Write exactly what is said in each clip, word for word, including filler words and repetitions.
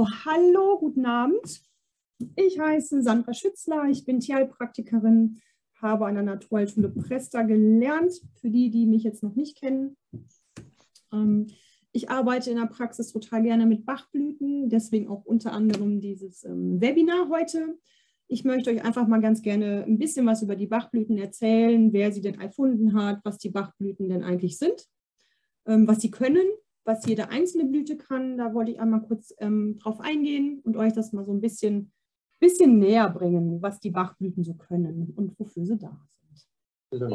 So, hallo, guten Abend. Ich heiße Sandra Schützler, ich bin Tierheilpraktikerin, habe an der Naturheilschule Presta gelernt, für die, die mich jetzt noch nicht kennen. Ähm, ich arbeite in der Praxis total gerne mit Bachblüten, deswegen auch unter anderem dieses ähm, Webinar heute. Ich möchte euch einfach mal ganz gerne ein bisschen was über die Bachblüten erzählen, wer sie denn erfunden hat, was die Bachblüten denn eigentlich sind, ähm, was sie können, was jede einzelne Blüte kann. Da wollte ich einmal kurz ähm, drauf eingehen und euch das mal so ein bisschen, bisschen näher bringen, was die Bachblüten so können und wofür sie da sind.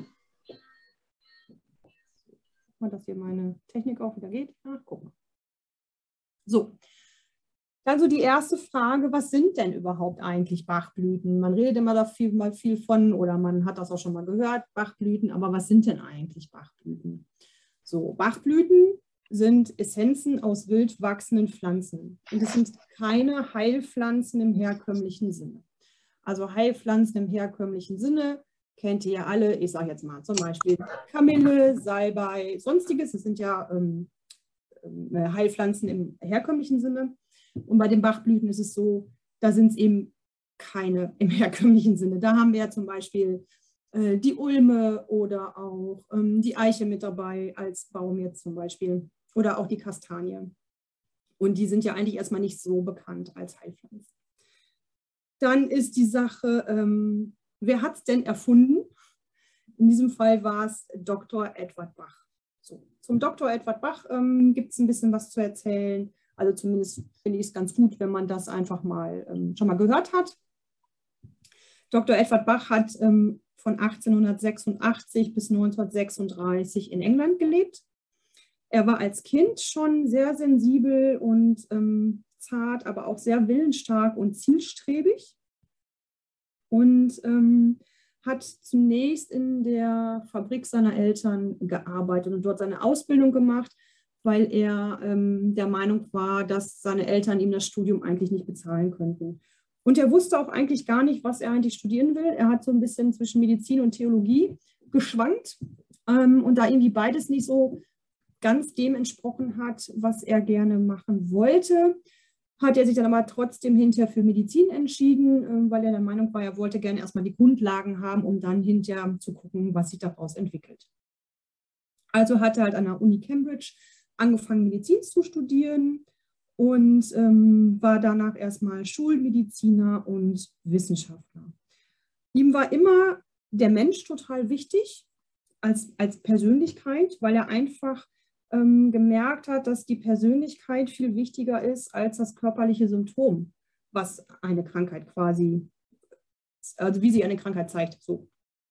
Mal, dass hier meine Technik auch wieder geht. Ach, guck mal. So. Also die erste Frage, was sind denn überhaupt eigentlich Bachblüten? Man redet immer da viel, mal viel von oder man hat das auch schon mal gehört, Bachblüten, aber was sind denn eigentlich Bachblüten? So, Bachblüten sind Essenzen aus wild wachsenden Pflanzen und es sind keine Heilpflanzen im herkömmlichen Sinne. Also Heilpflanzen im herkömmlichen Sinne kennt ihr ja alle, ich sage jetzt mal zum Beispiel Kamille, Salbei, sonstiges, das sind ja ähm, Heilpflanzen im herkömmlichen Sinne. Und bei den Bachblüten ist es so, da sind es eben keine im herkömmlichen Sinne. Da haben wir ja zum Beispiel äh, die Ulme oder auch ähm, die Eiche mit dabei als Baum jetzt zum Beispiel oder auch die Kastanie. Und die sind ja eigentlich erstmal nicht so bekannt als Heilpflanzen. Dann ist die Sache, ähm, wer hat es denn erfunden? In diesem Fall war es Doktor Edward Bach. So, zum Doktor Edward Bach ähm, gibt es ein bisschen was zu erzählen. Also zumindest finde ich es ganz gut, wenn man das einfach mal ähm, schon mal gehört hat. Doktor Edward Bach hat ähm, von achtzehnhundertsechsundachtzig bis neunzehnhundertsechsunddreißig in England gelebt. Er war als Kind schon sehr sensibel und ähm, zart, aber auch sehr willensstark und zielstrebig. Und ähm, hat zunächst in der Fabrik seiner Eltern gearbeitet und dort seine Ausbildung gemacht, weil er ähm, der Meinung war, dass seine Eltern ihm das Studium eigentlich nicht bezahlen könnten. Und er wusste auch eigentlich gar nicht, was er eigentlich studieren will. Er hat so ein bisschen zwischen Medizin und Theologie geschwankt. Ähm, und da irgendwie beides nicht so ganz dem entsprochen hat, was er gerne machen wollte, hat er sich dann aber trotzdem hinterher für Medizin entschieden, äh, weil er der Meinung war, er wollte gerne erstmal die Grundlagen haben, um dann hinterher zu gucken, was sich daraus entwickelt. Also hat er halt an der Uni Cambridge angefangen, Medizin zu studieren und ähm, war danach erstmal Schulmediziner und Wissenschaftler. Ihm war immer der Mensch total wichtig als, als Persönlichkeit, weil er einfach ähm, gemerkt hat, dass die Persönlichkeit viel wichtiger ist als das körperliche Symptom, was eine Krankheit quasi, also wie sie eine Krankheit zeigt. So.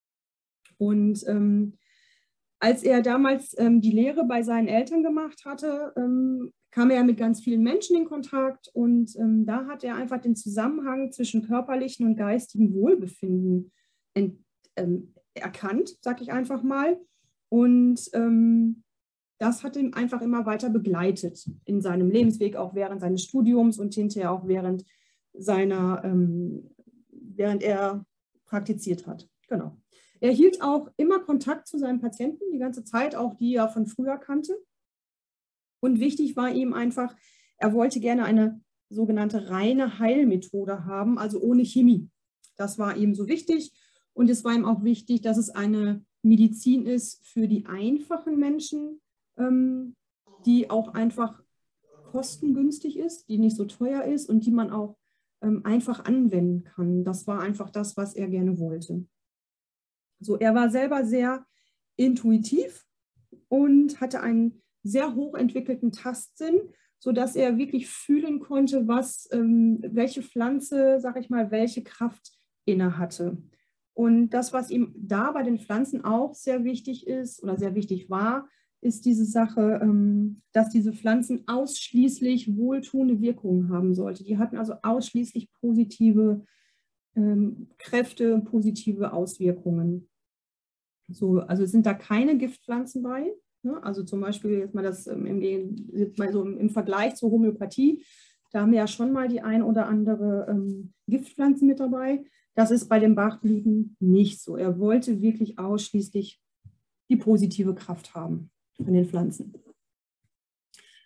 Und ähm, als er damals ähm, die Lehre bei seinen Eltern gemacht hatte, ähm, kam er mit ganz vielen Menschen in Kontakt und ähm, da hat er einfach den Zusammenhang zwischen körperlichem und geistigem Wohlbefinden ent, ähm, erkannt, sag ich einfach mal. Und ähm, das hat ihn einfach immer weiter begleitet in seinem Lebensweg, auch während seines Studiums und hinterher auch während seiner, ähm, während er praktiziert hat. Genau. Er hielt auch immer Kontakt zu seinen Patienten, die ganze Zeit, auch die er von früher kannte. Und wichtig war ihm einfach, er wollte gerne eine sogenannte reine Heilmethode haben, also ohne Chemie. Das war ihm so wichtig. Und es war ihm auch wichtig, dass es eine Medizin ist für die einfachen Menschen, ähm, die auch einfach kostengünstig ist, die nicht so teuer ist und die man auch ähm, einfach anwenden kann. Das war einfach das, was er gerne wollte. So, er war selber sehr intuitiv und hatte einen sehr hochentwickelten Tastsinn, sodass er wirklich fühlen konnte, was, ähm, welche Pflanze, sag ich mal, welche Kraft inne hatte. Und das, was ihm da bei den Pflanzen auch sehr wichtig ist oder sehr wichtig war, ist diese Sache, ähm, dass diese Pflanzen ausschließlich wohltuende Wirkungen haben sollten. Die hatten also ausschließlich positive ähm, Kräfte, positive Auswirkungen. So, also sind da keine Giftpflanzen bei. Ne? Also zum Beispiel jetzt mal das ähm, im, jetzt mal so im, im Vergleich zur Homöopathie, da haben wir ja schon mal die ein oder andere ähm, Giftpflanzen mit dabei. Das ist bei den Bachblüten nicht so. Er wollte wirklich ausschließlich die positive Kraft haben von den Pflanzen.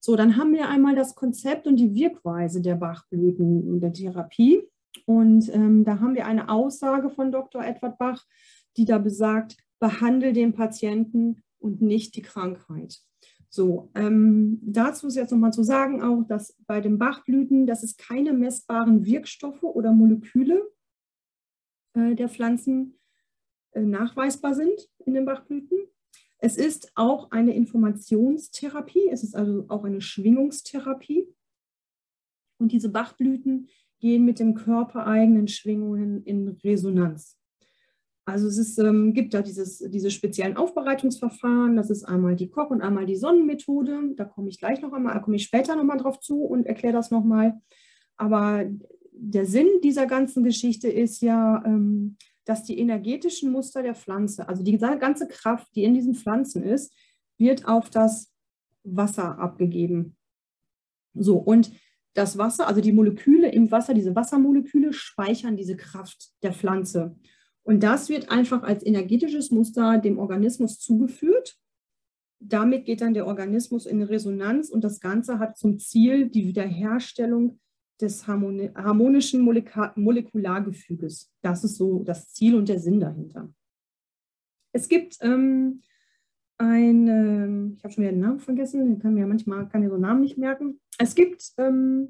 So, dann haben wir einmal das Konzept und die Wirkweise der Bachblüten und der Therapie. Und ähm, da haben wir eine Aussage von Doktor Edward Bach, die da besagt, behandle den Patienten und nicht die Krankheit. So, ähm, dazu ist jetzt nochmal zu sagen auch, dass bei den Bachblüten, dass es keine messbaren Wirkstoffe oder Moleküle äh, der Pflanzen äh, nachweisbar sind in den Bachblüten. Es ist auch eine Informationstherapie, es ist also auch eine Schwingungstherapie. Und diese Bachblüten gehen mit den körpereigenen Schwingungen in Resonanz. Also es ist, ähm, gibt da dieses, diese speziellen Aufbereitungsverfahren, das ist einmal die Koch- und einmal die Sonnenmethode. Da komme ich gleich noch einmal, da komme ich später nochmal drauf zu und erkläre das nochmal. Aber der Sinn dieser ganzen Geschichte ist ja, ähm, dass die energetischen Muster der Pflanze, also die ganze Kraft, die in diesen Pflanzen ist, wird auf das Wasser abgegeben. So, und das Wasser, also die Moleküle im Wasser, diese Wassermoleküle speichern diese Kraft der Pflanze. Und das wird einfach als energetisches Muster dem Organismus zugeführt. Damit geht dann der Organismus in Resonanz und das Ganze hat zum Ziel die Wiederherstellung des harmonischen Molekulargefüges. Das ist so das Ziel und der Sinn dahinter. Es gibt ähm, ein, ähm, ich habe schon wieder den Namen vergessen, ich kann mir manchmal kann mir so Namen nicht merken. Es gibt ähm,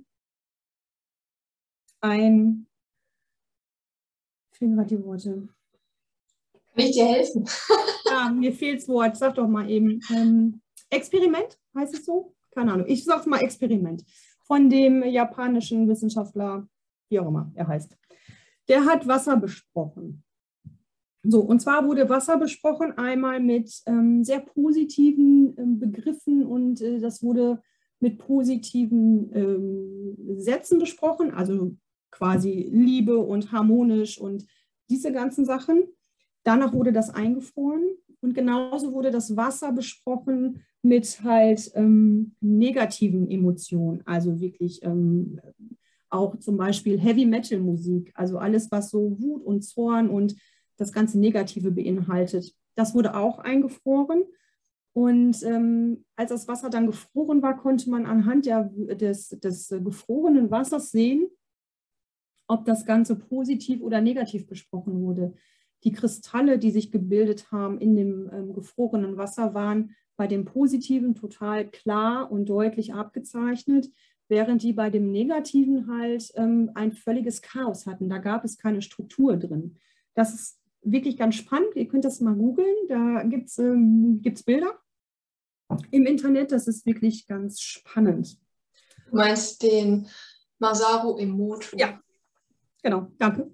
ein Ich finde gerade die Worte. Kann ich dir helfen? Ja, mir fehlt das Wort. Sag doch mal eben. Ähm, Experiment, heißt es so? Keine Ahnung. Ich sage mal Experiment. Von dem japanischen Wissenschaftler, wie auch immer er heißt. Der hat Wasser besprochen. So, und zwar wurde Wasser besprochen einmal mit ähm, sehr positiven ähm, Begriffen und äh, das wurde mit positiven ähm, Sätzen besprochen, also quasi Liebe und harmonisch und diese ganzen Sachen. Danach wurde das eingefroren und genauso wurde das Wasser besprochen mit halt ähm, negativen Emotionen, also wirklich ähm, auch zum Beispiel Heavy-Metal-Musik, also alles, was so Wut und Zorn und das ganze Negative beinhaltet. Das wurde auch eingefroren. Und ähm, als das Wasser dann gefroren war, konnte man anhand der, des, des gefrorenen Wassers sehen, ob das Ganze positiv oder negativ besprochen wurde. Die Kristalle, die sich gebildet haben in dem ähm, gefrorenen Wasser, waren bei dem Positiven total klar und deutlich abgezeichnet, während die bei dem Negativen halt ähm, ein völliges Chaos hatten. Da gab es keine Struktur drin. Das ist wirklich ganz spannend. Ihr könnt das mal googeln. Da gibt es ähm, gibt's Bilder im Internet. Das ist wirklich ganz spannend. Du meinst den Masaru Emoto? Ja, genau. Danke.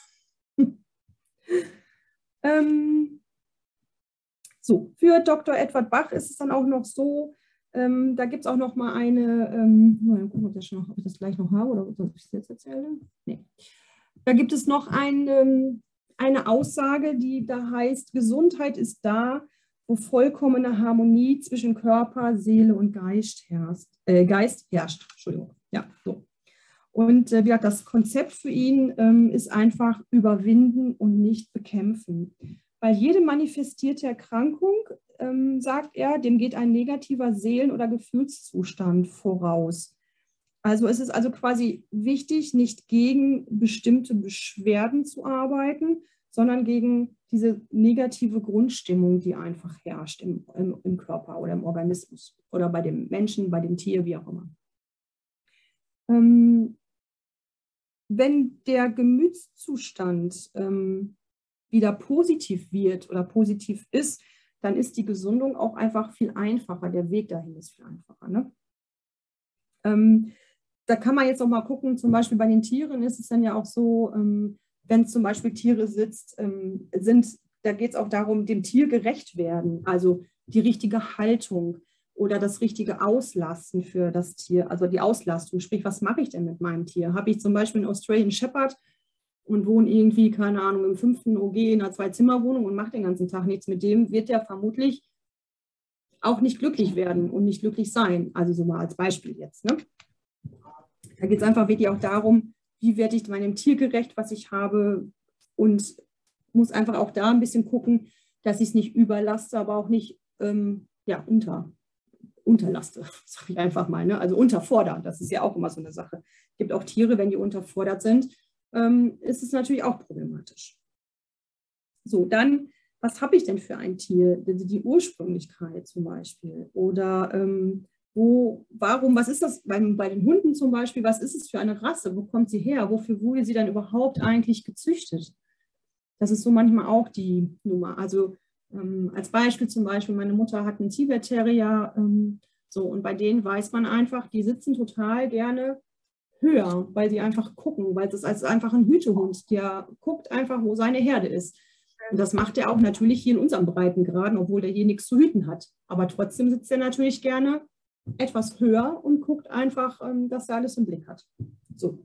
ähm, so, für Doktor Edward Bach ist es dann auch noch so, ähm, da gibt es auch noch mal eine, ähm, mal gucken, ob, das schon noch, ob ich das gleich noch habe oder ob ich das jetzt erzähle. Nee. Da gibt es noch ein, ähm, eine Aussage, die da heißt, Gesundheit ist da, wo vollkommene Harmonie zwischen Körper, Seele und Geist herrscht. Äh, Geist herrscht. Entschuldigung. Ja, so. Und äh, wie gesagt, das Konzept für ihn ähm, ist einfach überwinden und nicht bekämpfen. Weil jede manifestierte Erkrankung, ähm, sagt er, dem geht ein negativer Seelen- oder Gefühlszustand voraus. Also es ist also quasi wichtig, nicht gegen bestimmte Beschwerden zu arbeiten, sondern gegen diese negative Grundstimmung, die einfach herrscht im, im, im Körper oder im Organismus oder bei dem Menschen, bei dem Tier, wie auch immer. Ähm, wenn der Gemütszustand ähm, wieder positiv wird oder positiv ist, dann ist die Gesundung auch einfach viel einfacher. Der Weg dahin ist viel einfacher. Ne? Ähm, da kann man jetzt auch mal gucken, zum Beispiel bei den Tieren ist es dann ja auch so, ähm, wenn zum Beispiel Tiere sitzt, ähm, sind, da geht es auch darum, dem Tier gerecht werden, also die richtige Haltung oder das richtige Auslasten für das Tier, also die Auslastung, sprich, was mache ich denn mit meinem Tier? Habe ich zum Beispiel einen Australian Shepherd und wohne irgendwie, keine Ahnung, im fünften O G in einer Zwei-Zimmer-Wohnung und mache den ganzen Tag nichts mit dem, wird der vermutlich auch nicht glücklich werden und nicht glücklich sein. Also so mal als Beispiel jetzt, ne? Da geht es einfach wirklich auch darum, wie werde ich meinem Tier gerecht, was ich habe und muss einfach auch da ein bisschen gucken, dass ich es nicht überlaste, aber auch nicht ähm, ja, unter, unterlaste, sage ich einfach mal, ne? Also unterfordert, das ist ja auch immer so eine Sache. Es gibt auch Tiere, wenn die unterfordert sind, ähm, ist es natürlich auch problematisch. So, dann, was habe ich denn für ein Tier? Die Ursprünglichkeit zum Beispiel. Oder ähm, wo, warum, was ist das bei, bei den Hunden zum Beispiel, was ist es für eine Rasse? Wo kommt sie her? Wofür wurde sie dann überhaupt eigentlich gezüchtet? Das ist so manchmal auch die Nummer. Also ähm, als Beispiel zum Beispiel, meine Mutter hat einen Tibet-Terrier, ähm, so, und bei denen weiß man einfach, die sitzen total gerne höher, weil sie einfach gucken, weil das ist einfach ein Hütehund, der guckt einfach, wo seine Herde ist. Und das macht er auch natürlich hier in unserem Breitengraden, obwohl der hier nichts zu hüten hat. Aber trotzdem sitzt er natürlich gerne etwas höher und guckt einfach, ähm, dass er alles im Blick hat. So.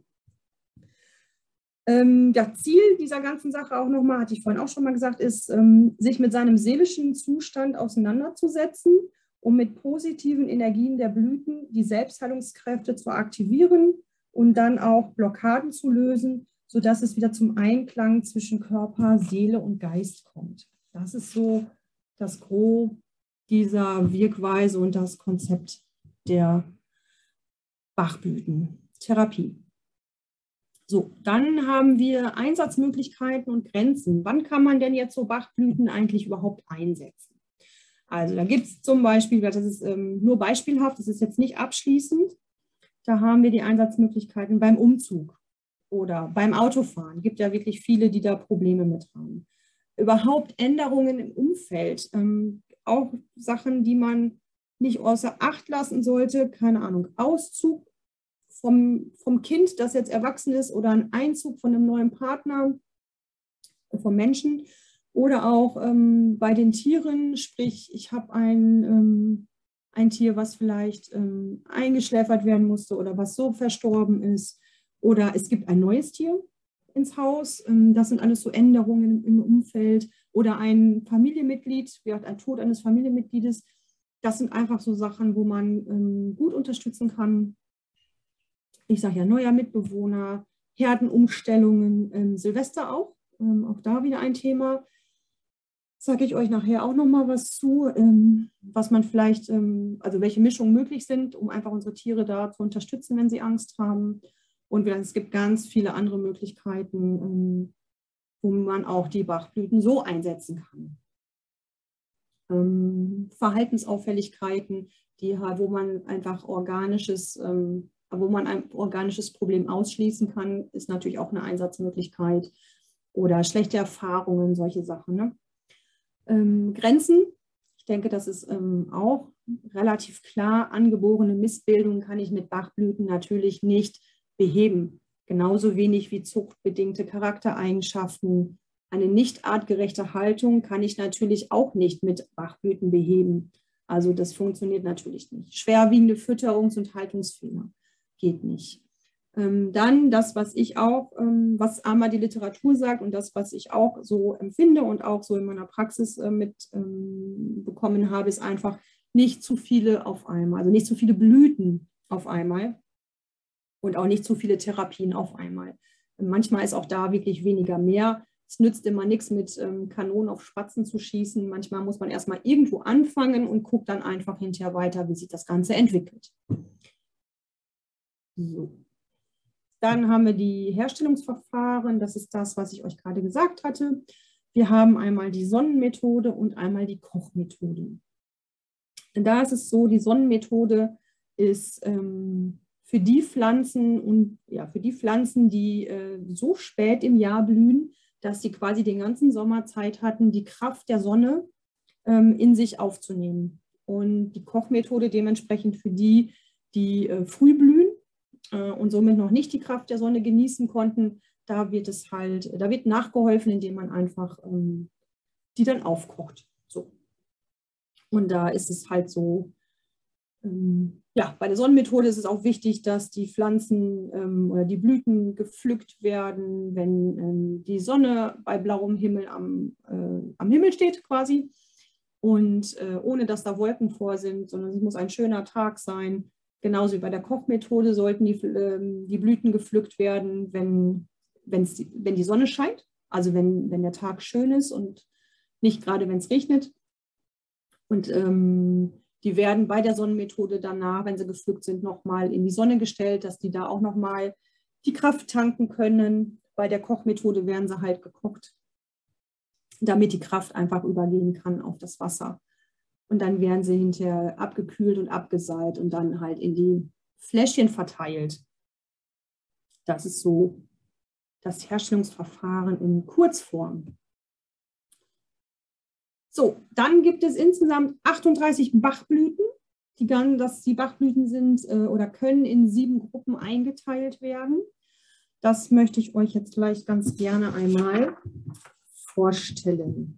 Ähm, das Ziel dieser ganzen Sache auch nochmal, hatte ich vorhin auch schon mal gesagt, ist, ähm, sich mit seinem seelischen Zustand auseinanderzusetzen, um mit positiven Energien der Blüten die Selbstheilungskräfte zu aktivieren und dann auch Blockaden zu lösen, sodass es wieder zum Einklang zwischen Körper, Seele und Geist kommt. Das ist so das Gros dieser Wirkweise und das Konzept der Bachblütentherapie. So, dann haben wir Einsatzmöglichkeiten und Grenzen. Wann kann man denn jetzt so Bachblüten eigentlich überhaupt einsetzen? Also da gibt es zum Beispiel, das ist ähm, nur beispielhaft, das ist jetzt nicht abschließend, da haben wir die Einsatzmöglichkeiten beim Umzug oder beim Autofahren. Es gibt ja wirklich viele, die da Probleme mit haben. Überhaupt Änderungen im Umfeld, ähm, auch Sachen, die man nicht außer Acht lassen sollte, keine Ahnung, Auszug vom, vom Kind, das jetzt erwachsen ist, oder ein Einzug von einem neuen Partner, vom Menschen, oder auch ähm, bei den Tieren, sprich, ich habe ein, ähm, ein Tier, was vielleicht ähm, eingeschläfert werden musste oder was so verstorben ist, oder es gibt ein neues Tier ins Haus, ähm, das sind alles so Änderungen im Umfeld, oder ein Familienmitglied, ein Tod eines Familienmitgliedes. Das sind einfach so Sachen, wo man ähm, gut unterstützen kann. Ich sage ja, neuer Mitbewohner, Herdenumstellungen, ähm, Silvester auch, ähm, auch da wieder ein Thema. Sage ich euch nachher auch noch mal was zu, ähm, was man vielleicht, ähm, also welche Mischungen möglich sind, um einfach unsere Tiere da zu unterstützen, wenn sie Angst haben. Und es gibt ganz viele andere Möglichkeiten, ähm, wo man auch die Bachblüten so einsetzen kann. Ähm, Verhaltensauffälligkeiten, die, wo man einfach organisches, ähm, wo man ein organisches Problem ausschließen kann, ist natürlich auch eine Einsatzmöglichkeit. Oder schlechte Erfahrungen, solche Sachen. Ne? Ähm, Grenzen, ich denke, das ist ähm, auch relativ klar. Angeborene Missbildungen kann ich mit Bachblüten natürlich nicht beheben. Genauso wenig wie zuchtbedingte Charaktereigenschaften. Eine nicht artgerechte Haltung kann ich natürlich auch nicht mit Bachblüten beheben. Also das funktioniert natürlich nicht. Schwerwiegende Fütterungs- und Haltungsfehler geht nicht. Ähm, dann das, was ich auch, ähm, was einmal die Literatur sagt und das, was ich auch so empfinde und auch so in meiner Praxis äh, mit ähm, bekommen habe, ist einfach nicht zu viele auf einmal, also nicht zu viele Blüten auf einmal und auch nicht zu viele Therapien auf einmal. Und manchmal ist auch da wirklich weniger mehr. Es nützt immer nichts, mit ähm, Kanonen auf Spatzen zu schießen. Manchmal muss man erstmal irgendwo anfangen und guckt dann einfach hinterher weiter, wie sich das Ganze entwickelt. So. Dann haben wir die Herstellungsverfahren. Das ist das, was ich euch gerade gesagt hatte. Wir haben einmal die Sonnenmethode und einmal die Kochmethode. Da ist es so, die Sonnenmethode ist ähm, für die Pflanzen und ja, für die Pflanzen, die äh, so spät im Jahr blühen, dass sie quasi den ganzen Sommer Zeit hatten, die Kraft der Sonne ähm, in sich aufzunehmen. Und die Kochmethode dementsprechend für die, die äh, früh blühen äh, und somit noch nicht die Kraft der Sonne genießen konnten, da wird es halt, da wird nachgeholfen, indem man einfach ähm, die dann aufkocht. So. Und da ist es halt so, ähm, ja, bei der Sonnenmethode ist es auch wichtig, dass die Pflanzen ähm, oder die Blüten gepflückt werden, wenn ähm, die Sonne bei blauem Himmel am, äh, am Himmel steht quasi. Und äh, ohne dass da Wolken vor sind, sondern es muss ein schöner Tag sein. Genauso wie bei der Kochmethode sollten die, äh, die Blüten gepflückt werden, wenn, wenn's die, wenn die Sonne scheint, also wenn, wenn der Tag schön ist und nicht gerade, wenn es regnet. Und ähm, Die werden bei der Sonnenmethode danach, wenn sie gepflückt sind, nochmal in die Sonne gestellt, dass die da auch nochmal die Kraft tanken können. Bei der Kochmethode werden sie halt gekocht, damit die Kraft einfach übergehen kann auf das Wasser. Und dann werden sie hinterher abgekühlt und abgeseit und dann halt in die Fläschchen verteilt. Das ist so das Herstellungsverfahren in Kurzform. So, dann gibt es insgesamt achtunddreißig Bachblüten. Die, das, die Bachblüten sind äh, oder können in sieben Gruppen eingeteilt werden. Das möchte ich euch jetzt gleich ganz gerne einmal vorstellen.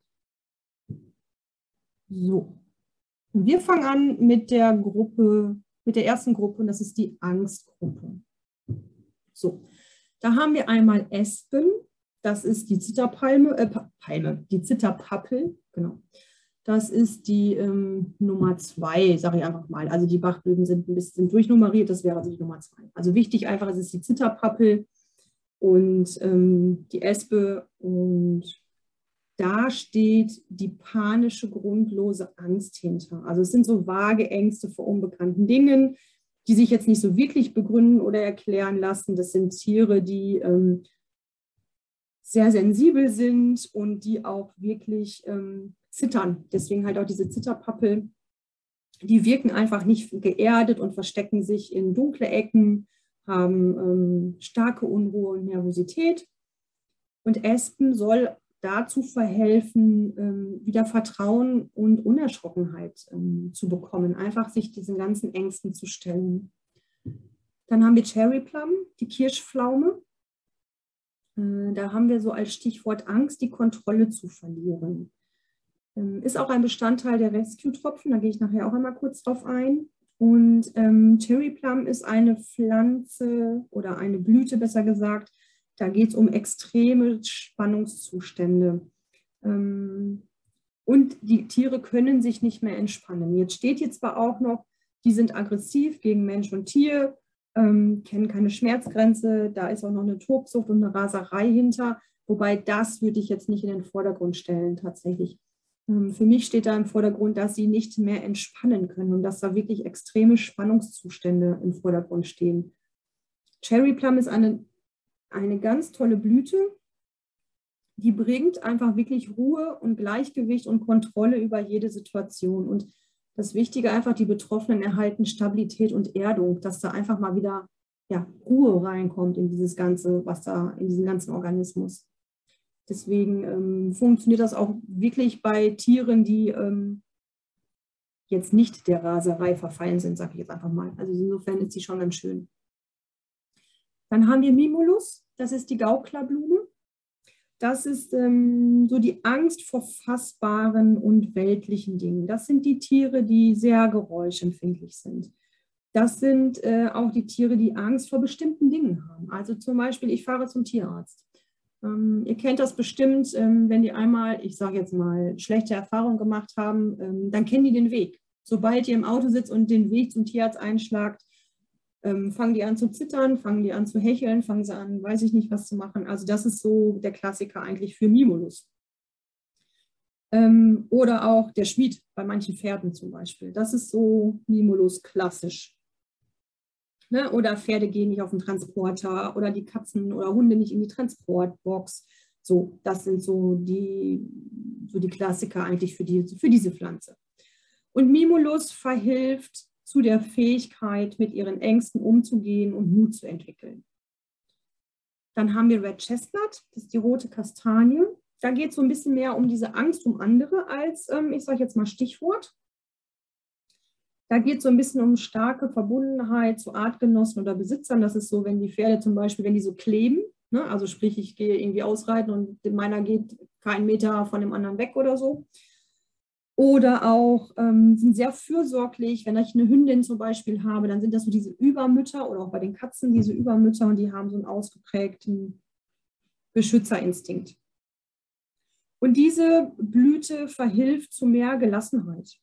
So, und wir fangen an mit der Gruppe, mit der ersten Gruppe, und das ist die Angstgruppe. So, da haben wir einmal Espen, das ist die Zitterpalme, äh, Palme, die Zitterpappel, genau. Das ist die ähm, Nummer zwei, sage ich einfach mal. Also die Bachblüten sind ein bisschen durchnummeriert, das wäre also die Nummer zwei. Also wichtig einfach, es ist die Zitterpappel und ähm, die Espe, und da steht die panische, grundlose Angst hinter. Also es sind so vage Ängste vor unbekannten Dingen, die sich jetzt nicht so wirklich begründen oder erklären lassen. Das sind Tiere, die ähm, sehr sensibel sind und die auch wirklich ähm, zittern. Deswegen halt auch diese Zitterpappel. Die wirken einfach nicht geerdet und verstecken sich in dunkle Ecken, haben ähm, starke Unruhe und Nervosität. Und Espen soll dazu verhelfen, ähm, wieder Vertrauen und Unerschrockenheit ähm, zu bekommen, einfach sich diesen ganzen Ängsten zu stellen. Dann haben wir Cherry Plum, die Kirschpflaume. Äh, da haben wir so als Stichwort Angst, die Kontrolle zu verlieren. Ähm, ist auch ein Bestandteil der Rescue-Tropfen, da gehe ich nachher auch einmal kurz drauf ein. Und ähm, Cherry Plum ist eine Pflanze oder eine Blüte, besser gesagt. Da geht es um extreme Spannungszustände. Ähm, und die Tiere können sich nicht mehr entspannen. Jetzt steht hier zwar auch noch, die sind aggressiv gegen Mensch und Tier, ähm, kennen keine Schmerzgrenze, da ist auch noch eine Tobsucht und eine Raserei hinter. Wobei das würde ich jetzt nicht in den Vordergrund stellen tatsächlich. Ähm, für mich steht da im Vordergrund, dass sie nicht mehr entspannen können und dass da wirklich extreme Spannungszustände im Vordergrund stehen. Cherry Plum ist eine Eine ganz tolle Blüte, die bringt einfach wirklich Ruhe und Gleichgewicht und Kontrolle über jede Situation. Und das Wichtige einfach, die Betroffenen erhalten Stabilität und Erdung, dass da einfach mal wieder ja, Ruhe reinkommt in dieses ganze, was da, in diesen ganzen Organismus. Deswegen ähm, funktioniert das auch wirklich bei Tieren, die ähm, jetzt nicht der Raserei verfallen sind, sage ich jetzt einfach mal. Also insofern ist sie schon ganz schön. Dann haben wir Mimulus, das ist die Gauklerblume. Das ist ähm, so die Angst vor fassbaren und weltlichen Dingen. Das sind die Tiere, die sehr geräuschempfindlich sind. Das sind äh, auch die Tiere, die Angst vor bestimmten Dingen haben. Also zum Beispiel, ich fahre zum Tierarzt. Ähm, ihr kennt das bestimmt, ähm, wenn die einmal, ich sage jetzt mal, schlechte Erfahrungen gemacht haben, ähm, dann kennen die den Weg. Sobald ihr im Auto sitzt und den Weg zum Tierarzt einschlagt, Ähm, fangen die an zu zittern, fangen die an zu hecheln, fangen sie an, weiß ich nicht, was zu machen. Also das ist so der Klassiker eigentlich für Mimulus. Ähm, oder auch der Schmied bei manchen Pferden zum Beispiel. Das ist so Mimulus klassisch. Ne? Oder Pferde gehen nicht auf den Transporter oder die Katzen oder Hunde nicht in die Transportbox. So, das sind so die, so die Klassiker eigentlich für, die, für diese Pflanze. Und Mimulus verhilft zu der Fähigkeit, mit ihren Ängsten umzugehen und Mut zu entwickeln. Dann haben wir Red Chestnut, das ist die rote Kastanie. Da geht es so ein bisschen mehr um diese Angst um andere als, ähm, ich sage jetzt mal Stichwort. Da geht es so ein bisschen um starke Verbundenheit zu Artgenossen oder Besitzern. Das ist so, wenn die Pferde zum Beispiel, wenn die so kleben, ne? Also sprich, ich gehe irgendwie ausreiten und meiner geht keinen Meter von dem anderen weg oder so. Oder auch ähm, sind sehr fürsorglich, wenn ich eine Hündin zum Beispiel habe, dann sind das so diese Übermütter oder auch bei den Katzen diese Übermütter und die haben so einen ausgeprägten Beschützerinstinkt. Und diese Blüte verhilft zu mehr Gelassenheit.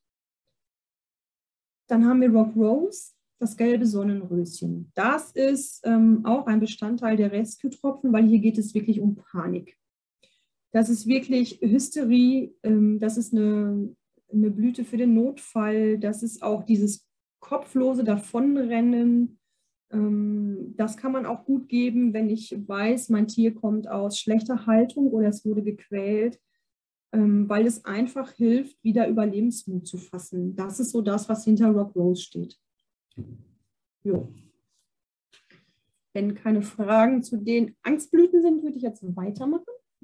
Dann haben wir Rock Rose, das gelbe Sonnenröschen. Das ist ähm, auch ein Bestandteil der Rescue-Tropfen, weil hier geht es wirklich um Panik. Das ist wirklich Hysterie, ähm, das ist eine eine Blüte für den Notfall. Das ist auch dieses kopflose Davonrennen. Ähm, das kann man auch gut geben, wenn ich weiß, mein Tier kommt aus schlechter Haltung oder es wurde gequält, ähm, weil es einfach hilft, wieder Überlebensmut zu fassen. Das ist so das, was hinter Rock Rose steht. Jo. Wenn keine Fragen zu den Angstblüten sind, würde ich jetzt weitermachen.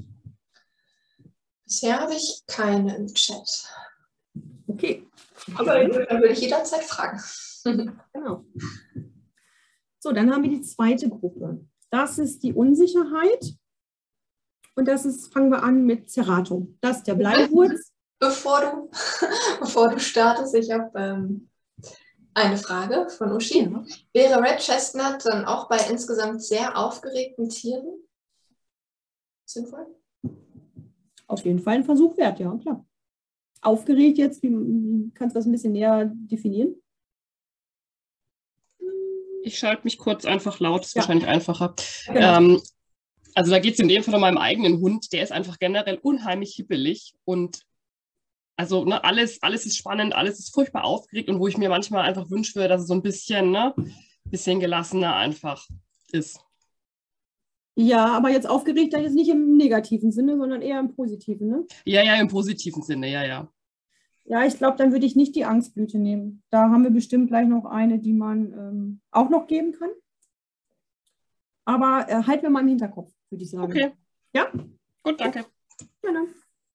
Bisher habe ich keine im Chat. Okay. Aber dann würde ich jederzeit fragen. Genau. So, dann haben wir die zweite Gruppe. Das ist die Unsicherheit. Und das ist, fangen wir an mit Cerato. Das ist der Bleiwurz. Bevor du, bevor du startest, ich habe ähm, eine Frage von Uschi. Ja. Wäre Red Chestnut dann auch bei insgesamt sehr aufgeregten Tieren sinnvoll? Auf jeden Fall ein Versuch wert, ja, klar. Aufgeregt jetzt, wie, wie kannst du das ein bisschen näher definieren? Ich schalte mich kurz einfach laut, ist Ja. wahrscheinlich einfacher. Genau. Ähm, also da geht es in dem Fall um meinen eigenen Hund, der ist einfach generell unheimlich hibbelig und also ne, alles, alles ist spannend, alles ist furchtbar aufgeregt und wo ich mir manchmal einfach wünschen würde, dass es so ein bisschen, ne, bisschen gelassener einfach ist. Ja, aber jetzt aufgeregt, dann jetzt nicht im negativen Sinne, sondern eher im positiven, ne? Ja, ja, im positiven Sinne, ja, ja. Ja, ich glaube, dann würde ich nicht die Angstblüte nehmen. Da haben wir bestimmt gleich noch eine, die man ähm, auch noch geben kann. Aber äh, halten wir mal im Hinterkopf, würde ich sagen. Okay. Ja? Gut, danke. Gerne.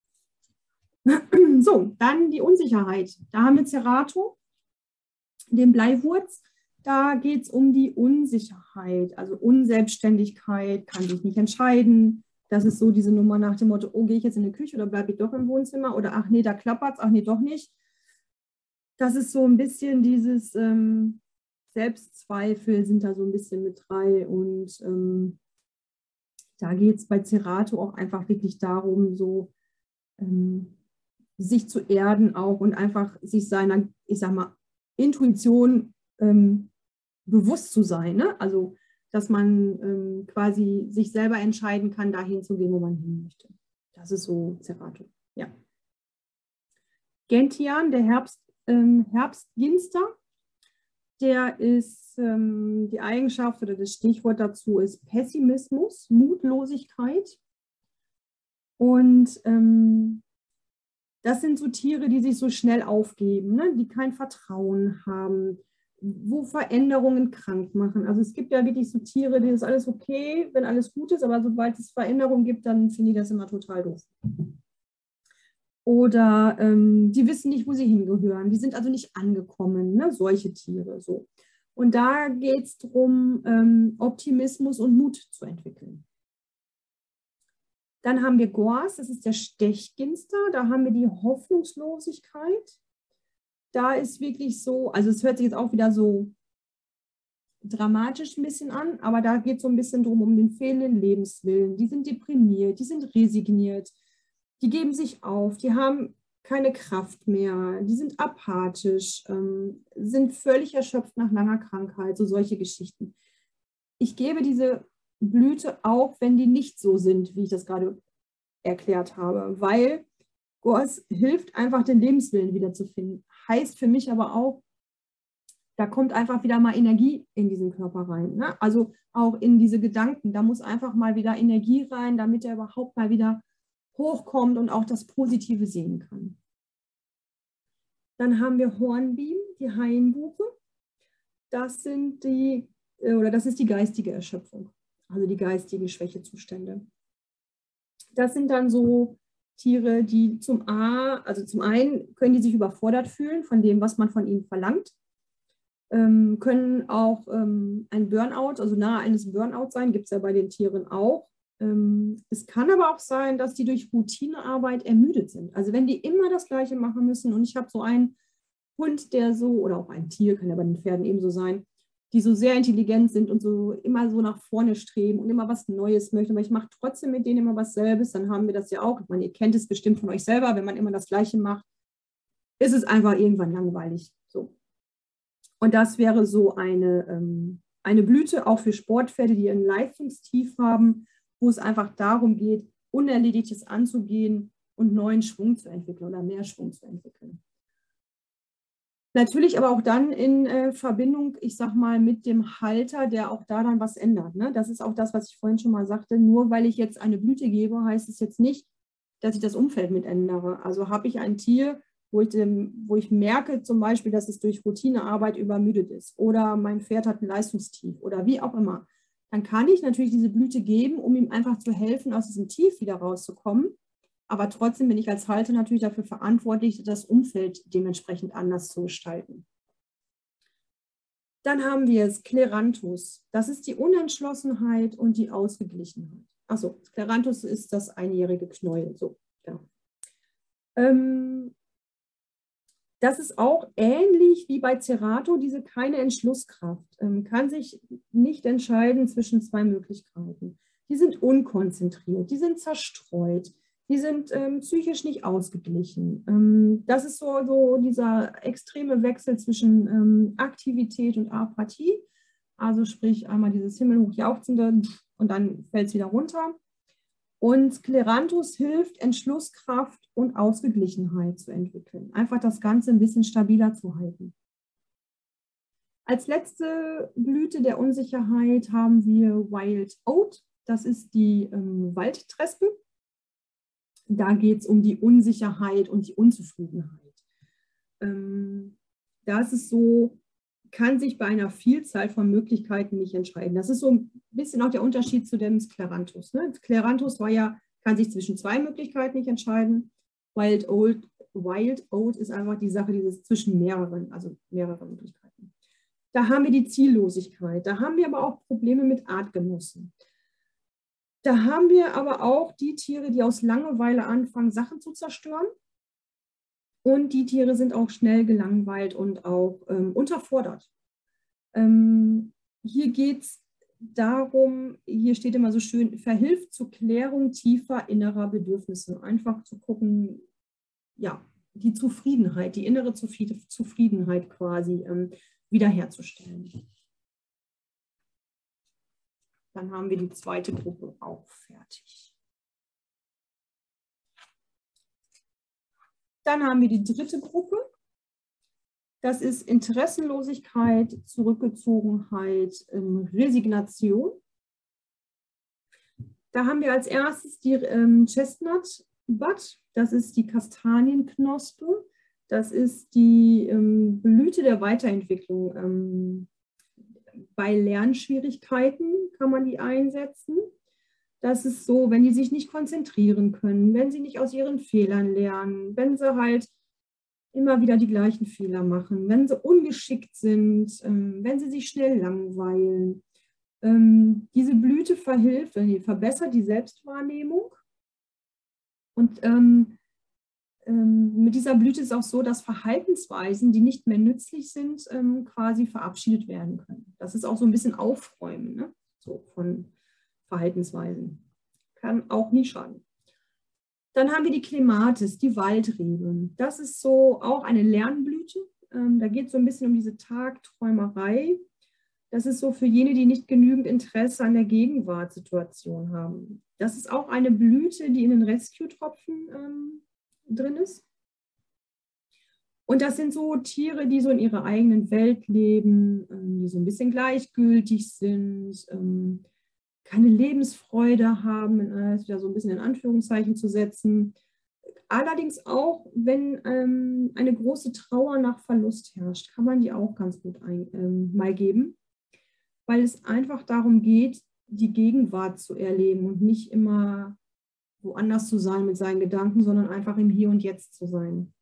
So, dann die Unsicherheit. Da haben wir Cerato, den Bleiwurz. Da geht es um die Unsicherheit, also Unselbstständigkeit, kann sich nicht entscheiden. Das ist so diese Nummer nach dem Motto, oh, gehe ich jetzt in die Küche oder bleibe ich doch im Wohnzimmer? Oder ach nee, da klappert es, ach nee, doch nicht. Das ist so ein bisschen dieses ähm, Selbstzweifel sind da so ein bisschen mit drei. Und ähm, da geht es bei Cerato auch einfach wirklich darum, so ähm, sich zu erden auch und einfach sich seiner, ich sag mal, Intuition ähm, bewusst zu sein. Ne? Also, dass man ähm, quasi sich selber entscheiden kann, dahin zu gehen, wo man hin möchte. Das ist so Cerato. Ja. Gentian, der Herbst, ähm, Herbstginster, der ist, ähm, die Eigenschaft oder das Stichwort dazu ist Pessimismus, Mutlosigkeit. Und ähm, das sind so Tiere, die sich so schnell aufgeben, ne? Die kein Vertrauen haben, wo Veränderungen krank machen. Also es gibt ja wirklich so Tiere, die ist alles okay, wenn alles gut ist, aber sobald es Veränderungen gibt, dann finde ich das immer total doof. Oder ähm, die wissen nicht, wo sie hingehören. Die sind also nicht angekommen, ne? Solche Tiere. So. Und da geht es darum, ähm, Optimismus und Mut zu entwickeln. Dann haben wir Gors, das ist der Stechginster. Da haben wir die Hoffnungslosigkeit. Da ist wirklich so, also es hört sich jetzt auch wieder so dramatisch ein bisschen an, aber da geht es so ein bisschen drum um den fehlenden Lebenswillen. Die sind deprimiert, die sind resigniert, die geben sich auf, die haben keine Kraft mehr, die sind apathisch, ähm, sind völlig erschöpft nach langer Krankheit, so solche Geschichten. Ich gebe diese Blüte auch, wenn die nicht so sind, wie ich das gerade erklärt habe, weil Gors hilft einfach, den Lebenswillen wiederzufinden. Heißt für mich aber auch, da kommt einfach wieder mal Energie in diesen Körper rein. Ne? Also auch in diese Gedanken. Da muss einfach mal wieder Energie rein, damit er überhaupt mal wieder hochkommt und auch das Positive sehen kann. Dann haben wir Hornbeam, die Hainbuche. Das sind die, oder das ist die geistige Erschöpfung, also die geistigen Schwächezustände. Das sind dann so Tiere, die zum A, also zum einen können die sich überfordert fühlen von dem, was man von ihnen verlangt, ähm, können auch ähm, ein Burnout, also nahe eines Burnout sein, gibt es ja bei den Tieren auch. Ähm, es kann aber auch sein, dass die durch Routinearbeit ermüdet sind. Also wenn die immer das Gleiche machen müssen und ich habe so einen Hund, der so, oder auch ein Tier, kann ja bei den Pferden ebenso sein, die so sehr intelligent sind und so immer so nach vorne streben und immer was Neues möchten. Aber ich mache trotzdem mit denen immer was Selbes, dann haben wir das ja auch. Ich meine, ihr kennt es bestimmt von euch selber, wenn man immer das Gleiche macht, ist es einfach irgendwann langweilig. So. Und das wäre so eine, ähm, eine Blüte, auch für Sportpferde, die ein Leistungstief haben, wo es einfach darum geht, Unerledigtes anzugehen und neuen Schwung zu entwickeln oder mehr Schwung zu entwickeln. Natürlich aber auch dann in äh, Verbindung, ich sag mal, mit dem Halter, der auch da dann was ändert. Ne? Das ist auch das, was ich vorhin schon mal sagte. Nur weil ich jetzt eine Blüte gebe, heißt es jetzt nicht, dass ich das Umfeld mit ändere. Also habe ich ein Tier, wo ich, dem, wo ich merke zum Beispiel, dass es durch Routinearbeit übermüdet ist oder mein Pferd hat ein Leistungstief oder wie auch immer, dann kann ich natürlich diese Blüte geben, um ihm einfach zu helfen, aus diesem Tief wieder rauszukommen. Aber trotzdem bin ich als Halter natürlich dafür verantwortlich, das Umfeld dementsprechend anders zu gestalten. Dann haben wir Skleranthus. Das ist die Unentschlossenheit und die Ausgeglichenheit. Achso, Skleranthus ist das einjährige Knäuel. So, genau. Ähm, das ist auch ähnlich wie bei Cerato, diese keine Entschlusskraft. Ähm, kann sich nicht entscheiden zwischen zwei Möglichkeiten. Die sind unkonzentriert, die sind zerstreut. Die sind ähm, psychisch nicht ausgeglichen. Ähm, das ist so, so dieser extreme Wechsel zwischen ähm, Aktivität und Apathie. Also sprich einmal dieses himmelhochjauchzende und dann fällt es wieder runter. Und Skleranthus hilft, Entschlusskraft und Ausgeglichenheit zu entwickeln. Einfach das Ganze ein bisschen stabiler zu halten. Als letzte Blüte der Unsicherheit haben wir Wild Oat. Das ist die ähm, Waldtrespe. Da geht es um die Unsicherheit und die Unzufriedenheit. Ähm, da ist es so, kann sich bei einer Vielzahl von Möglichkeiten nicht entscheiden. Das ist so ein bisschen auch der Unterschied zu dem Skleranthus. Ne? Skleranthus war ja, kann sich zwischen zwei Möglichkeiten nicht entscheiden. Wild Oat, Wild Oat ist einfach die Sache dieses zwischen mehreren, also mehrere Möglichkeiten. Da haben wir die Ziellosigkeit. Da haben wir aber auch Probleme mit Artgenossen. Da haben wir aber auch die Tiere, die aus Langeweile anfangen, Sachen zu zerstören. Und die Tiere sind auch schnell gelangweilt und auch ähm, unterfordert. Ähm, hier geht es darum, hier steht immer so schön, verhilft zur Klärung tiefer innerer Bedürfnisse. Einfach zu gucken, ja, die Zufriedenheit, die innere Zufriedenheit quasi ähm, wiederherzustellen. Dann haben wir die zweite Gruppe auch fertig. Dann haben wir die dritte Gruppe. Das ist Interessenlosigkeit, Zurückgezogenheit, Resignation. Da haben wir als erstes die ähm, Chestnut Bud. Das ist die Kastanienknospe. Das ist die ähm, Blüte der Weiterentwicklung. Ähm, Bei Lernschwierigkeiten kann man die einsetzen. Das ist so, wenn die sich nicht konzentrieren können, wenn sie nicht aus ihren Fehlern lernen, wenn sie halt immer wieder die gleichen Fehler machen, wenn sie ungeschickt sind, wenn sie sich schnell langweilen. Diese Blüte verhilft, die verbessert die Selbstwahrnehmung. Und ähm, ähm, mit dieser Blüte ist auch so, dass Verhaltensweisen, die nicht mehr nützlich sind, ähm, quasi verabschiedet werden können. Das ist auch so ein bisschen Aufräumen, ne? So von Verhaltensweisen. Kann auch nie schaden. Dann haben wir die Clematis, die Waldrebe. Das ist so auch eine Lernblüte. Ähm, da geht es so ein bisschen um diese Tagträumerei. Das ist so für jene, die nicht genügend Interesse an der Gegenwartssituation haben. Das ist auch eine Blüte, die in den Rescue-Tropfen ähm, drin ist. Und das sind so Tiere, die so in ihrer eigenen Welt leben, ähm, die so ein bisschen gleichgültig sind, ähm, keine Lebensfreude haben, äh, ist wieder so ein bisschen in Anführungszeichen zu setzen. Allerdings auch, wenn ähm, eine große Trauer nach Verlust herrscht, kann man die auch ganz gut ein, ähm, mal geben, weil es einfach darum geht, die Gegenwart zu erleben und nicht immer woanders zu sein mit seinen Gedanken, sondern einfach im Hier und Jetzt zu sein.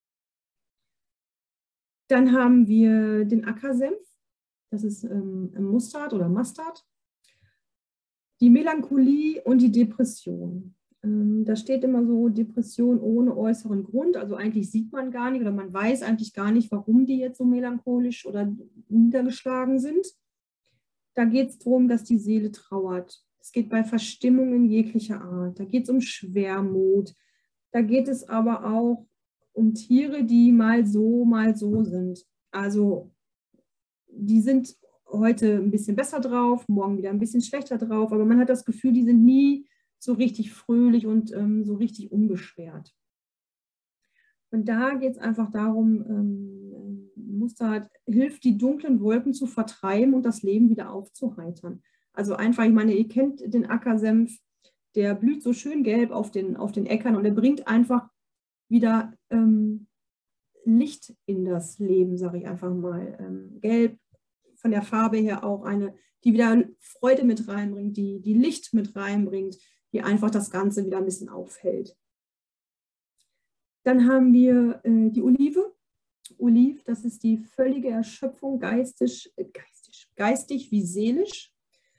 Dann haben wir den Ackersenf, das ist ähm, Mustard oder Mustard. Die Melancholie und die Depression. Ähm, da steht immer so, Depression ohne äußeren Grund, also eigentlich sieht man gar nicht oder man weiß eigentlich gar nicht, warum die jetzt so melancholisch oder niedergeschlagen sind. Da geht es darum, dass die Seele trauert. Es geht bei Verstimmungen jeglicher Art. Da geht es um Schwermut. Da geht es aber auch um Tiere, die mal so, mal so sind. Also die sind heute ein bisschen besser drauf, morgen wieder ein bisschen schlechter drauf, aber man hat das Gefühl, die sind nie so richtig fröhlich und ähm, so richtig unbeschwert. Und da geht es einfach darum, ähm, Mustard hilft, die dunklen Wolken zu vertreiben und das Leben wieder aufzuheitern. Also einfach, ich meine, ihr kennt den Ackersenf, der blüht so schön gelb auf den, auf den Äckern und er bringt einfach wieder ähm, Licht in das Leben, sage ich einfach mal. Ähm, gelb von der Farbe her auch eine, die wieder Freude mit reinbringt, die, die Licht mit reinbringt, die einfach das Ganze wieder ein bisschen aufhält. Dann haben wir äh, die Olive. Oliv, das ist die völlige Erschöpfung, geistig, äh, geistig, geistig wie seelisch.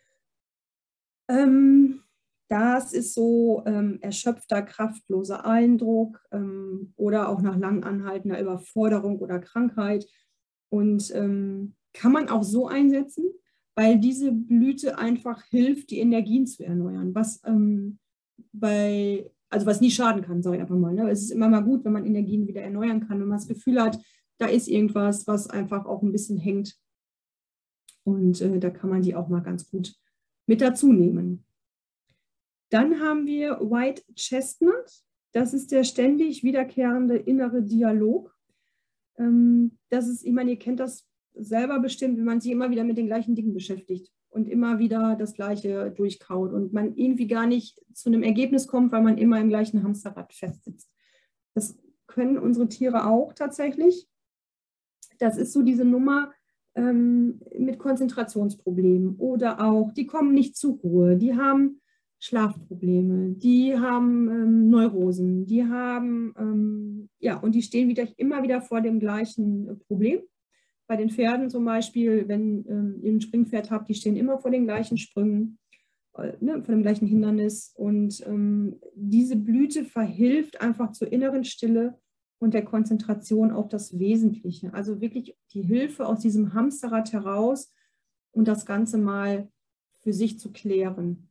Ähm, das ist so ähm, erschöpfter, kraftloser Eindruck ähm, oder auch nach lang anhaltender Überforderung oder Krankheit. Und ähm, kann man auch so einsetzen, weil diese Blüte einfach hilft, die Energien zu erneuern, was ähm, bei Also was nie schaden kann, sage ich einfach mal. Ne? Es ist immer mal gut, wenn man Energien wieder erneuern kann, wenn man das Gefühl hat, da ist irgendwas, was einfach auch ein bisschen hängt. Und äh, da kann man die auch mal ganz gut mit dazu nehmen. Dann haben wir White Chestnut. Das ist der ständig wiederkehrende innere Dialog. Ähm, das ist, ich meine, ihr kennt das selber bestimmt, wenn man sich immer wieder mit den gleichen Dingen beschäftigt und immer wieder das Gleiche durchkaut und man irgendwie gar nicht zu einem Ergebnis kommt, weil man immer im gleichen Hamsterrad festsitzt. Das können unsere Tiere auch tatsächlich. Das ist so diese Nummer ähm, mit Konzentrationsproblemen oder auch, die kommen nicht zur Ruhe, die haben Schlafprobleme, die haben ähm, Neurosen, die haben, ähm, ja, und die stehen wieder, immer wieder vor dem gleichen äh, Problem. Bei den Pferden zum Beispiel, wenn ähm, ihr ein Springpferd habt, die stehen immer vor den gleichen Sprüngen, äh, ne, vor dem gleichen Hindernis. Und ähm, diese Blüte verhilft einfach zur inneren Stille und der Konzentration auf das Wesentliche. Also wirklich die Hilfe aus diesem Hamsterrad heraus und das Ganze mal für sich zu klären.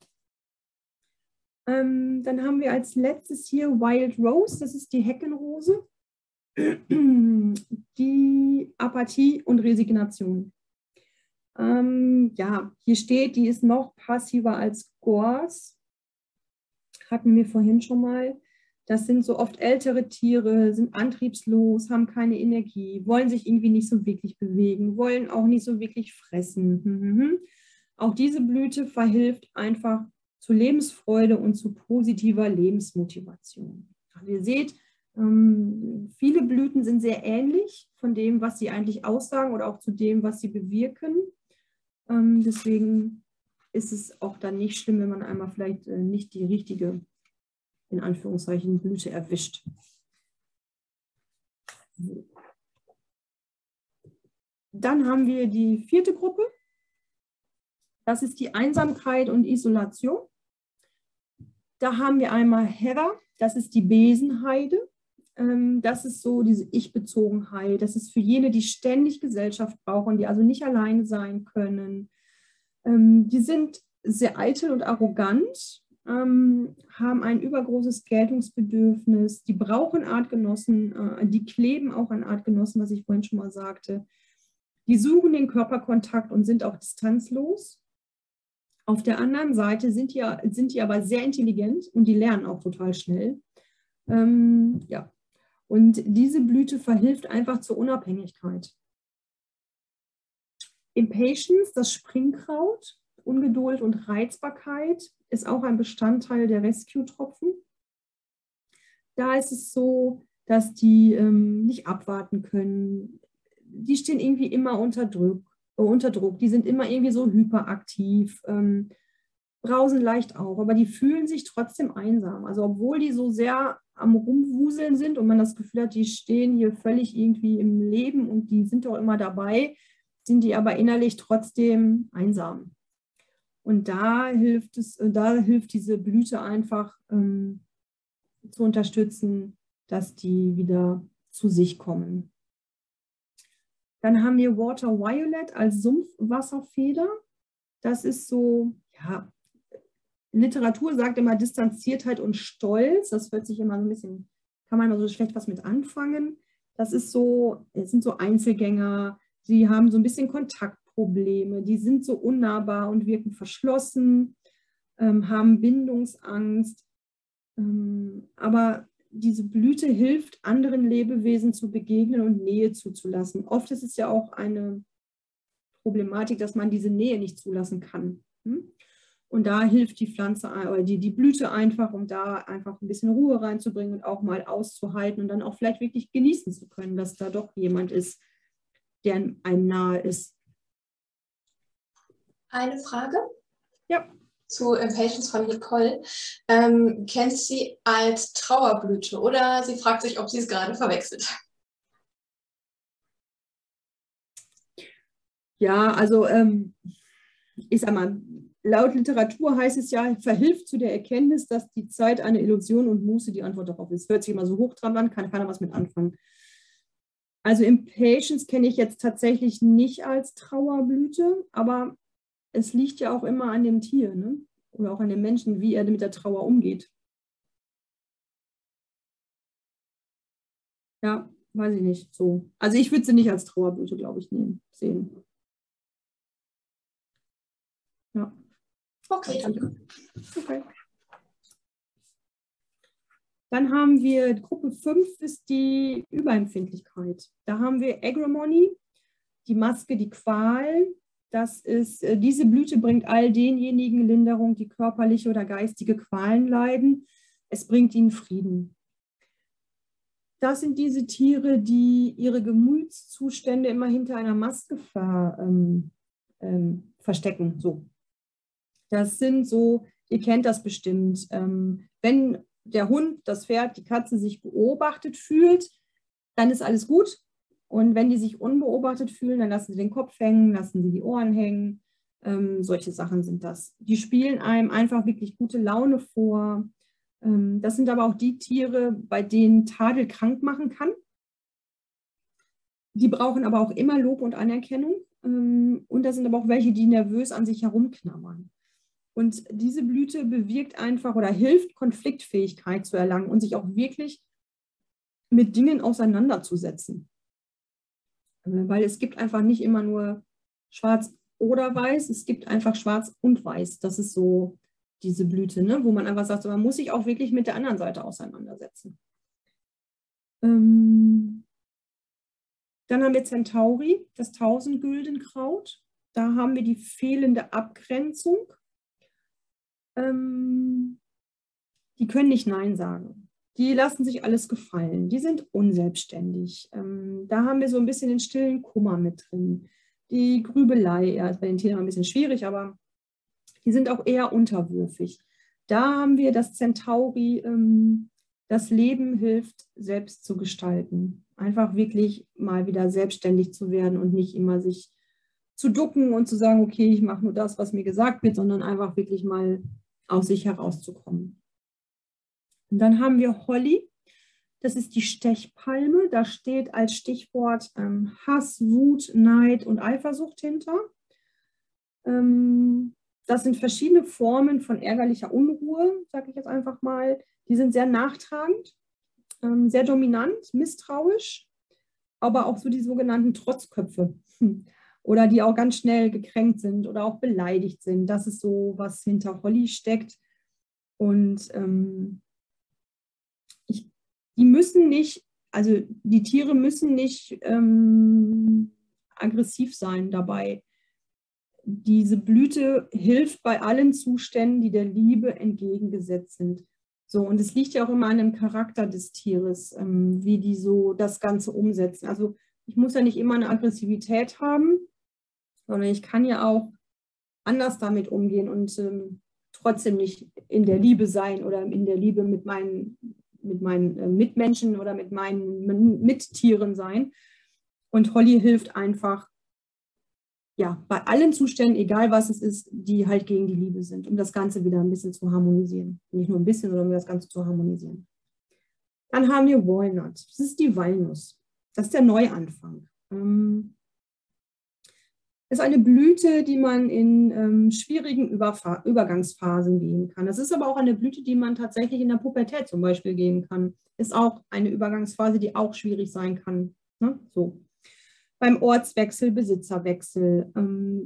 Ähm, dann haben wir als letztes hier Wild Rose, das ist die Heckenrose. Die Apathie und Resignation. Ähm, ja, hier steht, die ist noch passiver als Gorse. Hatten wir vorhin schon mal. Das sind so oft ältere Tiere, sind antriebslos, haben keine Energie, wollen sich irgendwie nicht so wirklich bewegen, wollen auch nicht so wirklich fressen. Mhm. Auch diese Blüte verhilft einfach zu Lebensfreude und zu positiver Lebensmotivation. Also ihr seht, ähm, viele Blüten sind sehr ähnlich von dem, was sie eigentlich aussagen oder auch zu dem, was sie bewirken. Ähm, deswegen ist es auch dann nicht schlimm, wenn man einmal vielleicht äh, nicht die richtige, in Anführungszeichen, Blüte erwischt. Dann haben wir die vierte Gruppe. Das ist die Einsamkeit und Isolation. Da haben wir einmal Heather, das ist die Besenheide. Das ist so diese Ich-Bezogenheit. Das ist für jene, die ständig Gesellschaft brauchen, die also nicht alleine sein können. Die sind sehr eitel und arrogant, haben ein übergroßes Geltungsbedürfnis, die brauchen Artgenossen, die kleben auch an Artgenossen, was ich vorhin schon mal sagte. Die suchen den Körperkontakt und sind auch distanzlos. Auf der anderen Seite sind die, sind die aber sehr intelligent und die lernen auch total schnell. Ähm, ja. Und diese Blüte verhilft einfach zur Unabhängigkeit. Impatience, das Springkraut, Ungeduld und Reizbarkeit ist auch ein Bestandteil der Rescue-Tropfen. Da ist es so, dass die ähm, nicht abwarten können. Die stehen irgendwie immer unter Druck. unter Druck. Die sind immer irgendwie so hyperaktiv, ähm, brausen leicht auf, aber die fühlen sich trotzdem einsam. Also obwohl die so sehr am Rumwuseln sind und man das Gefühl hat, die stehen hier völlig irgendwie im Leben und die sind doch immer dabei, sind die aber innerlich trotzdem einsam. Und da hilft es, da hilft diese Blüte einfach ähm, zu unterstützen, dass die wieder zu sich kommen. Dann haben wir Water Violet als Sumpfwasserfeder. Das ist so, ja, Literatur sagt immer Distanziertheit und Stolz. Das hört sich immer so ein bisschen, kann man immer so schlecht was mit anfangen. Das ist so, es sind so Einzelgänger, die haben so ein bisschen Kontaktprobleme, die sind so unnahbar und wirken verschlossen. ähm, haben Bindungsangst. Ähm, aber diese Blüte hilft, anderen Lebewesen zu begegnen und Nähe zuzulassen. Oft ist es ja auch eine Problematik, dass man diese Nähe nicht zulassen kann. Hm? Und da hilft die Pflanze oder die, die Blüte einfach, um da einfach ein bisschen Ruhe reinzubringen und auch mal auszuhalten und dann auch vielleicht wirklich genießen zu können, dass da doch jemand ist, der einem nahe ist. Eine Frage? Ja. Zu Impatience von Nicole. Ähm, kennt sie als Trauerblüte oder sie fragt sich, ob sie es gerade verwechselt? Ja, also ähm, ich sag mal, laut Literatur heißt es ja, verhilft zu der Erkenntnis, dass die Zeit eine Illusion und Muße die Antwort darauf ist. Hört sich immer so hochtrabend an, kann keiner was mit anfangen. Also Impatience kenne ich jetzt tatsächlich nicht als Trauerblüte, aber es liegt ja auch immer an dem Tier, ne? Oder auch an dem Menschen, wie er mit der Trauer umgeht. Ja, weiß ich nicht. So. Also ich würde sie nicht als Trauerblüte, glaube ich, nehmen, sehen. Ja. Okay, danke. Okay. Dann haben wir Gruppe fünf ist die Überempfindlichkeit. Da haben wir Agrimony, die Maske, die Qual. Das ist, diese Blüte bringt all denjenigen Linderung, die körperliche oder geistige Qualen leiden. Es bringt ihnen Frieden. Das sind diese Tiere, die ihre Gemütszustände immer hinter einer Maske ver, ähm, ähm, verstecken. So. Das sind so, ihr kennt das bestimmt, ähm, wenn der Hund, das Pferd, die Katze sich beobachtet fühlt, dann ist alles gut. Und wenn die sich unbeobachtet fühlen, dann lassen sie den Kopf hängen, lassen sie die Ohren hängen. Ähm, solche Sachen sind das. Die spielen einem einfach wirklich gute Laune vor. Ähm, das sind aber auch die Tiere, bei denen Tadel krank machen kann. Die brauchen aber auch immer Lob und Anerkennung. Ähm, und das sind aber auch welche, die nervös an sich herumknabbern. Und diese Blüte bewirkt einfach oder hilft, Konfliktfähigkeit zu erlangen und sich auch wirklich mit Dingen auseinanderzusetzen. Weil es gibt einfach nicht immer nur schwarz oder weiß, es gibt einfach schwarz und weiß. Das ist so diese Blüte, ne? Wo man einfach sagt, man muss sich auch wirklich mit der anderen Seite auseinandersetzen. Ähm Dann haben wir Centauri, das Tausendgüldenkraut. Da haben wir die fehlende Abgrenzung. Ähm, die können nicht Nein sagen. Die lassen sich alles gefallen. Die sind unselbstständig. Ähm, da haben wir so ein bisschen den stillen Kummer mit drin. Die Grübelei, ja, ist bei den Tieren ein bisschen schwierig, aber die sind auch eher unterwürfig. Da haben wir das Centauri, ähm, das Leben hilft, selbst zu gestalten. Einfach wirklich mal wieder selbstständig zu werden und nicht immer sich zu ducken und zu sagen, okay, ich mache nur das, was mir gesagt wird, sondern einfach wirklich mal aus sich herauszukommen. Und dann haben wir Holly, das ist die Stechpalme, da steht als Stichwort ähm, Hass, Wut, Neid und Eifersucht hinter. Ähm, das sind verschiedene Formen von ärgerlicher Unruhe, sage ich jetzt einfach mal. Die sind sehr nachtragend, ähm, sehr dominant, misstrauisch, aber auch so die sogenannten Trotzköpfe. Oder die auch ganz schnell gekränkt sind oder auch beleidigt sind. Das ist so, was hinter Holly steckt. Und ähm, ich, die müssen nicht, also die Tiere müssen nicht ähm, aggressiv sein dabei. Diese Blüte hilft bei allen Zuständen, die der Liebe entgegengesetzt sind. So, und es liegt ja auch immer an dem Charakter des Tieres, ähm, wie die so das Ganze umsetzen. Also ich muss ja nicht immer eine Aggressivität haben, sondern ich kann ja auch anders damit umgehen und ähm, trotzdem nicht in der Liebe sein oder in der Liebe mit meinen, mit meinen äh, Mitmenschen oder mit meinen Mittieren sein. Und Holly hilft einfach, ja, bei allen Zuständen, egal was es ist, die halt gegen die Liebe sind, um das Ganze wieder ein bisschen zu harmonisieren. Nicht nur ein bisschen, sondern um das Ganze zu harmonisieren. Dann haben wir Walnut. Das ist die Walnuss. Das ist der Neuanfang. Ähm, ist eine Blüte, die man in ähm, schwierigen Überfa- Übergangsphasen geben kann. Das ist aber auch eine Blüte, die man tatsächlich in der Pubertät zum Beispiel geben kann. Ist auch eine Übergangsphase, die auch schwierig sein kann. Ne? So. Beim Ortswechsel, Besitzerwechsel, ähm,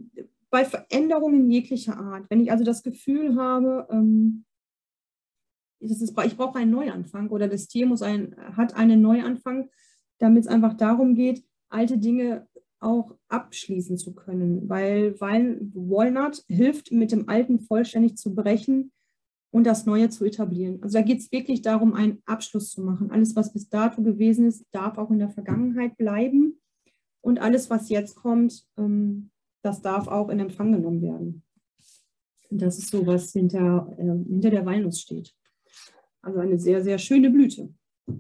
bei Veränderungen jeglicher Art, wenn ich also das Gefühl habe, ähm, das ist, ich brauche einen Neuanfang oder das Tier muss ein, hat einen Neuanfang, damit es einfach darum geht, alte Dinge auch abschließen zu können, weil, weil Walnut hilft, mit dem Alten vollständig zu brechen und das Neue zu etablieren. Also da geht es wirklich darum, einen Abschluss zu machen. Alles, was bis dato gewesen ist, darf auch in der Vergangenheit bleiben und alles, was jetzt kommt, ähm, das darf auch in Empfang genommen werden. Und das ist so, was hinter, äh, hinter der Walnuss steht. Also eine sehr, sehr schöne Blüte.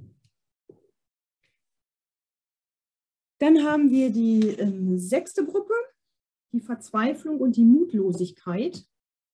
Dann haben wir die ähm, sechste Gruppe, die Verzweiflung und die Mutlosigkeit.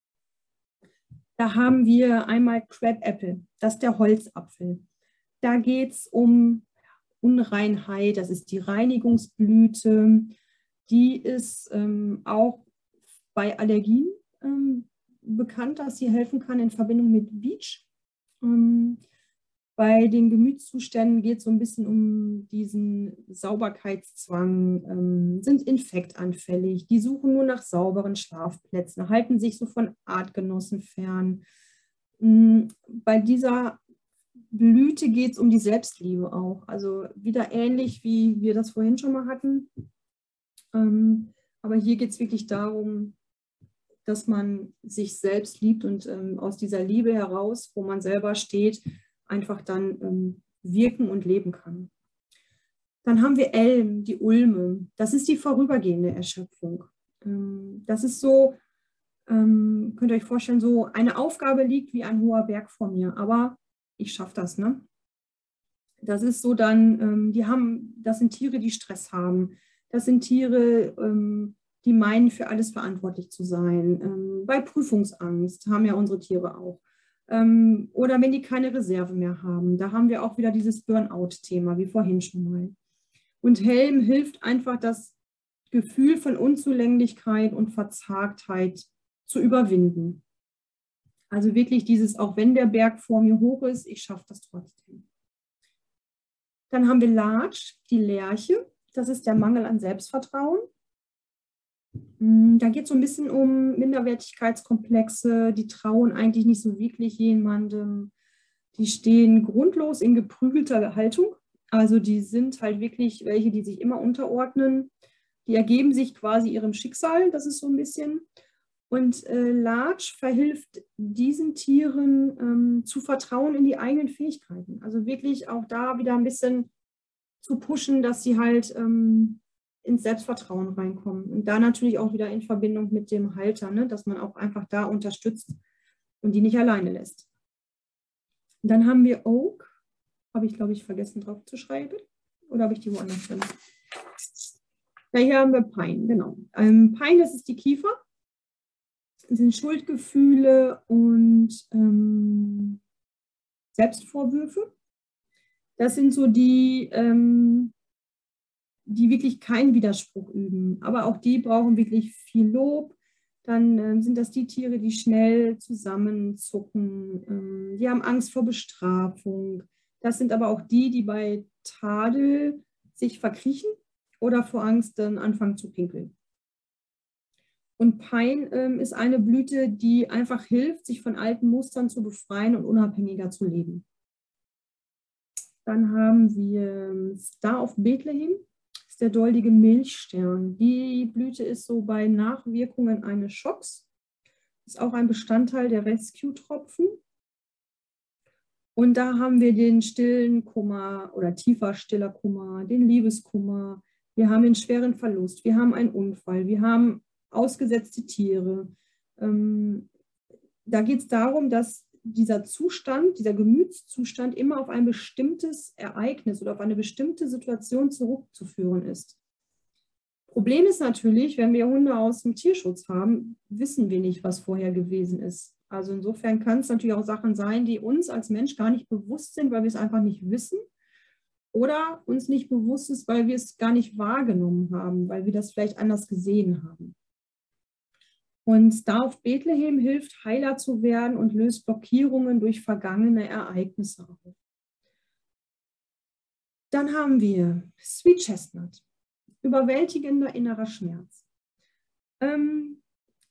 Da haben wir einmal Crab Apple, das ist der Holzapfel. Da geht es um Unreinheit, das ist die Reinigungsblüte. Die ist ähm, auch bei Allergien ähm, bekannt, dass sie helfen kann in Verbindung mit Beech. Ähm, Bei den Gemütszuständen geht es so ein bisschen um diesen Sauberkeitszwang, ähm, sind infektanfällig, die suchen nur nach sauberen Schlafplätzen, halten sich so von Artgenossen fern. Ähm, bei dieser Blüte geht es um die Selbstliebe auch, also wieder ähnlich, wie wir das vorhin schon mal hatten. Ähm, aber hier geht es wirklich darum, dass man sich selbst liebt und ähm, aus dieser Liebe heraus, wo man selber steht, einfach dann ähm, wirken und leben kann. Dann haben wir Elm, die Ulme. Das ist die vorübergehende Erschöpfung. Ähm, das ist so, ähm, könnt ihr euch vorstellen, so eine Aufgabe liegt wie ein hoher Berg vor mir, aber ich schaffe das, ne? Das ist so dann, ähm, die haben, das sind Tiere, die Stress haben. Das sind Tiere, ähm, die meinen, für alles verantwortlich zu sein. Ähm, bei Prüfungsangst haben ja unsere Tiere auch. Ähm, oder wenn die keine Reserve mehr haben. Da haben wir auch wieder dieses Burnout-Thema, wie vorhin schon mal. Und Helm hilft einfach, das Gefühl von Unzulänglichkeit und Verzagtheit zu überwinden. Also wirklich dieses, auch wenn der Berg vor mir hoch ist, ich schaffe das trotzdem. Dann haben wir Larch, die Lerche. Das ist der Mangel an Selbstvertrauen. Da geht es so ein bisschen um Minderwertigkeitskomplexe, die trauen eigentlich nicht so wirklich jemandem. Die stehen grundlos in geprügelter Haltung. Also die sind halt wirklich welche, die sich immer unterordnen. Die ergeben sich quasi ihrem Schicksal, das ist so ein bisschen. Und äh, Larch verhilft diesen Tieren ähm, zu vertrauen in die eigenen Fähigkeiten. Also wirklich auch da wieder ein bisschen zu pushen, dass sie halt ähm, ins Selbstvertrauen reinkommen. Und da natürlich auch wieder in Verbindung mit dem Halter, ne, dass man auch einfach da unterstützt und die nicht alleine lässt. Und dann haben wir Oak. Habe ich, glaube ich, vergessen drauf zu schreiben. Oder habe ich die woanders drin? Ja, hier haben wir Pine, genau. Ähm, Pine, das ist die Kiefer. Das sind Schuldgefühle und ähm, Selbstvorwürfe. Das sind so die, ähm, die wirklich keinen Widerspruch üben. Aber auch die brauchen wirklich viel Lob. Dann ähm, sind das die Tiere, die schnell zusammenzucken. Ähm, die haben Angst vor Bestrafung. Das sind aber auch die, die bei Tadel sich verkriechen oder vor Angst dann anfangen zu pinkeln. Und Pine ähm, ist eine Blüte, die einfach hilft, sich von alten Mustern zu befreien und unabhängiger zu leben. Dann haben wir Star of Bethlehem, das ist der doldige Milchstern. Die Blüte ist so bei Nachwirkungen eines Schocks, ist auch ein Bestandteil der Rescue-Tropfen. Und da haben wir den stillen Kummer oder tiefer stiller Kummer, den Liebeskummer. Wir haben den schweren Verlust, wir haben einen Unfall, wir haben ausgesetzte Tiere. Ähm, da geht es darum, dass dieser Zustand, dieser Gemütszustand immer auf ein bestimmtes Ereignis oder auf eine bestimmte Situation zurückzuführen ist. Problem ist natürlich, wenn wir Hunde aus dem Tierschutz haben, wissen wir nicht, was vorher gewesen ist. Also insofern kann es natürlich auch Sachen sein, die uns als Mensch gar nicht bewusst sind, weil wir es einfach nicht wissen. Oder uns nicht bewusst ist, weil wir es gar nicht wahrgenommen haben, weil wir das vielleicht anders gesehen haben. Und Star of Bethlehem hilft, heiler zu werden und löst Blockierungen durch vergangene Ereignisse auf. Dann haben wir Sweet Chestnut, überwältigender innerer Schmerz. Ähm,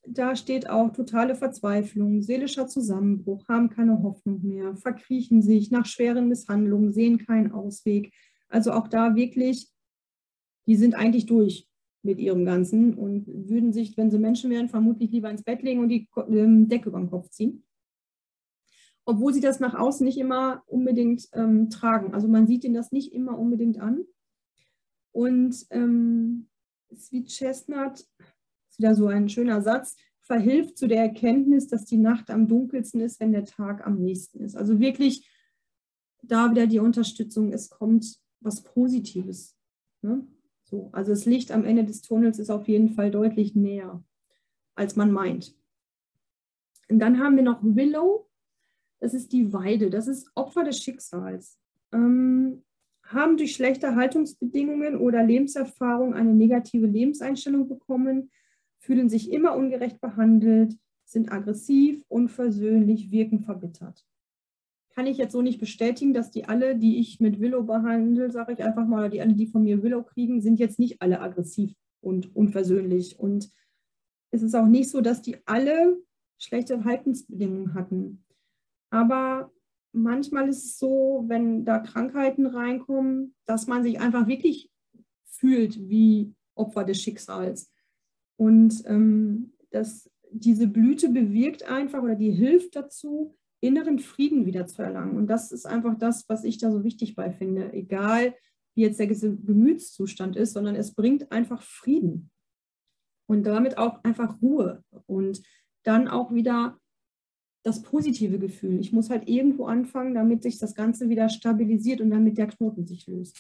da steht auch totale Verzweiflung, seelischer Zusammenbruch, haben keine Hoffnung mehr, verkriechen sich nach schweren Misshandlungen, sehen keinen Ausweg. Also auch da wirklich, die sind eigentlich durch mit ihrem Ganzen und würden sich, wenn sie Menschen wären, vermutlich lieber ins Bett legen und die ähm, Decke über den Kopf ziehen. Obwohl sie das nach außen nicht immer unbedingt ähm, tragen. Also man sieht ihnen das nicht immer unbedingt an. Und ähm, Sweet Chestnut, ist wieder so ein schöner Satz, verhilft zu der Erkenntnis, dass die Nacht am dunkelsten ist, wenn der Tag am nächsten ist. Also wirklich da wieder die Unterstützung, es kommt was Positives. Ne? So, also das Licht am Ende des Tunnels ist auf jeden Fall deutlich näher, als man meint. Und dann haben wir noch Willow, das ist die Weide, das ist Opfer des Schicksals. Ähm, haben durch schlechte Haltungsbedingungen oder Lebenserfahrung eine negative Lebenseinstellung bekommen, fühlen sich immer ungerecht behandelt, sind aggressiv, unversöhnlich, wirken verbittert. Kann ich jetzt so nicht bestätigen, dass die alle, die ich mit Willow behandle, sage ich einfach mal, oder die alle, die von mir Willow kriegen, sind jetzt nicht alle aggressiv und unversöhnlich. Und es ist auch nicht so, dass die alle schlechte Haltungsbedingungen hatten. Aber manchmal ist es so, wenn da Krankheiten reinkommen, dass man sich einfach wirklich fühlt wie Opfer des Schicksals. Und ähm, dass diese Blüte bewirkt einfach oder die hilft dazu, inneren Frieden wieder zu erlangen. Und das ist einfach das, was ich da so wichtig bei finde. Egal, wie jetzt der Gemütszustand ist, sondern es bringt einfach Frieden. Und damit auch einfach Ruhe. Und dann auch wieder das positive Gefühl. Ich muss halt irgendwo anfangen, damit sich das Ganze wieder stabilisiert und damit der Knoten sich löst.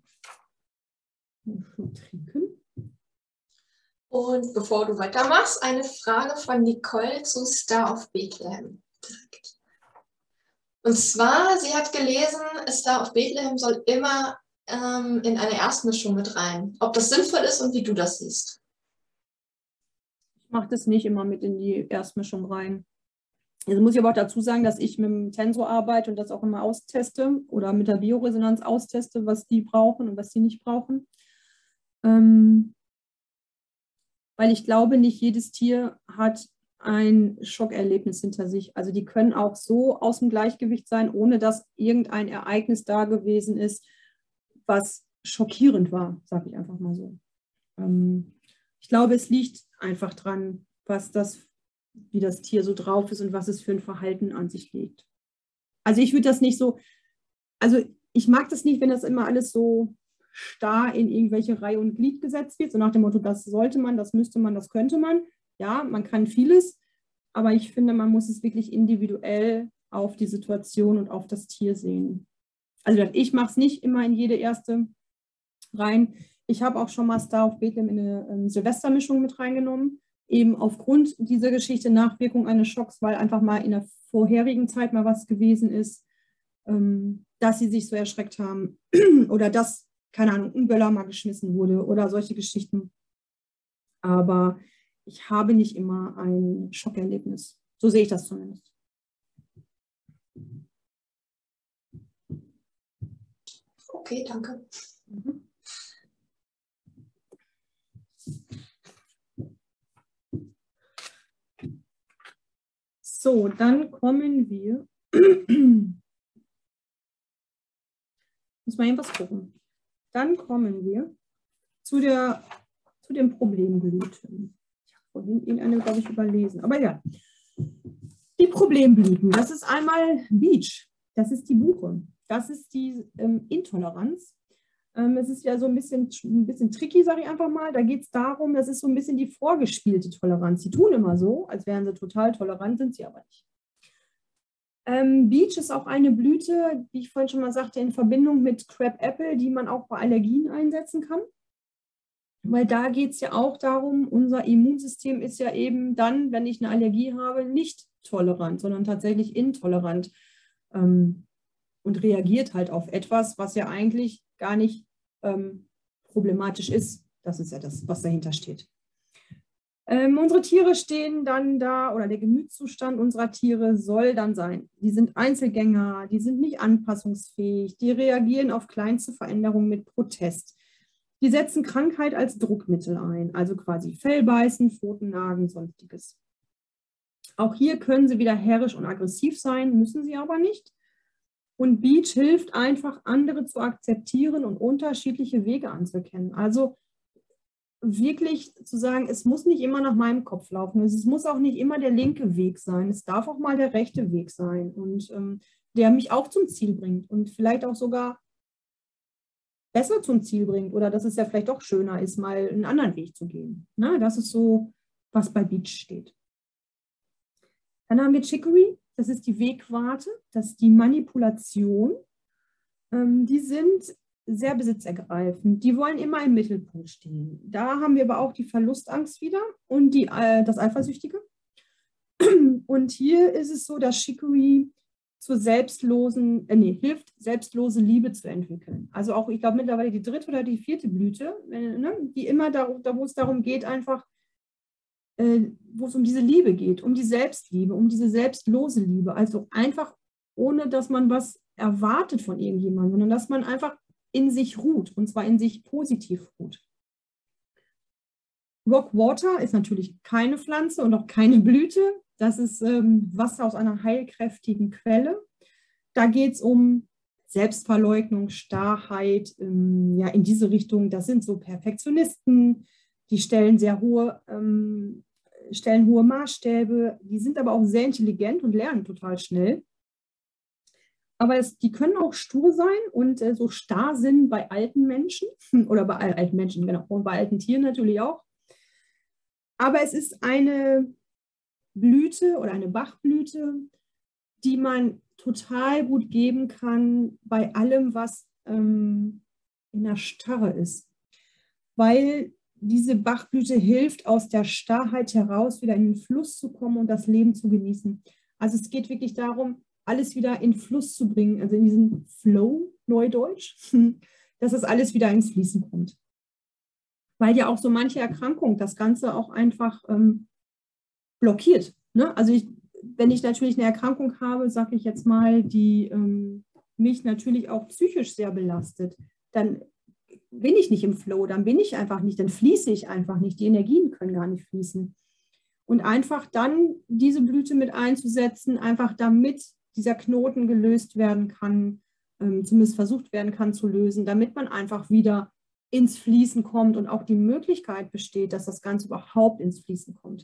Trinken. Und bevor du weitermachst, eine Frage von Nicole zu Star of Bethlehem. Und zwar, sie hat gelesen, Star of Bethlehem soll immer ähm, in eine Erstmischung mit rein. Ob das sinnvoll ist und wie du das siehst. Ich mache das nicht immer mit in die Erstmischung rein. Jetzt muss ich aber auch dazu sagen, dass ich mit dem Tensor arbeite und das auch immer austeste oder mit der Bioresonanz austeste, was die brauchen und was die nicht brauchen. Ähm, weil ich glaube, nicht jedes Tier hat ein Schockerlebnis hinter sich. Also die können auch so aus dem Gleichgewicht sein, ohne dass irgendein Ereignis da gewesen ist, was schockierend war, sage ich einfach mal so. Ähm, ich glaube, es liegt einfach dran, was das, wie das Tier so drauf ist und was es für ein Verhalten an sich legt. Also ich würde das nicht so, also ich mag das nicht, wenn das immer alles so starr in irgendwelche Reihe und Glied gesetzt wird, so nach dem Motto, das sollte man, das müsste man, das könnte man. Ja, man kann vieles, aber ich finde, man muss es wirklich individuell auf die Situation und auf das Tier sehen. Also ich mache es nicht immer in jede erste rein. Ich habe auch schon mal Star of Bethlehem in eine ähm, Silvestermischung mit reingenommen, eben aufgrund dieser Geschichte Nachwirkung eines Schocks, weil einfach mal in der vorherigen Zeit mal was gewesen ist, ähm, dass sie sich so erschreckt haben oder dass, keine Ahnung, ein Böller mal geschmissen wurde oder solche Geschichten. Aber ich habe nicht immer ein Schockerlebnis. So sehe ich das zumindest. Okay, danke. Mhm. So, dann kommen wir. Muss mal irgendwas gucken. Dann kommen wir zu, der, zu den Problemblüten. Ich habe vorhin irgendeine, glaube ich, überlesen. Aber ja, die Problemblüten. Das ist einmal Beach. Das ist die Buche. Das ist die ähm, Intoleranz. Ähm, es ist ja so ein bisschen, ein bisschen tricky, sage ich einfach mal. Da geht es darum, das ist so ein bisschen die vorgespielte Toleranz. Die tun immer so, als wären sie total tolerant, sind sie aber nicht. Ähm, Beach ist auch eine Blüte, wie ich vorhin schon mal sagte, in Verbindung mit Crab Apple, die man auch bei Allergien einsetzen kann. Weil da geht es ja auch darum, unser Immunsystem ist ja eben dann, wenn ich eine Allergie habe, nicht tolerant, sondern tatsächlich intolerant ähm, und reagiert halt auf etwas, was ja eigentlich gar nicht ähm, problematisch ist. Das ist ja das, was dahinter steht. Ähm, unsere Tiere stehen dann da, oder der Gemütszustand unserer Tiere soll dann sein. Die sind Einzelgänger, die sind nicht anpassungsfähig, die reagieren auf kleinste Veränderungen mit Protest. Die setzen Krankheit als Druckmittel ein, also quasi Fellbeißen, Pfotennagen, sonstiges. Auch hier können sie wieder herrisch und aggressiv sein, müssen sie aber nicht. Und Beach hilft einfach, andere zu akzeptieren und unterschiedliche Wege anzuerkennen. Also wirklich zu sagen, es muss nicht immer nach meinem Kopf laufen. Es muss auch nicht immer der linke Weg sein. Es darf auch mal der rechte Weg sein und ähm, der mich auch zum Ziel bringt und vielleicht auch sogar besser zum Ziel bringt oder dass es ja vielleicht doch schöner ist, mal einen anderen Weg zu gehen. Na, das ist so, was bei Beach steht. Dann haben wir Chicory, das ist die Wegwarte, das ist die Manipulation. Ähm, die sind sehr besitzergreifend, die wollen immer im Mittelpunkt stehen. Da haben wir aber auch die Verlustangst wieder und die, äh, das Eifersüchtige. Und hier ist es so, dass Chicory zur selbstlosen, äh, nee, hilft, selbstlose Liebe zu entwickeln. Also auch, ich glaube, mittlerweile die dritte oder die vierte Blüte, äh, ne, die immer da, da wo es darum geht, einfach, äh, wo es um diese Liebe geht, um die Selbstliebe, um diese selbstlose Liebe. Also einfach, ohne dass man was erwartet von irgendjemandem, sondern dass man einfach in sich ruht, und zwar in sich positiv ruht. Rockwater ist natürlich keine Pflanze und auch keine Blüte. Das ist ähm, Wasser aus einer heilkräftigen Quelle. Da geht es um Selbstverleugnung, Starrheit, ähm, ja, in diese Richtung. Das sind so Perfektionisten, die stellen sehr hohe, ähm, stellen hohe Maßstäbe. Die sind aber auch sehr intelligent und lernen total schnell. Aber es, die können auch stur sein und äh, so starr sind bei alten Menschen oder bei alten Menschen, genau, und bei alten Tieren natürlich auch. Aber es ist eine Blüte oder eine Bachblüte, die man total gut geben kann bei allem, was ähm, in der Starre ist. Weil diese Bachblüte hilft, aus der Starrheit heraus wieder in den Fluss zu kommen und das Leben zu genießen. Also es geht wirklich darum, alles wieder in Fluss zu bringen, also in diesen Flow, Neudeutsch, dass das alles wieder ins Fließen kommt. Weil ja auch so manche Erkrankung das Ganze auch einfach ähm, blockiert. Ne? Also ich, wenn ich natürlich eine Erkrankung habe, sage ich jetzt mal, die ähm, mich natürlich auch psychisch sehr belastet, dann bin ich nicht im Flow, dann bin ich einfach nicht, dann fließe ich einfach nicht, die Energien können gar nicht fließen. Und einfach dann diese Blüte mit einzusetzen, einfach damit dieser Knoten gelöst werden kann, ähm, zumindest versucht werden kann zu lösen, damit man einfach wieder ins Fließen kommt und auch die Möglichkeit besteht, dass das Ganze überhaupt ins Fließen kommt.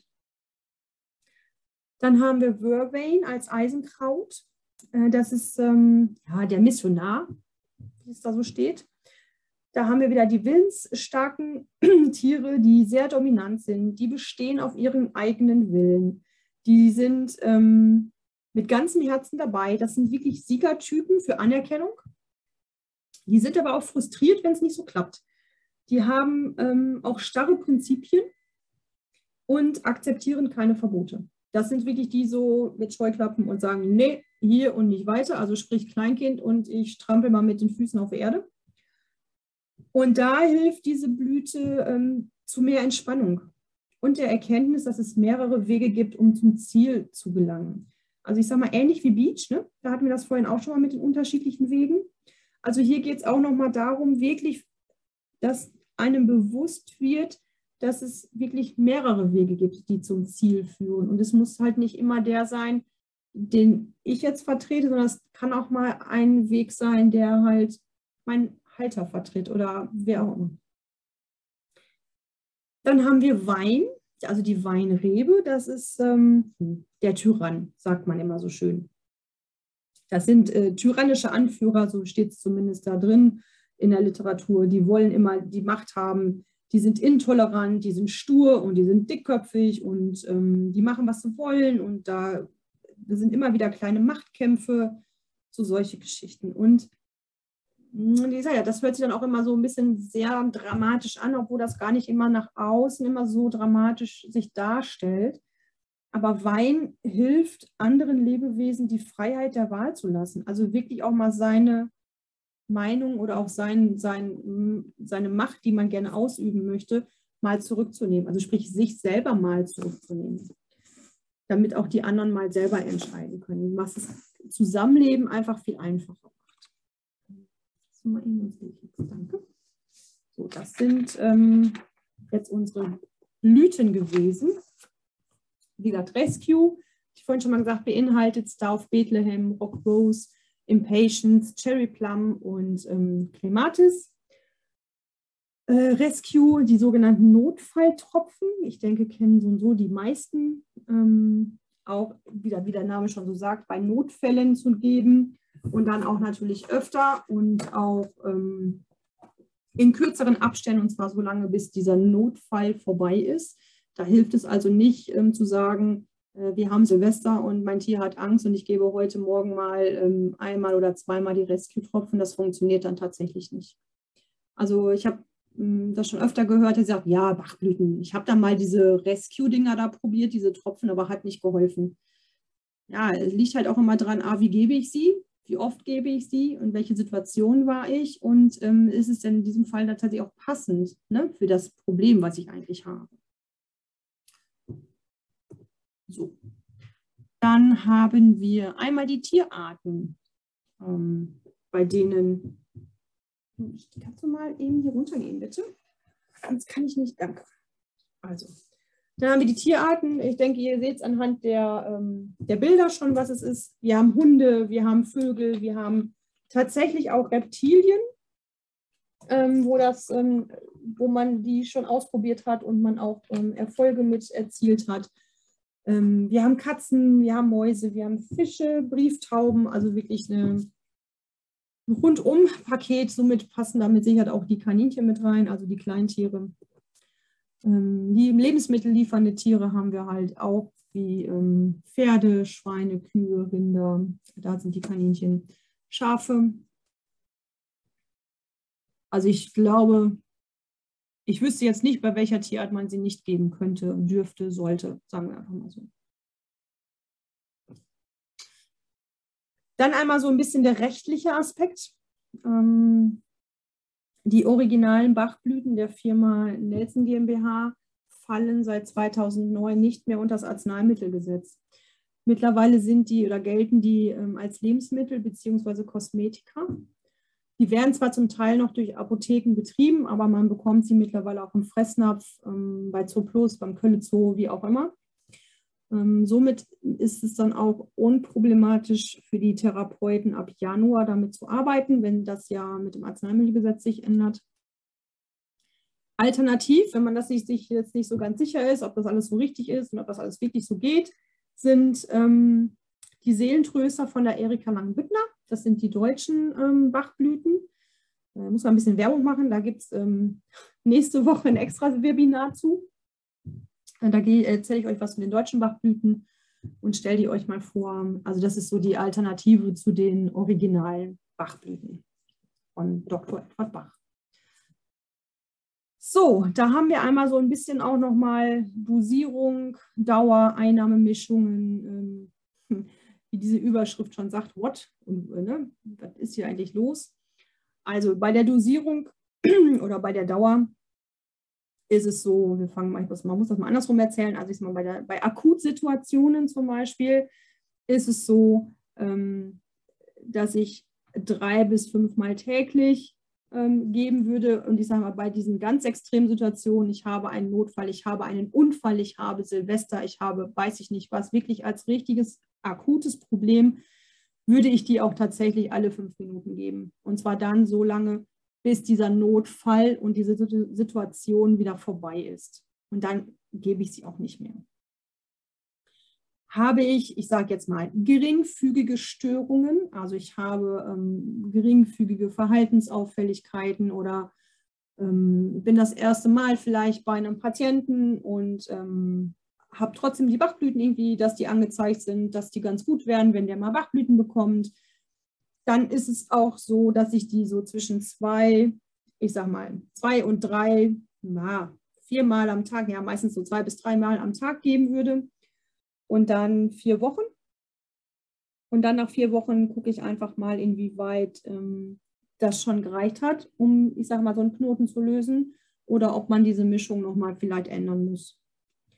Dann haben wir Vervain als Eisenkraut. Äh, das ist ähm, ja, der Missionar, wie es da so steht. Da haben wir wieder die willensstarken Tiere, die sehr dominant sind. Die bestehen auf ihren eigenen Willen. Die sind ähm, mit ganzem Herzen dabei. Das sind wirklich Siegertypen für Anerkennung. Die sind aber auch frustriert, wenn es nicht so klappt. Die haben ähm, auch starre Prinzipien und akzeptieren keine Verbote. Das sind wirklich die so mit Scheuklappen und sagen, nee, hier und nicht weiter. Also sprich Kleinkind und ich trampel mal mit den Füßen auf Erde. Und da hilft diese Blüte ähm, zu mehr Entspannung und der Erkenntnis, dass es mehrere Wege gibt, um zum Ziel zu gelangen. Also ich sage mal, ähnlich wie Beach, ne? Da hatten wir das vorhin auch schon mal mit den unterschiedlichen Wegen. Also hier geht es auch nochmal darum, wirklich, dass einem bewusst wird, dass es wirklich mehrere Wege gibt, die zum Ziel führen. Und es muss halt nicht immer der sein, den ich jetzt vertrete, sondern es kann auch mal ein Weg sein, der halt mein Halter vertritt oder wer auch immer. Dann haben wir Wein, also die Weinrebe, das ist ähm, der Tyrann, sagt man immer so schön. Das sind äh, tyrannische Anführer, so steht es zumindest da drin in der Literatur. Die wollen immer die Macht haben, die sind intolerant, die sind stur und die sind dickköpfig und ähm, die machen, was sie wollen. Und da, da sind immer wieder kleine Machtkämpfe, so solche Geschichten. Und wie gesagt, ja, das hört sich dann auch immer so ein bisschen sehr dramatisch an, obwohl das gar nicht immer nach außen immer so dramatisch sich darstellt. Aber Wein hilft anderen Lebewesen, die Freiheit der Wahl zu lassen. Also wirklich auch mal seine Meinung oder auch sein, sein, seine Macht, die man gerne ausüben möchte, mal zurückzunehmen. Also sprich, sich selber mal zurückzunehmen. Damit auch die anderen mal selber entscheiden können, was das Zusammenleben einfach viel einfacher macht. So, mal eben, was sehe ich jetzt? Danke. So, das sind ähm, jetzt unsere Blüten gewesen. Wie gesagt, Rescue, ich vorhin schon mal gesagt, beinhaltet Star of Bethlehem, Rock Rose, Impatience, Cherry Plum und ähm, Clematis. Äh, Rescue, die sogenannten Notfalltropfen. Ich denke, kennen so und so die meisten. Ähm, auch, wieder, wie der Name schon so sagt, bei Notfällen zu geben. Und dann auch natürlich öfter und auch ähm, in kürzeren Abständen, und zwar so lange, bis dieser Notfall vorbei ist. Da hilft es also nicht ähm, zu sagen, äh, wir haben Silvester und mein Tier hat Angst und ich gebe heute Morgen mal ähm, einmal oder zweimal die Rescue-Tropfen. Das funktioniert dann tatsächlich nicht. Also ich habe ähm, das schon öfter gehört, der sagt, ja, Bachblüten. Ich habe dann mal diese Rescue-Dinger da probiert, diese Tropfen, aber hat nicht geholfen. Ja, es liegt halt auch immer dran, ah, wie gebe ich sie? Wie oft gebe ich sie und welche Situation war ich und ähm, ist es denn in diesem Fall tatsächlich auch passend, ne, für das Problem, was ich eigentlich habe. So. Dann haben wir einmal die Tierarten, ähm, bei denen, kannst du mal eben hier runtergehen, bitte? Sonst kann ich nicht, danke. Also, dann haben wir die Tierarten. Ich denke, ihr seht es anhand der, ähm, der Bilder schon, was es ist. Wir haben Hunde, wir haben Vögel, wir haben tatsächlich auch Reptilien, ähm, wo, das, ähm, wo man die schon ausprobiert hat und man auch ähm, Erfolge mit erzielt hat. Ähm, wir haben Katzen, wir haben Mäuse, wir haben Fische, Brieftauben, also wirklich eine, ein Rundum-Paket. Somit passen da mit Sicherheit auch die Kaninchen mit rein, also die Kleintiere. Die Lebensmittel liefernde Tiere haben wir halt auch, wie ähm, Pferde, Schweine, Kühe, Rinder. Da sind die Kaninchen, Schafe. Also ich glaube, ich wüsste jetzt nicht, bei welcher Tierart man sie nicht geben könnte, dürfte, sollte, sagen wir einfach mal so. Dann einmal so ein bisschen der rechtliche Aspekt. Ähm, Die originalen Bachblüten der Firma Nelson GmbH fallen seit zweitausendneun nicht mehr unter das Arzneimittelgesetz. Mittlerweile sind die oder gelten die ähm, als Lebensmittel bzw. Kosmetika. Die werden zwar zum Teil noch durch Apotheken betrieben, aber man bekommt sie mittlerweile auch im Fressnapf, ähm, bei Zooplus, beim Kölle Zoo, wie auch immer. Ähm, somit ist es dann auch unproblematisch für die Therapeuten ab Januar damit zu arbeiten, wenn das ja mit dem Arzneimittelgesetz sich ändert. Alternativ, wenn man das sich, sich jetzt nicht so ganz sicher ist, ob das alles so richtig ist und ob das alles wirklich so geht, sind ähm, die Seelentröster von der Erika Lang-Büttner. Das sind die deutschen ähm, Bachblüten. Da muss man ein bisschen Werbung machen. Da gibt es ähm, nächste Woche ein extra Webinar zu. Da erzähle ich euch was von den deutschen Bachblüten und stelle die euch mal vor. Also das ist so die Alternative zu den originalen Bachblüten von Doktor Edward Bach. So, da haben wir einmal so ein bisschen auch nochmal Dosierung, Dauer, Einnahmemischungen, ähm, wie diese Überschrift schon sagt, what? Und, ne, was ist hier eigentlich los? Also bei der Dosierung oder bei der Dauer ist es so, wir fangen mal, man muss das mal andersrum erzählen, also ich sag mal, bei, der, bei Akutsituationen zum Beispiel ist es so, ähm, dass ich drei bis fünfmal täglich ähm, geben würde und ich sage mal, bei diesen ganz extremen Situationen, ich habe einen Notfall, ich habe einen Unfall, ich habe Silvester, ich habe, weiß ich nicht was, wirklich als richtiges akutes Problem, würde ich die auch tatsächlich alle fünf Minuten geben und zwar dann so lange, bis dieser Notfall und diese Situation wieder vorbei ist. Und dann gebe ich sie auch nicht mehr. Habe ich, ich sage jetzt mal, geringfügige Störungen, also ich habe ähm, geringfügige Verhaltensauffälligkeiten oder ähm, bin das erste Mal vielleicht bei einem Patienten und ähm, habe trotzdem die Bachblüten irgendwie, dass die angezeigt sind, dass die ganz gut werden, wenn der mal Bachblüten bekommt. Dann ist es auch so, dass ich die so zwischen zwei, ich sag mal, zwei und drei, na, viermal am Tag, ja meistens so zwei bis dreimal am Tag geben würde. Und dann vier Wochen. Und dann nach vier Wochen gucke ich einfach mal, inwieweit ähm, das schon gereicht hat, um, ich sag mal, so einen Knoten zu lösen oder ob man diese Mischung nochmal vielleicht ändern muss.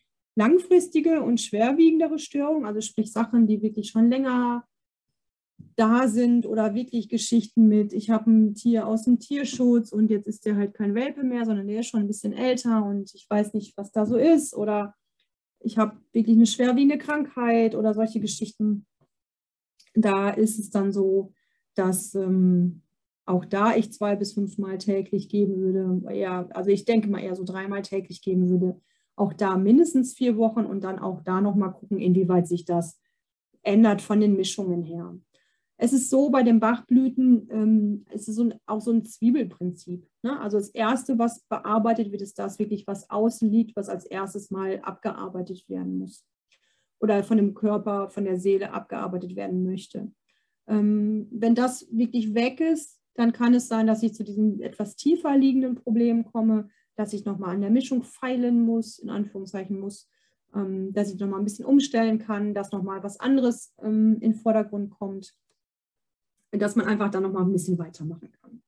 Langfristige und schwerwiegendere Störungen, also sprich Sachen, die wirklich schon länger da sind oder wirklich Geschichten mit, ich habe ein Tier aus dem Tierschutz und jetzt ist der halt kein Welpe mehr, sondern der ist schon ein bisschen älter und ich weiß nicht, was da so ist, oder ich habe wirklich eine schwerwiegende Krankheit oder solche Geschichten. Da ist es dann so, dass ähm, auch da ich zwei bis fünfmal täglich geben würde, eher, also ich denke mal eher so dreimal täglich geben würde, auch da mindestens vier Wochen und dann auch da nochmal gucken, inwieweit sich das ändert von den Mischungen her. Es ist so, bei den Bachblüten, ähm, es ist so ein, auch so ein Zwiebelprinzip. Ne? Also das Erste, was bearbeitet wird, ist das wirklich, was außen liegt, was als erstes mal abgearbeitet werden muss. Oder von dem Körper, von der Seele abgearbeitet werden möchte. Ähm, wenn das wirklich weg ist, dann kann es sein, dass ich zu diesen etwas tiefer liegenden Problemen komme, dass ich nochmal an der Mischung feilen muss, in Anführungszeichen muss, ähm, dass ich nochmal ein bisschen umstellen kann, dass nochmal was anderes ähm, in den Vordergrund kommt, dass man einfach dann nochmal ein bisschen weitermachen kann.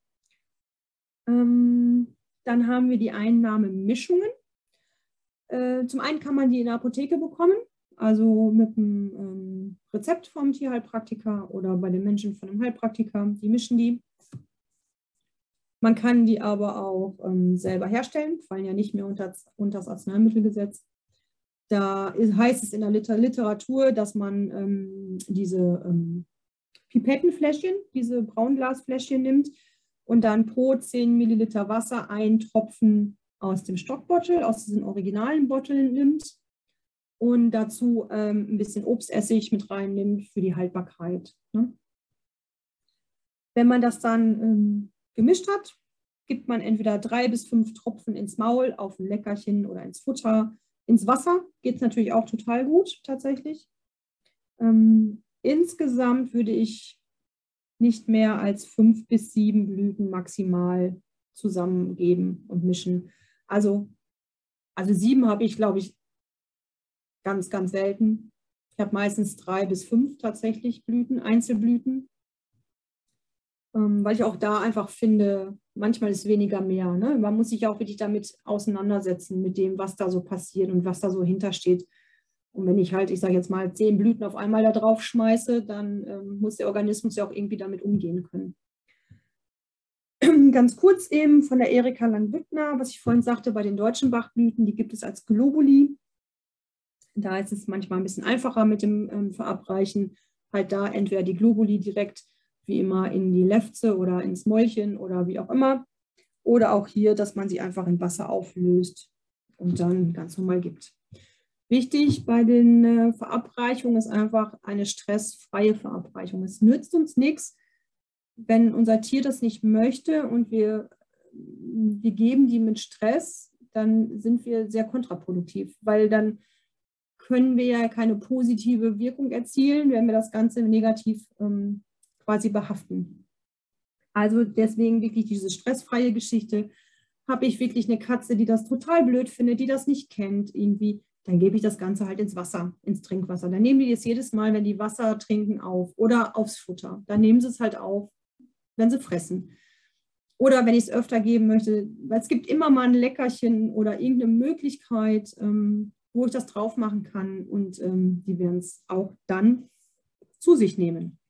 Ähm, dann haben wir die Einnahmemischungen. Äh, zum einen kann man die in der Apotheke bekommen, also mit einem ähm, Rezept vom Tierheilpraktiker oder bei den Menschen von einem Heilpraktiker, die mischen die. Man kann die aber auch ähm, selber herstellen, fallen ja nicht mehr unter, unter das Arzneimittelgesetz. Da ist, heißt es in der Liter Literatur, dass man ähm, diese ähm, Pipettenfläschchen, diese Braunglasfläschchen nimmt und dann pro zehn Milliliter Wasser einen Tropfen aus dem Stockbottel, aus diesen originalen Botteln nimmt und dazu ähm, ein bisschen Obstessig mit reinnimmt für die Haltbarkeit. Ne? Wenn man das dann ähm, gemischt hat, gibt man entweder drei bis fünf Tropfen ins Maul, auf ein Leckerchen oder ins Futter. Ins Wasser geht es natürlich auch total gut, tatsächlich. Ähm, insgesamt würde ich nicht mehr als fünf bis sieben Blüten maximal zusammengeben und mischen. Also, also sieben habe ich, glaube ich, ganz, ganz selten. Ich habe meistens drei bis fünf tatsächlich Blüten, Einzelblüten. Ähm, weil ich auch da einfach finde, manchmal ist weniger mehr. Ne? Man muss sich auch wirklich damit auseinandersetzen, mit dem, was da so passiert und was da so hintersteht. Und wenn ich halt, ich sage jetzt mal, zehn Blüten auf einmal da drauf schmeiße, dann ähm, muss der Organismus ja auch irgendwie damit umgehen können. Ganz kurz eben von der Erika Lang-Büttner, was ich vorhin sagte, bei den deutschen Bachblüten, die gibt es als Globuli. Da ist es manchmal ein bisschen einfacher mit dem ähm, Verabreichen. Halt da entweder die Globuli direkt wie immer in die Lefze oder ins Mäulchen oder wie auch immer. Oder auch hier, dass man sie einfach in Wasser auflöst und dann ganz normal gibt. Wichtig bei den äh, Verabreichungen ist einfach eine stressfreie Verabreichung. Es nützt uns nichts, wenn unser Tier das nicht möchte und wir, wir geben die mit Stress, dann sind wir sehr kontraproduktiv, weil dann können wir ja keine positive Wirkung erzielen, wenn wir das Ganze negativ ähm, quasi behaften. Also deswegen wirklich diese stressfreie Geschichte. Habe ich wirklich eine Katze, die das total blöd findet, die das nicht kennt irgendwie, dann gebe ich das Ganze halt ins Wasser, ins Trinkwasser. Dann nehmen die das jedes Mal, wenn die Wasser trinken, auf oder aufs Futter. Dann nehmen sie es halt auf, wenn sie fressen. Oder wenn ich es öfter geben möchte, weil es gibt immer mal ein Leckerchen oder irgendeine Möglichkeit, ähm, wo ich das drauf machen kann und ähm, die werden es auch dann zu sich nehmen.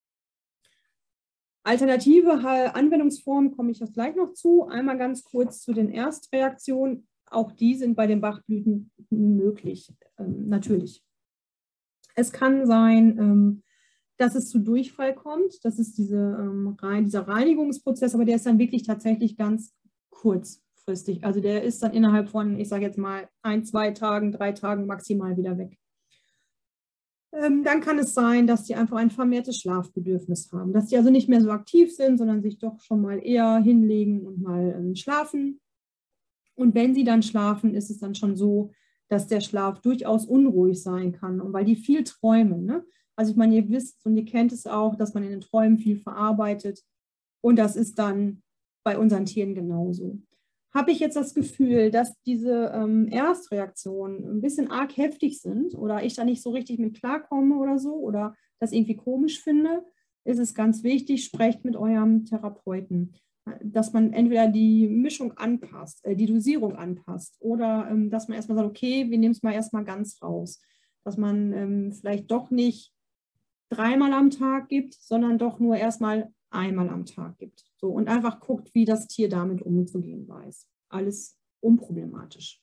Alternative Anwendungsformen komme ich jetzt gleich noch zu. Einmal ganz kurz zu den Erstreaktionen. Auch die sind bei den Bachblüten möglich, ähm, natürlich. Es kann sein, ähm, dass es zu Durchfall kommt. Das ist diese, ähm, rein, dieser Reinigungsprozess, aber der ist dann wirklich tatsächlich ganz kurzfristig. Also der ist dann innerhalb von, ich sage jetzt mal, ein, zwei Tagen, drei Tagen maximal wieder weg. Ähm, dann kann es sein, dass die einfach ein vermehrtes Schlafbedürfnis haben, dass die also nicht mehr so aktiv sind, sondern sich doch schon mal eher hinlegen und mal ähm, schlafen. Und wenn sie dann schlafen, ist es dann schon so, dass der Schlaf durchaus unruhig sein kann, und weil die viel träumen. Ne? Also ich meine, ihr wisst und ihr kennt es auch, dass man in den Träumen viel verarbeitet, und das ist dann bei unseren Tieren genauso. Habe ich jetzt das Gefühl, dass diese ähm, Erstreaktionen ein bisschen arg heftig sind oder ich da nicht so richtig mit klarkomme oder so oder das irgendwie komisch finde, ist es ganz wichtig, sprecht mit eurem Therapeuten, dass man entweder die Mischung anpasst, äh, die Dosierung anpasst oder ähm, dass man erstmal sagt, okay, wir nehmen es mal erstmal ganz raus. Dass man ähm, vielleicht doch nicht dreimal am Tag gibt, sondern doch nur erstmal einmal am Tag gibt. So, und einfach guckt, wie das Tier damit umzugehen weiß. Alles unproblematisch.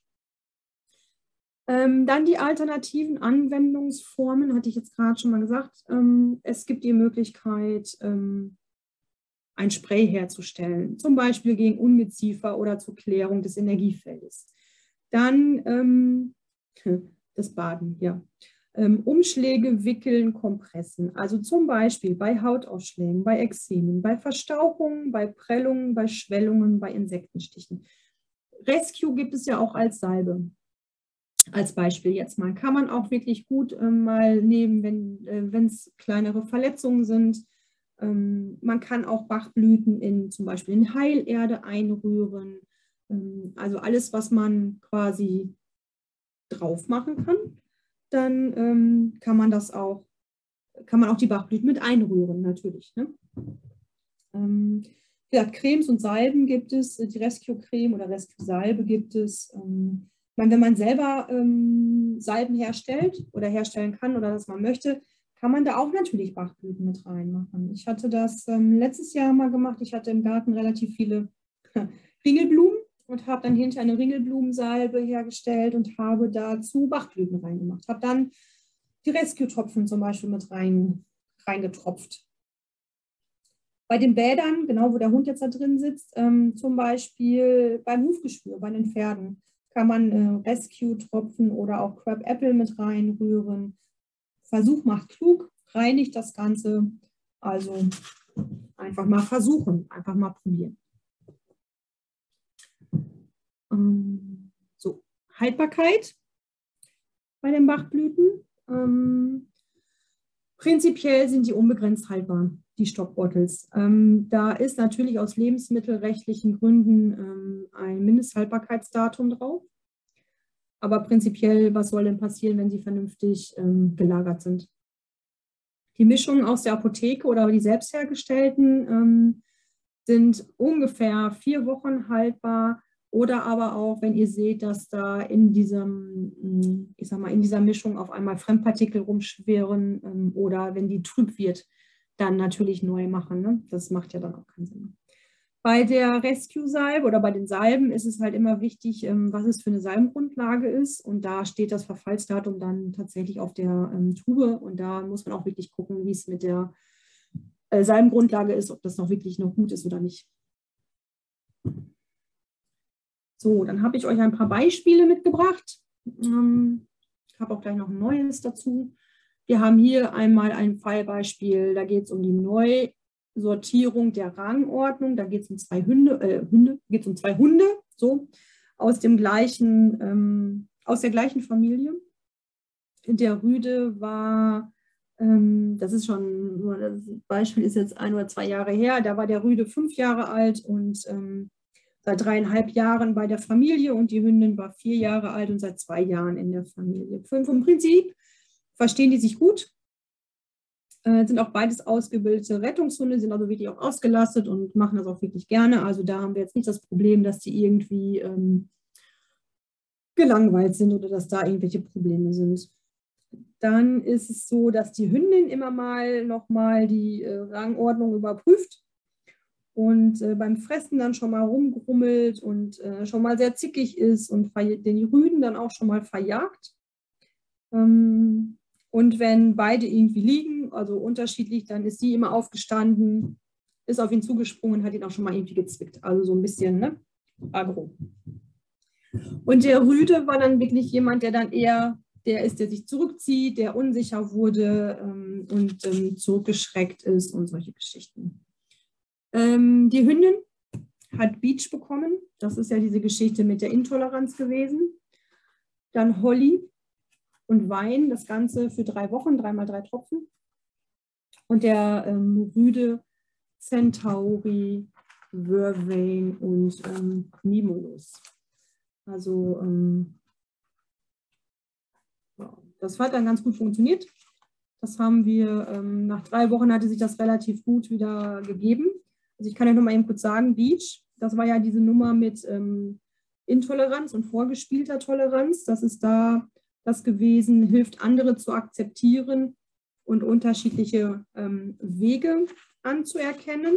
Ähm, dann die alternativen Anwendungsformen, hatte ich jetzt gerade schon mal gesagt. Ähm, es gibt die Möglichkeit, ähm, ein Spray herzustellen, zum Beispiel gegen Ungeziefer oder zur Klärung des Energiefeldes. Dann ähm, das Baden, ja. Ähm, Umschläge, Wickeln, Kompressen. Also zum Beispiel bei Hautausschlägen, bei Ekzemen, bei Verstauchungen, bei Prellungen, bei Schwellungen, bei Insektenstichen. Rescue gibt es ja auch als Salbe. Als Beispiel jetzt mal. Kann man auch wirklich gut äh, mal nehmen, wenn äh, es kleinere Verletzungen sind. Ähm, man kann auch Bachblüten in zum Beispiel in Heilerde einrühren. Ähm, also alles, was man quasi drauf machen kann, dann ähm, kann man das auch, kann man auch die Bachblüten mit einrühren, natürlich. Ne? Ähm, ja, Cremes und Salben gibt es, die Rescue-Creme oder Rescue-Salbe gibt es. Ähm, wenn man selber ähm, Salben herstellt oder herstellen kann oder das man möchte, kann man da auch natürlich Bachblüten mit reinmachen. Ich hatte das ähm, letztes Jahr mal gemacht. Ich hatte im Garten relativ viele Ringelblumen und habe dann hinter eine Ringelblumensalbe hergestellt und habe dazu Bachblüten reingemacht. Habe dann die Rescue-Tropfen zum Beispiel mit rein, reingetropft. Bei den Bädern, genau wo der Hund jetzt da drin sitzt, ähm, zum Beispiel beim Hufgeschwür, bei den Pferden, kann man äh, Rescue-Tropfen oder auch Crab Apple mit reinrühren. Versuch macht klug, reinigt das Ganze. Also einfach mal versuchen, einfach mal probieren. Ähm, so, Haltbarkeit bei den Bachblüten. Ähm, prinzipiell sind die unbegrenzt haltbar, die Stockbottles. Ähm, da ist natürlich aus lebensmittelrechtlichen Gründen ähm, ein Mindesthaltbarkeitsdatum drauf. Aber prinzipiell, was soll denn passieren, wenn sie vernünftig ähm, gelagert sind? Die Mischungen aus der Apotheke oder die selbst hergestellten ähm, sind ungefähr vier Wochen haltbar. Oder aber auch, wenn ihr seht, dass da in diesem, ich sag mal, in dieser Mischung auf einmal Fremdpartikel rumschwirren ähm, oder wenn die trüb wird, dann natürlich neu machen. Ne? Das macht ja dann auch keinen Sinn. Bei der Rescue-Salbe oder bei den Salben ist es halt immer wichtig, ähm, was es für eine Salbengrundlage ist. Und da steht das Verfallsdatum dann tatsächlich auf der ähm, Tube. Und da muss man auch wirklich gucken, wie es mit der äh, Salbengrundlage ist, ob das noch wirklich noch gut ist oder nicht. So, dann habe ich euch ein paar Beispiele mitgebracht. Ähm, ich habe auch gleich noch ein neues dazu. Wir haben hier einmal ein Fallbeispiel, da geht es um die Neusortierung der Rangordnung. Da geht es um zwei Hunde, äh, Hunde, geht um zwei Hunde, so aus dem gleichen, ähm, aus der gleichen Familie. Der Rüde war, ähm, das ist schon, das Beispiel ist jetzt ein oder zwei Jahre her, da war der Rüde fünf Jahre alt und ähm, seit dreieinhalb Jahren bei der Familie und die Hündin war vier Jahre alt und seit zwei Jahren in der Familie. Fünf im Prinzip verstehen die sich gut, äh, sind auch beides ausgebildete Rettungshunde, sind also wirklich auch ausgelastet und machen das auch wirklich gerne. Also da haben wir jetzt nicht das Problem, dass die irgendwie ähm, gelangweilt sind oder dass da irgendwelche Probleme sind. Dann ist es so, dass die Hündin immer mal nochmal die äh, Rangordnung überprüft und äh, beim Fressen dann schon mal rumgrummelt und äh, schon mal sehr zickig ist und den Rüden dann auch schon mal verjagt. Ähm, und wenn beide irgendwie liegen, also unterschiedlich, dann ist sie immer aufgestanden, ist auf ihn zugesprungen, hat ihn auch schon mal irgendwie gezwickt. Also so ein bisschen, ne, aggro. Und der Rüde war dann wirklich jemand, der dann eher, der ist, der sich zurückzieht, der unsicher wurde ähm, und ähm, zurückgeschreckt ist und solche Geschichten. Ähm, die Hündin hat Beach bekommen. Das ist ja diese Geschichte mit der Intoleranz gewesen. Dann Holly und Wein, das Ganze für drei Wochen, dreimal drei Tropfen. Und der ähm, Rüde Centauri, Vervain und ähm, Mimulus. Also ähm, ja, das hat dann ganz gut funktioniert. Das haben wir, ähm, nach drei Wochen hatte sich das relativ gut wieder gegeben. Also ich kann ja noch mal eben kurz sagen, Beach, das war ja diese Nummer mit ähm, Intoleranz und vorgespielter Toleranz. Das ist da das gewesen, hilft andere zu akzeptieren und unterschiedliche ähm, Wege anzuerkennen.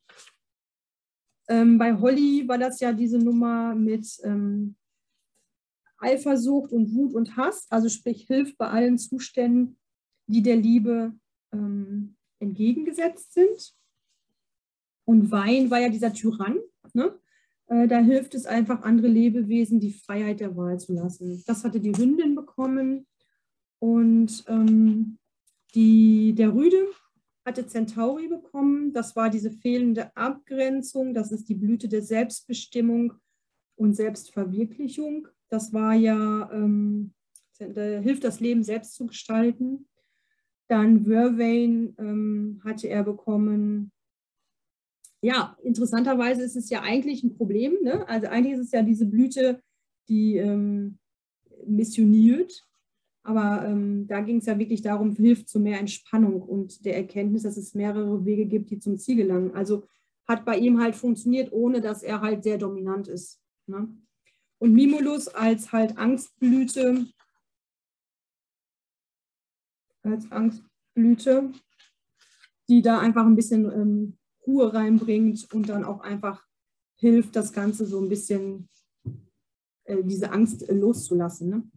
Ähm, bei Holly war das ja diese Nummer mit ähm, Eifersucht und Wut und Hass, also sprich hilft bei allen Zuständen, die der Liebe ähm, entgegengesetzt sind. Und Wein war ja dieser Tyrann, ne? Äh, da hilft es einfach, andere Lebewesen die Freiheit der Wahl zu lassen. Das hatte die Hündin bekommen und ähm, die, der Rüde hatte Centauri bekommen. Das war diese fehlende Abgrenzung, das ist die Blüte der Selbstbestimmung und Selbstverwirklichung. Das war ja, ähm, da hilft das Leben selbst zu gestalten. Dann Vervain ähm, hatte er bekommen. Ja, interessanterweise ist es ja eigentlich ein Problem, ne? Also eigentlich ist es ja diese Blüte, die ähm, missioniert. Aber ähm, da ging es ja wirklich darum, hilft zu mehr Entspannung und der Erkenntnis, dass es mehrere Wege gibt, die zum Ziel gelangen. Also hat bei ihm halt funktioniert, ohne dass er halt sehr dominant ist. Ne? Und Mimulus als halt Angstblüte, als Angstblüte, die da einfach ein bisschen ähm, Ruhe reinbringt und dann auch einfach hilft, das Ganze so ein bisschen, äh, diese Angst äh, loszulassen. Ne?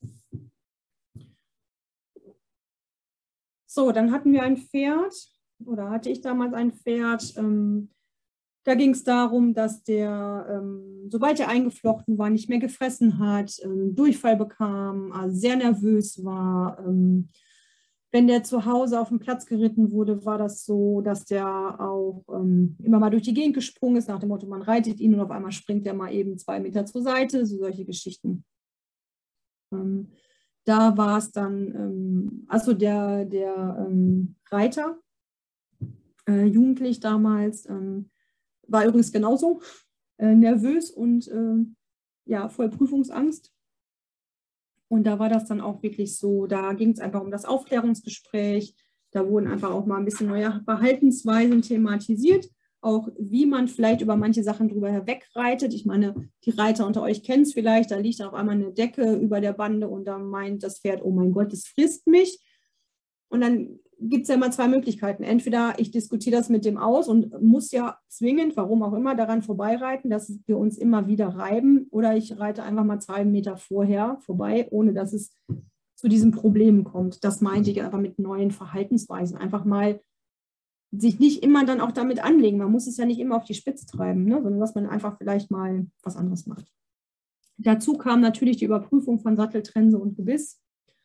So, dann hatten wir ein Pferd, oder hatte ich damals ein Pferd. Ähm, da ging es darum, dass der, ähm, sobald er eingeflochten war, nicht mehr gefressen hat, ähm, Durchfall bekam, also sehr nervös war. Ähm, wenn der zu Hause auf dem Platz geritten wurde, war das so, dass der auch ähm, immer mal durch die Gegend gesprungen ist, nach dem Motto, man reitet ihn und auf einmal springt er mal eben zwei Meter zur Seite, so solche Geschichten. Ähm, Da war es dann, ähm, also der, der ähm, Reiter, äh, jugendlich damals, ähm, war übrigens genauso äh, nervös und äh, ja, voll Prüfungsangst. Und da war das dann auch wirklich so, da ging es einfach um das Aufklärungsgespräch, da wurden einfach auch mal ein bisschen neue Verhaltensweisen thematisiert, auch wie man vielleicht über manche Sachen drüber herwegreitet. Ich meine, die Reiter unter euch kennen es vielleicht, da liegt auf einmal eine Decke über der Bande und dann meint das Pferd, oh mein Gott, das frisst mich. Und dann gibt es ja immer zwei Möglichkeiten. Entweder ich diskutiere das mit dem aus und muss ja zwingend, warum auch immer, daran vorbeireiten, dass wir uns immer wieder reiben, oder ich reite einfach mal zwei Meter vorher vorbei, ohne dass es zu diesen Problemen kommt. Das meinte ich einfach mit neuen Verhaltensweisen. Einfach mal sich nicht immer dann auch damit anlegen. Man muss es ja nicht immer auf die Spitze treiben, ne? Sondern dass man einfach vielleicht mal was anderes macht. Dazu kam natürlich die Überprüfung von Sattel, Trense und Gebiss.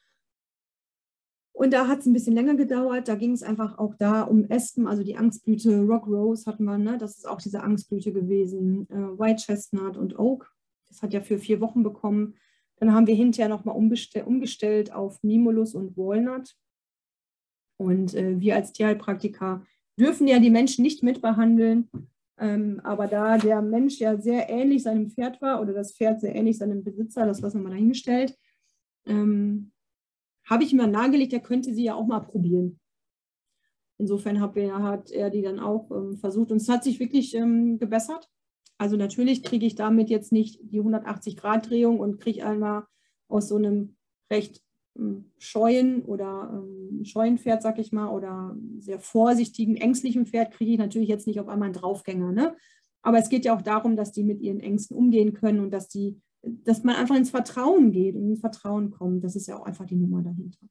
Und da hat es ein bisschen länger gedauert. Da ging es einfach auch da um Espen, also die Angstblüte Rock Rose hatten wir, ne? Das ist auch diese Angstblüte gewesen. Äh, White Chestnut und Oak. Das hat ja für vier Wochen bekommen. Dann haben wir hinterher nochmal umgestellt auf Mimulus und Walnut. Und äh, wir als Tierheilpraktiker dürfen ja die Menschen nicht mitbehandeln. Ähm, aber da der Mensch ja sehr ähnlich seinem Pferd war oder das Pferd sehr ähnlich seinem Besitzer, das lassen wir mal dahingestellt, ähm, habe ich ihm dann nahegelegt, er könnte sie ja auch mal probieren. Insofern hat er, hat er die dann auch ähm, versucht und es hat sich wirklich ähm, gebessert. Also natürlich kriege ich damit jetzt nicht die hundertachtzig Grad Drehung und kriege einmal aus so einem recht ähm, scheuen oder ähm, scheuen Pferd, sag ich mal, oder sehr vorsichtigen, ängstlichen Pferd kriege ich natürlich jetzt nicht auf einmal einen Draufgänger. Ne? Aber es geht ja auch darum, dass die mit ihren Ängsten umgehen können und dass die dass man einfach ins Vertrauen geht und ins Vertrauen kommt. Das ist ja auch einfach die Nummer dahinter.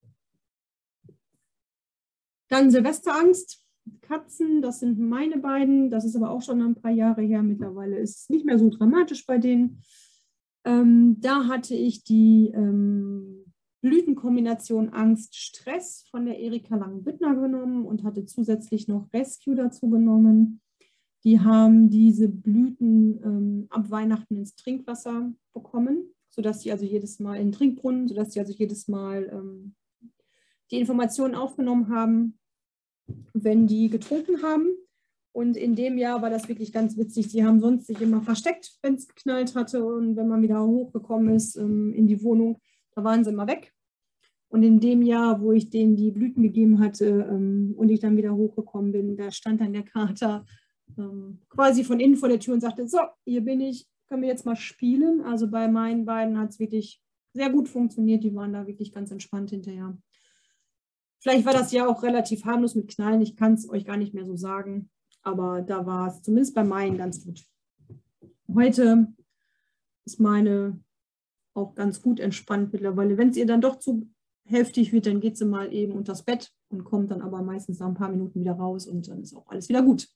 Dann Silvesterangst, Katzen, das sind meine beiden. Das ist aber auch schon ein paar Jahre her. Mittlerweile ist es nicht mehr so dramatisch bei denen. Ähm, da hatte ich die ähm, Blütenkombination Angst-Stress von der Erika Lang-Büttner genommen und hatte zusätzlich noch Rescue dazu genommen. Die haben diese Blüten ähm, ab Weihnachten ins Trinkwasser bekommen, sodass sie also jedes Mal in den Trinkbrunnen, sodass sie also jedes Mal ähm, die Informationen aufgenommen haben, wenn die getrunken haben. Und in dem Jahr war das wirklich ganz witzig. Sie haben sonst sich immer versteckt, wenn es geknallt hatte. Und wenn man wieder hochgekommen ist ähm, in die Wohnung, da waren sie immer weg. Und in dem Jahr, wo ich denen die Blüten gegeben hatte ähm, und ich dann wieder hochgekommen bin, da stand dann der Kater quasi von innen vor der Tür und sagte, so, hier bin ich, können wir jetzt mal spielen. Also bei meinen beiden hat es wirklich sehr gut funktioniert. Die waren da wirklich ganz entspannt hinterher. Vielleicht war das ja auch relativ harmlos mit Knallen. Ich kann es euch gar nicht mehr so sagen. Aber da war es zumindest bei meinen ganz gut. Heute ist meine auch ganz gut entspannt mittlerweile. Wenn es ihr dann doch zu heftig wird, dann geht sie mal eben unters Bett und kommt dann aber meistens nach ein paar Minuten wieder raus und dann ist auch alles wieder gut.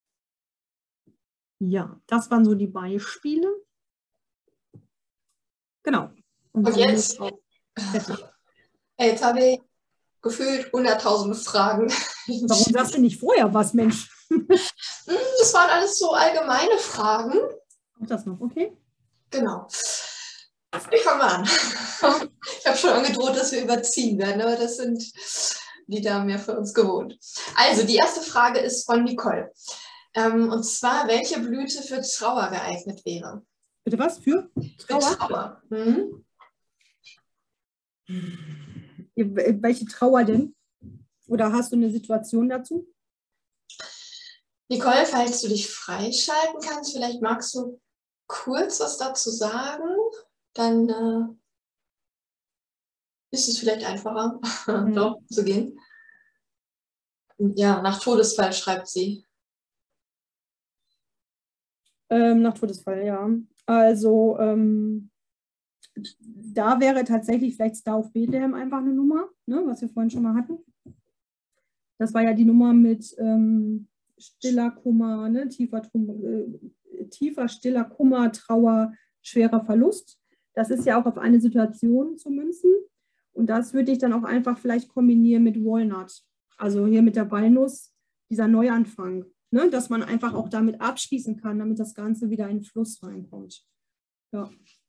Ja, das waren so die Beispiele. Genau. Und, und jetzt? Auch jetzt habe ich gefühlt hunderttausend Fragen. Warum sagst du nicht vorher was, Mensch? Das waren alles so allgemeine Fragen. Auch das noch, okay? Genau. Ich fange mal an. Ich habe schon angedroht, dass wir überziehen werden, aber das sind die Damen ja für uns gewohnt. Also, die erste Frage ist von Nicole. Ähm, und zwar, welche Blüte für Trauer geeignet wäre? Bitte was? Für Trauer? Für Trauer. Mhm. Welche Trauer denn? Oder hast du eine Situation dazu? Nicole, falls du dich freischalten kannst, vielleicht magst du kurz was dazu sagen, dann äh, ist es vielleicht einfacher, mhm. darauf zu gehen. Ja, nach Todesfall schreibt sie. Ähm, nach Todesfall, ja. Also ähm, da wäre tatsächlich vielleicht Star of Bethlehem einfach eine Nummer, ne, was wir vorhin schon mal hatten. Das war ja die Nummer mit ähm, stiller Kummer, ne, tiefer, äh, tiefer, stiller Kummer, Trauer, schwerer Verlust. Das ist ja auch auf eine Situation zu münzen. Und das würde ich dann auch einfach vielleicht kombinieren mit Walnut. Also hier mit der Walnuss, dieser Neuanfang. Ne, dass man einfach auch damit abschließen kann, damit das Ganze wieder in den Fluss reinkommt. Ja.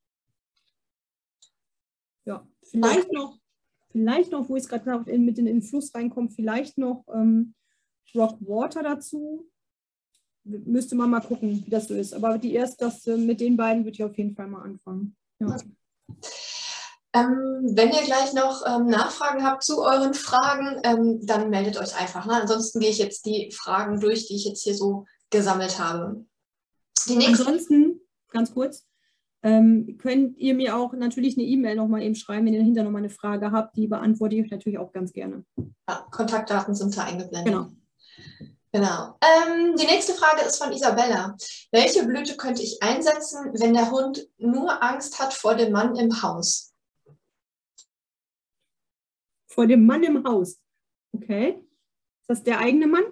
Ja, vielleicht noch, vielleicht noch, wo ich es gerade gesagt habe, mit in den Fluss reinkommt, vielleicht noch ähm, Rock Water dazu. Müsste man mal gucken, wie das so ist. Aber die erste, das, äh, mit den beiden würde ich auf jeden Fall mal anfangen. Ja. Ähm, wenn ihr gleich noch ähm, Nachfragen habt zu euren Fragen, ähm, dann meldet euch einfach. Ne? Ansonsten gehe ich jetzt die Fragen durch, die ich jetzt hier so gesammelt habe. Die nächste Ansonsten, ganz kurz, ähm, könnt ihr mir auch natürlich eine E-Mail nochmal eben schreiben, wenn ihr dahinter nochmal eine Frage habt. Die beantworte ich euch natürlich auch ganz gerne. Ja, Kontaktdaten sind da eingeblendet. Genau. Genau. Ähm, die nächste Frage ist von Isabella. Welche Blüte könnte ich einsetzen, wenn der Hund nur Angst hat vor dem Mann im Haus? Vor dem Mann im Haus. Okay. Ist das der eigene Mann?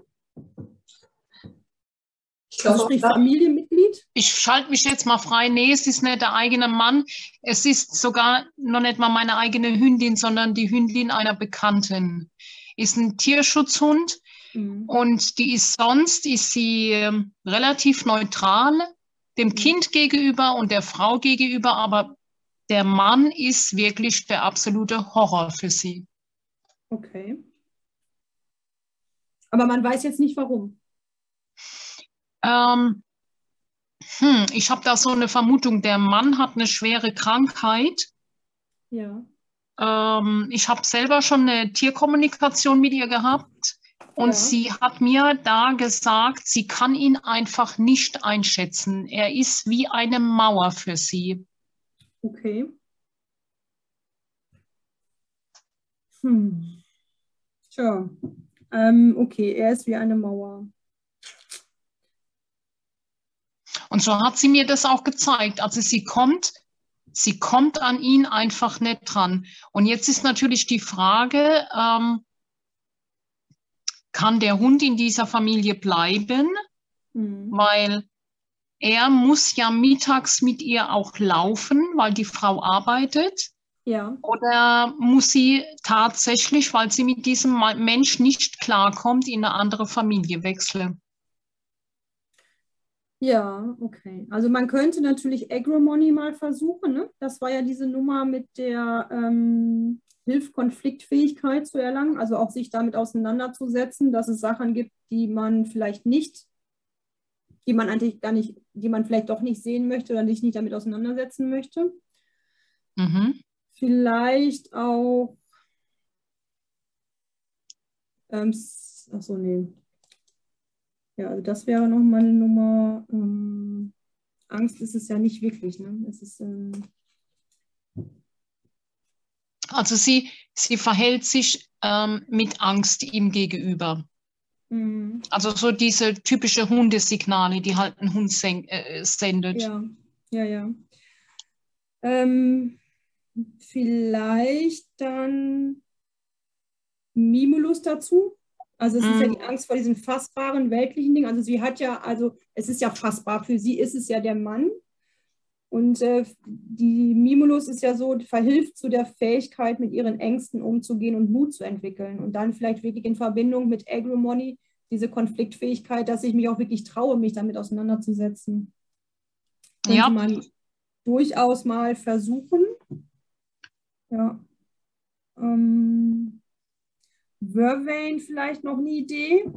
Ich glaube, also sprich Familienmitglied? Ich schalte mich jetzt mal frei. Nee, es ist nicht der eigene Mann. Es ist sogar noch nicht mal meine eigene Hündin, sondern die Hündin einer Bekannten. Ist ein Tierschutzhund mhm. und die ist sonst, ist sie äh, relativ neutral dem mhm. Kind gegenüber und der Frau gegenüber, aber der Mann ist wirklich der absolute Horror für sie. Okay. Aber man weiß jetzt nicht, warum. Ähm, hm, ich habe da so eine Vermutung, der Mann hat eine schwere Krankheit. Ja. Ähm, ich habe selber schon eine Tierkommunikation mit ihr gehabt und ja. sie hat mir da gesagt, sie kann ihn einfach nicht einschätzen. Er ist wie eine Mauer für sie. Okay. Hm. Tja, ähm, okay, er ist wie eine Mauer. Und so hat sie mir das auch gezeigt. Also sie kommt, sie kommt an ihn einfach nicht dran. Und jetzt ist natürlich die Frage, ähm, kann der Hund in dieser Familie bleiben? Mhm. Weil er muss ja mittags mit ihr auch laufen, weil die Frau arbeitet. Ja. Oder muss sie tatsächlich, weil sie mit diesem Mensch nicht klarkommt, in eine andere Familie wechseln? Ja, okay. Also man könnte natürlich Agromony mal versuchen. Ne? Das war ja diese Nummer mit der ähm, Hilfkonfliktfähigkeit zu erlangen, also auch sich damit auseinanderzusetzen, dass es Sachen gibt, die man vielleicht nicht, die man eigentlich gar nicht, die man vielleicht doch nicht sehen möchte oder sich nicht damit auseinandersetzen möchte. Mhm. Vielleicht auch, ähm, achso, nee. Ja, also das wäre nochmal eine Nummer. Ähm, Angst ist es ja nicht wirklich, ne? Es ist, ähm also sie, sie verhält sich ähm, mit Angst ihm gegenüber. Mhm. Also so diese typische Hundesignale, die halt ein Hund sen äh, sendet. Ja, ja, ja. Ähm, vielleicht dann Mimulus dazu. Also es ist ja die Angst vor diesen fassbaren weltlichen Dingen. Also sie hat ja, also es ist ja fassbar, für sie ist es ja der Mann. Und äh, die Mimulus ist ja so, verhilft zu der Fähigkeit, mit ihren Ängsten umzugehen und Mut zu entwickeln. Und dann vielleicht wirklich in Verbindung mit Agrimony, diese Konfliktfähigkeit, dass ich mich auch wirklich traue, mich damit auseinanderzusetzen. Könnte Ja. man durchaus mal versuchen. Ja. Ähm, Vervain vielleicht noch eine Idee.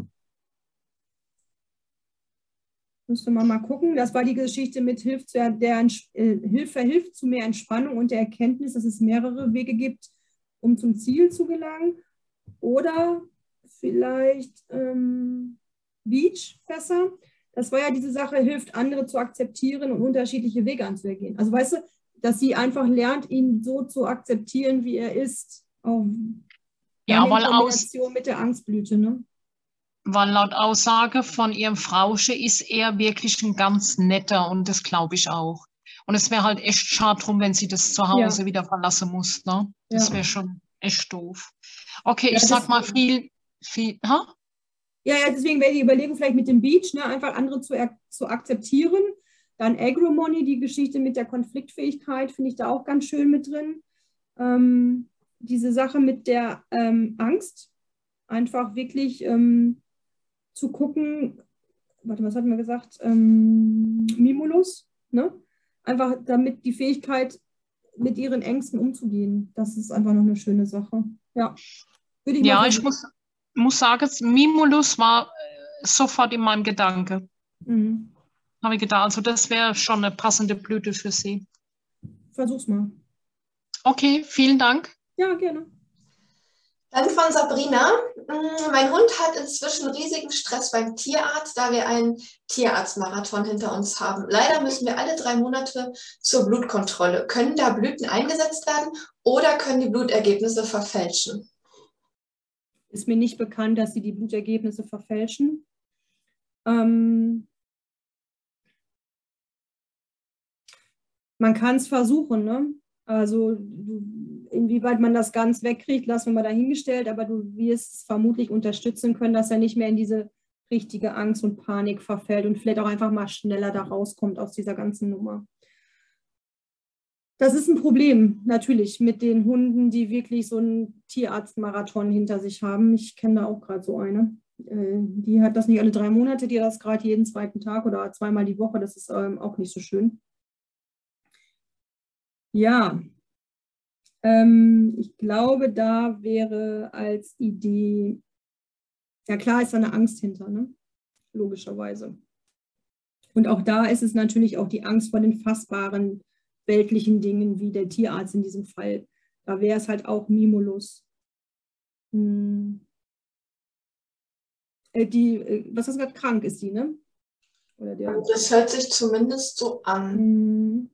Müsste man mal gucken. Das war die Geschichte mit Hilf zu, der, äh, Hilfe hilft zu mehr Entspannung und der Erkenntnis, dass es mehrere Wege gibt, um zum Ziel zu gelangen. Oder vielleicht ähm, Beachfässer. Das war ja diese Sache, hilft andere zu akzeptieren und unterschiedliche Wege anzugehen. Also weißt du, dass sie einfach lernt, ihn so zu akzeptieren, wie er ist. Auch Ja, in weil Kombination aus, mit der Angstblüte, ne? weil laut Aussage von ihrem Frausche ist er wirklich ein ganz netter und das glaube ich auch. Und es wäre halt echt schade drum, wenn sie das zu Hause Ja. wieder verlassen muss. Ne? Das Ja. wäre schon echt doof. Okay, Ja, ich sag mal deswegen. viel, viel, ha? Ja, ja, deswegen wäre die Überlegung vielleicht mit dem Beach, ne, einfach andere zu, zu akzeptieren. Dann Agrimony, die Geschichte mit der Konfliktfähigkeit, finde ich da auch ganz schön mit drin. Ähm, diese Sache mit der ähm, Angst, einfach wirklich ähm, zu gucken, warte, was hatten wir gesagt? Ähm, Mimulus, ne? Einfach damit die Fähigkeit, mit ihren Ängsten umzugehen. Das ist einfach noch eine schöne Sache. Ja, würde ich mal Ja, versuchen. ich muss, muss sagen, Mimulus war äh, sofort in meinem Gedanke. Mhm. Habe ich gedacht, also das wäre schon eine passende Blüte für sie. Versuch's mal. Okay, vielen Dank. Ja, gerne. Dann von Sabrina. Mein Hund hat inzwischen riesigen Stress beim Tierarzt, da wir einen Tierarztmarathon hinter uns haben. Leider müssen wir alle drei Monate zur Blutkontrolle. Können da Blüten eingesetzt werden oder können die Blutergebnisse verfälschen? Ist mir nicht bekannt, dass sie die Blutergebnisse verfälschen. Ähm, man kann es versuchen, ne? Also inwieweit man das ganz wegkriegt, lassen wir mal dahingestellt, aber du wirst es vermutlich unterstützen können, dass er nicht mehr in diese richtige Angst und Panik verfällt und vielleicht auch einfach mal schneller da rauskommt aus dieser ganzen Nummer. Das ist ein Problem, natürlich, mit den Hunden, die wirklich so einen Tierarztmarathon hinter sich haben. Ich kenne da auch gerade so eine. Die hat das nicht alle drei Monate, die hat das gerade jeden zweiten Tag oder zweimal die Woche. Das ist ähm, auch nicht so schön. Ja, ähm, ich glaube, da wäre als Idee, ja klar ist da eine Angst hinter, ne? Logischerweise. Und auch da ist es natürlich auch die Angst vor den fassbaren weltlichen Dingen, wie der Tierarzt in diesem Fall. Da wäre es halt auch Mimulus. Hm. Äh, die, äh, was hast du gesagt, krank ist die, ne? Oder der? Das hört sich zumindest so an. Hm.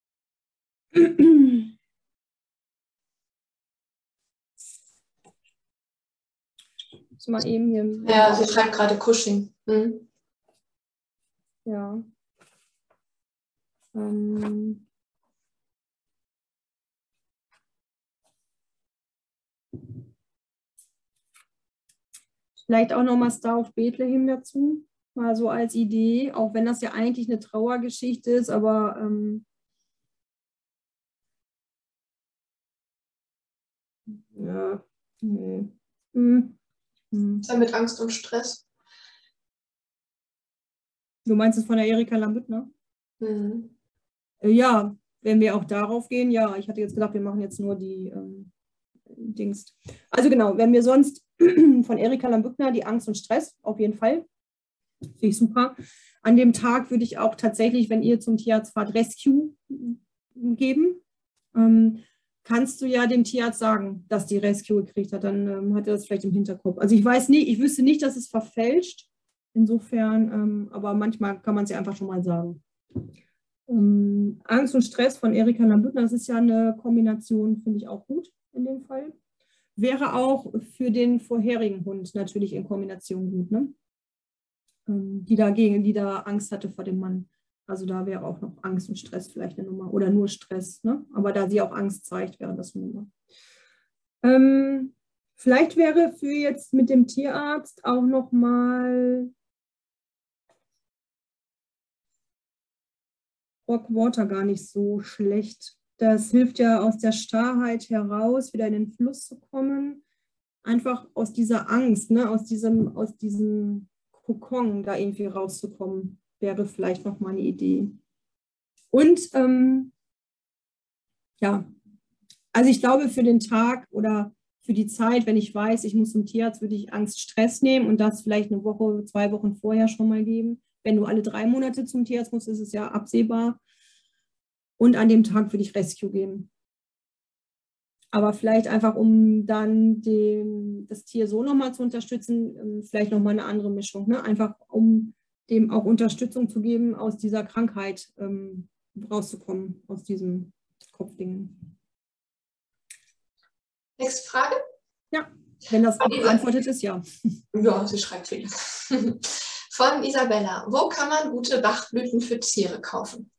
Mal eben hier. Ja, sie schreibt gerade Cushing. Hm. Ja. Ähm. Vielleicht auch nochmal Star of Bethlehem dazu, mal so als Idee, auch wenn das ja eigentlich eine Trauergeschichte ist, aber ähm, ja, nee. Hm. Hm. Ist ja mit Angst und Stress. Du meinst es von der Erika Lambüttner? Hm. Äh, ja, wenn wir auch darauf gehen, ja, ich hatte jetzt gedacht, wir machen jetzt nur die ähm, Dings. Also genau, wenn wir sonst von Erika Lambüttner die Angst und Stress, auf jeden Fall. Finde ich super. An dem Tag würde ich auch tatsächlich, wenn ihr zum Tierarzt fahrt, Rescue geben. Ähm, kannst du ja dem Tierarzt sagen, dass die Rescue gekriegt hat, dann ähm, hat er das vielleicht im Hinterkopf. Also ich weiß nicht, ich wüsste nicht, dass es verfälscht. Insofern, ähm, aber manchmal kann man es ja einfach schon mal sagen. Ähm, Angst und Stress von Erika Lambüttner, das ist ja eine Kombination, finde ich auch gut in dem Fall. wäre auch für den vorherigen Hund natürlich in Kombination gut, ne? Ähm, die dagegen, die da Angst hatte vor dem Mann. Also da wäre auch noch Angst und Stress vielleicht eine Nummer oder nur Stress, ne? Aber da sie auch Angst zeigt, wäre das eine Nummer. Ähm, vielleicht wäre für jetzt mit dem Tierarzt auch noch mal Rockwater gar nicht so schlecht. Das hilft ja aus der Starrheit heraus, wieder in den Fluss zu kommen. Einfach aus dieser Angst, ne? aus diesem, aus diesem Kokon da irgendwie rauszukommen, wäre vielleicht noch mal eine Idee. Und ähm, ja, also ich glaube, für den Tag oder für die Zeit, wenn ich weiß, ich muss zum Tierarzt, würde ich Angst, Stress nehmen und das vielleicht eine Woche, zwei Wochen vorher schon mal geben. Wenn du alle drei Monate zum Tierarzt musst, ist es ja absehbar. Und an dem Tag würde ich Rescue geben. Aber vielleicht einfach, um dann dem, das Tier so nochmal zu unterstützen, vielleicht nochmal eine andere Mischung. Ne? Einfach, um dem auch Unterstützung zu geben, aus dieser Krankheit ähm, rauszukommen, aus diesem Kopfding. Nächste Frage? Ja, wenn das beantwortet ist, ja. Ja, sie schreibt viel. Von Isabella. Wo kann man gute Bachblüten für Tiere kaufen?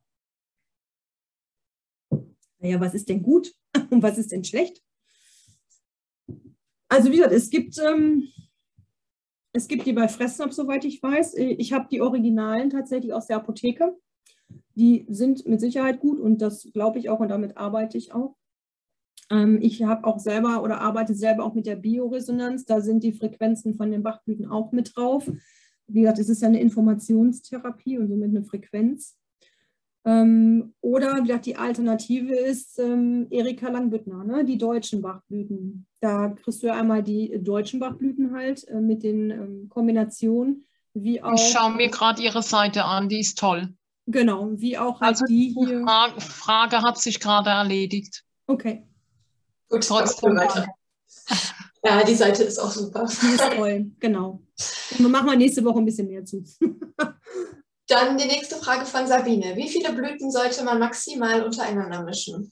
Naja, was ist denn gut und was ist denn schlecht? Also wie gesagt, es gibt, ähm, es gibt die bei Fressnapf, soweit ich weiß. Ich habe die Originalen tatsächlich aus der Apotheke. Die sind mit Sicherheit gut und das glaube ich auch und damit arbeite ich auch. Ähm, ich habe auch selber oder arbeite selber auch mit der Bioresonanz. Da sind die Frequenzen von den Bachblüten auch mit drauf. Wie gesagt, es ist ja eine Informationstherapie und somit eine Frequenz. Ähm, oder wie gesagt, die Alternative ist ähm, Erika Langbüttner, ne? Die deutschen Bachblüten. Da kriegst du ja einmal die deutschen Bachblüten halt äh, mit den ähm, Kombinationen, wie auch. Ich schaue mir gerade ihre Seite an, die ist toll. Genau, wie auch halt also die die hier. Frage, Frage hat sich gerade erledigt. Okay. Gut, trotzdem weiter. Ja, die Seite ist auch super. Die ist toll, genau. Und wir machen mal nächste Woche ein bisschen mehr zu. Dann die nächste Frage von Sabine. Wie viele Blüten sollte man maximal untereinander mischen?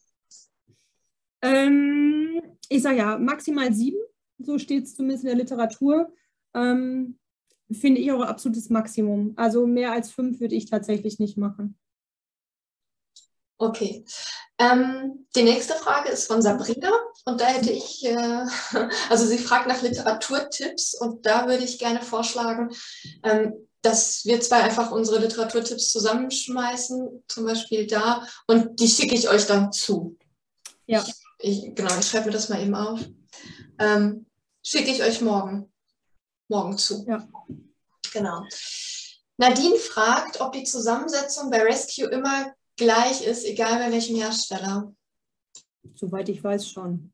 Ähm, ich sage ja, maximal sieben. So steht es zumindest in der Literatur. Ähm, finde ich auch ein absolutes Maximum. Also mehr als fünf würde ich tatsächlich nicht machen. Okay. Ähm, die nächste Frage ist von Sabrina und da hätte ich, äh, also sie fragt nach Literaturtipps und da würde ich gerne vorschlagen, ähm, dass wir zwei einfach unsere Literaturtipps zusammenschmeißen, zum Beispiel da, und die schicke ich euch dann zu. Ja. Ich, genau, ich schreibe mir das mal eben auf. Ähm, schicke ich euch morgen, morgen zu. Ja. Genau. Nadine fragt, ob die Zusammensetzung bei Rescue immer gleich ist, egal bei welchem Hersteller. Soweit ich weiß schon.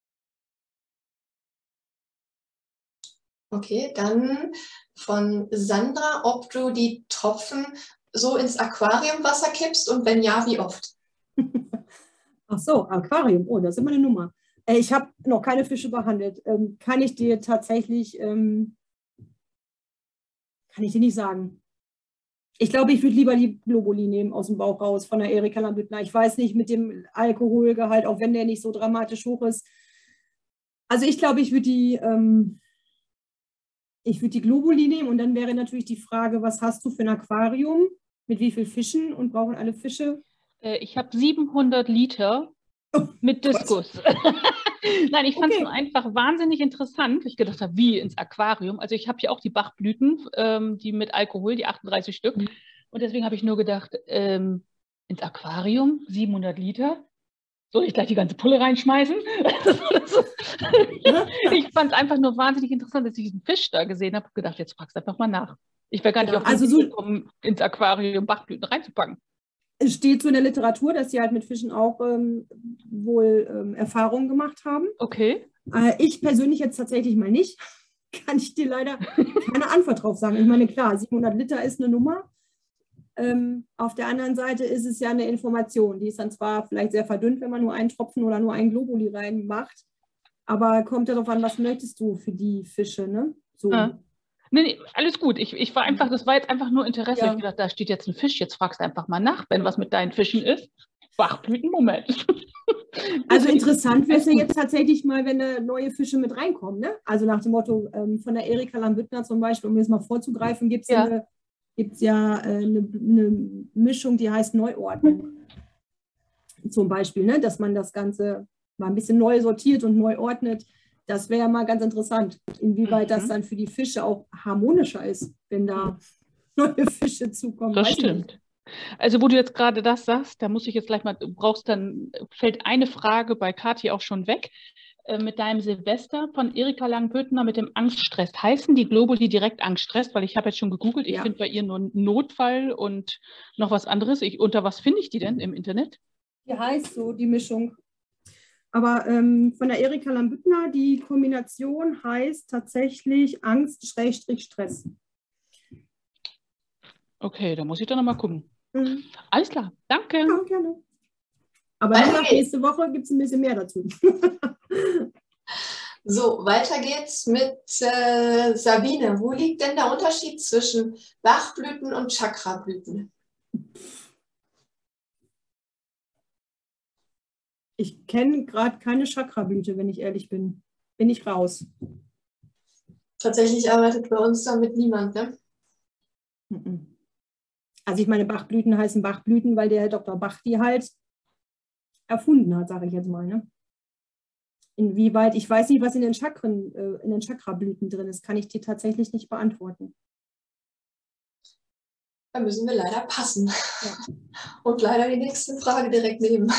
Okay, dann von Sandra, ob du die Tropfen so ins Aquariumwasser kippst und wenn ja, wie oft? Ach so, Aquarium, oh, das ist immer eine Nummer. Äh, ich habe noch keine Fische behandelt. Ähm, kann ich dir tatsächlich, ähm, kann ich dir nicht sagen. Ich glaube, ich würde lieber die Globuli nehmen aus dem Bauch raus von der Erika Langbüttner. Ich weiß nicht, mit dem Alkoholgehalt, auch wenn der nicht so dramatisch hoch ist. Also ich glaube, ich würde die, ähm, ich würde die Globuli nehmen und dann wäre natürlich die Frage, was hast du für ein Aquarium? Mit wie vielen Fischen und brauchen alle Fische? Äh, ich habe siebenhundert Liter Oh, mit Diskus. Nein, ich fand es Okay. einfach wahnsinnig interessant. Ich gedacht habe, wie ins Aquarium. Also ich habe ja auch die Bachblüten, ähm, die mit Alkohol, die achtunddreißig Stück. Mhm. Und deswegen habe ich nur gedacht, ähm, ins Aquarium, siebenhundert Liter. Soll ich gleich die ganze Pulle reinschmeißen? Ich fand es einfach nur wahnsinnig interessant, dass ich diesen Fisch da gesehen habe. Ich habe gedacht, jetzt fragst du einfach mal nach. Ich wäre gar nicht Ja, auf die also Idee so- gekommen, ins Aquarium Bachblüten reinzupacken. Es steht so in der Literatur, dass sie halt mit Fischen auch ähm, wohl ähm, Erfahrungen gemacht haben. Okay. Äh, ich persönlich jetzt tatsächlich mal nicht. Kann ich dir leider keine Antwort drauf sagen. Ich meine, klar, siebenhundert Liter ist eine Nummer. Ähm, auf der anderen Seite ist es ja eine Information. Die ist dann zwar vielleicht sehr verdünnt, wenn man nur einen Tropfen oder nur einen Globuli reinmacht, aber kommt ja darauf an, was möchtest du für die Fische, ne? So. Ja. Nee, nee, alles gut. Ich, ich war einfach, das war jetzt einfach nur Interesse. Ja. Ich dachte, da steht jetzt ein Fisch, jetzt fragst du einfach mal nach, wenn was mit deinen Fischen ist. Bachblüten, Moment. Also interessant wäre es ja jetzt tatsächlich mal, wenn da neue Fische mit reinkommen. Ne? Also nach dem Motto ähm, von der Erika Lambüttner zum Beispiel, um jetzt mal vorzugreifen, gibt es ja, eine, gibt's ja äh, eine, eine Mischung, die heißt Neuordnung. Zum Beispiel, ne? Dass man das Ganze mal ein bisschen neu sortiert und neu ordnet. Das wäre ja mal ganz interessant, inwieweit mhm. das dann für die Fische auch harmonischer ist, wenn da neue Fische zukommen. Das stimmt. Also wo du jetzt gerade das sagst, da muss ich jetzt gleich mal, du brauchst dann, fällt eine Frage bei Kathi auch schon weg, äh, mit deinem Silvester von Erika Langböttner mit dem Angststress. Heißen die Globuli direkt Angststress? Weil ich habe jetzt schon gegoogelt, ich ja. finde bei ihr nur einen Notfall und noch was anderes. Ich, unter was finde ich die denn im Internet? Die heißt so, die Mischung. Aber ähm, von der Erika Lambüttner, die Kombination heißt tatsächlich Angst-Stress. Okay, da muss ich dann nochmal gucken. Mhm. Alles klar, danke. Ja, gerne. Aber nach nächste Woche gibt es ein bisschen mehr dazu. So, weiter geht's mit äh, Sabine. Wo liegt denn der Unterschied zwischen Bachblüten und Chakrablüten? Ich kenne gerade keine Chakrablüte, wenn ich ehrlich bin. Bin ich raus. Tatsächlich arbeitet bei uns damit niemand, ne? Also ich meine, Bachblüten heißen Bachblüten, weil der Doktor Bach die halt erfunden hat, sage ich jetzt mal. Ne? Inwieweit, ich weiß nicht, was in den Chakren, äh, in den Chakrablüten drin ist, kann ich dir tatsächlich nicht beantworten. Da müssen wir leider passen. Ja. Und leider die nächste Frage direkt nehmen.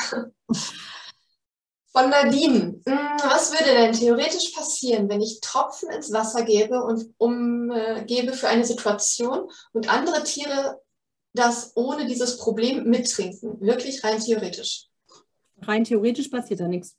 Von Nadine. Was würde denn theoretisch passieren, wenn ich Tropfen ins Wasser gebe und umgebe äh, für eine Situation und andere Tiere das ohne dieses Problem mittrinken? Wirklich rein theoretisch. Rein theoretisch passiert da nichts.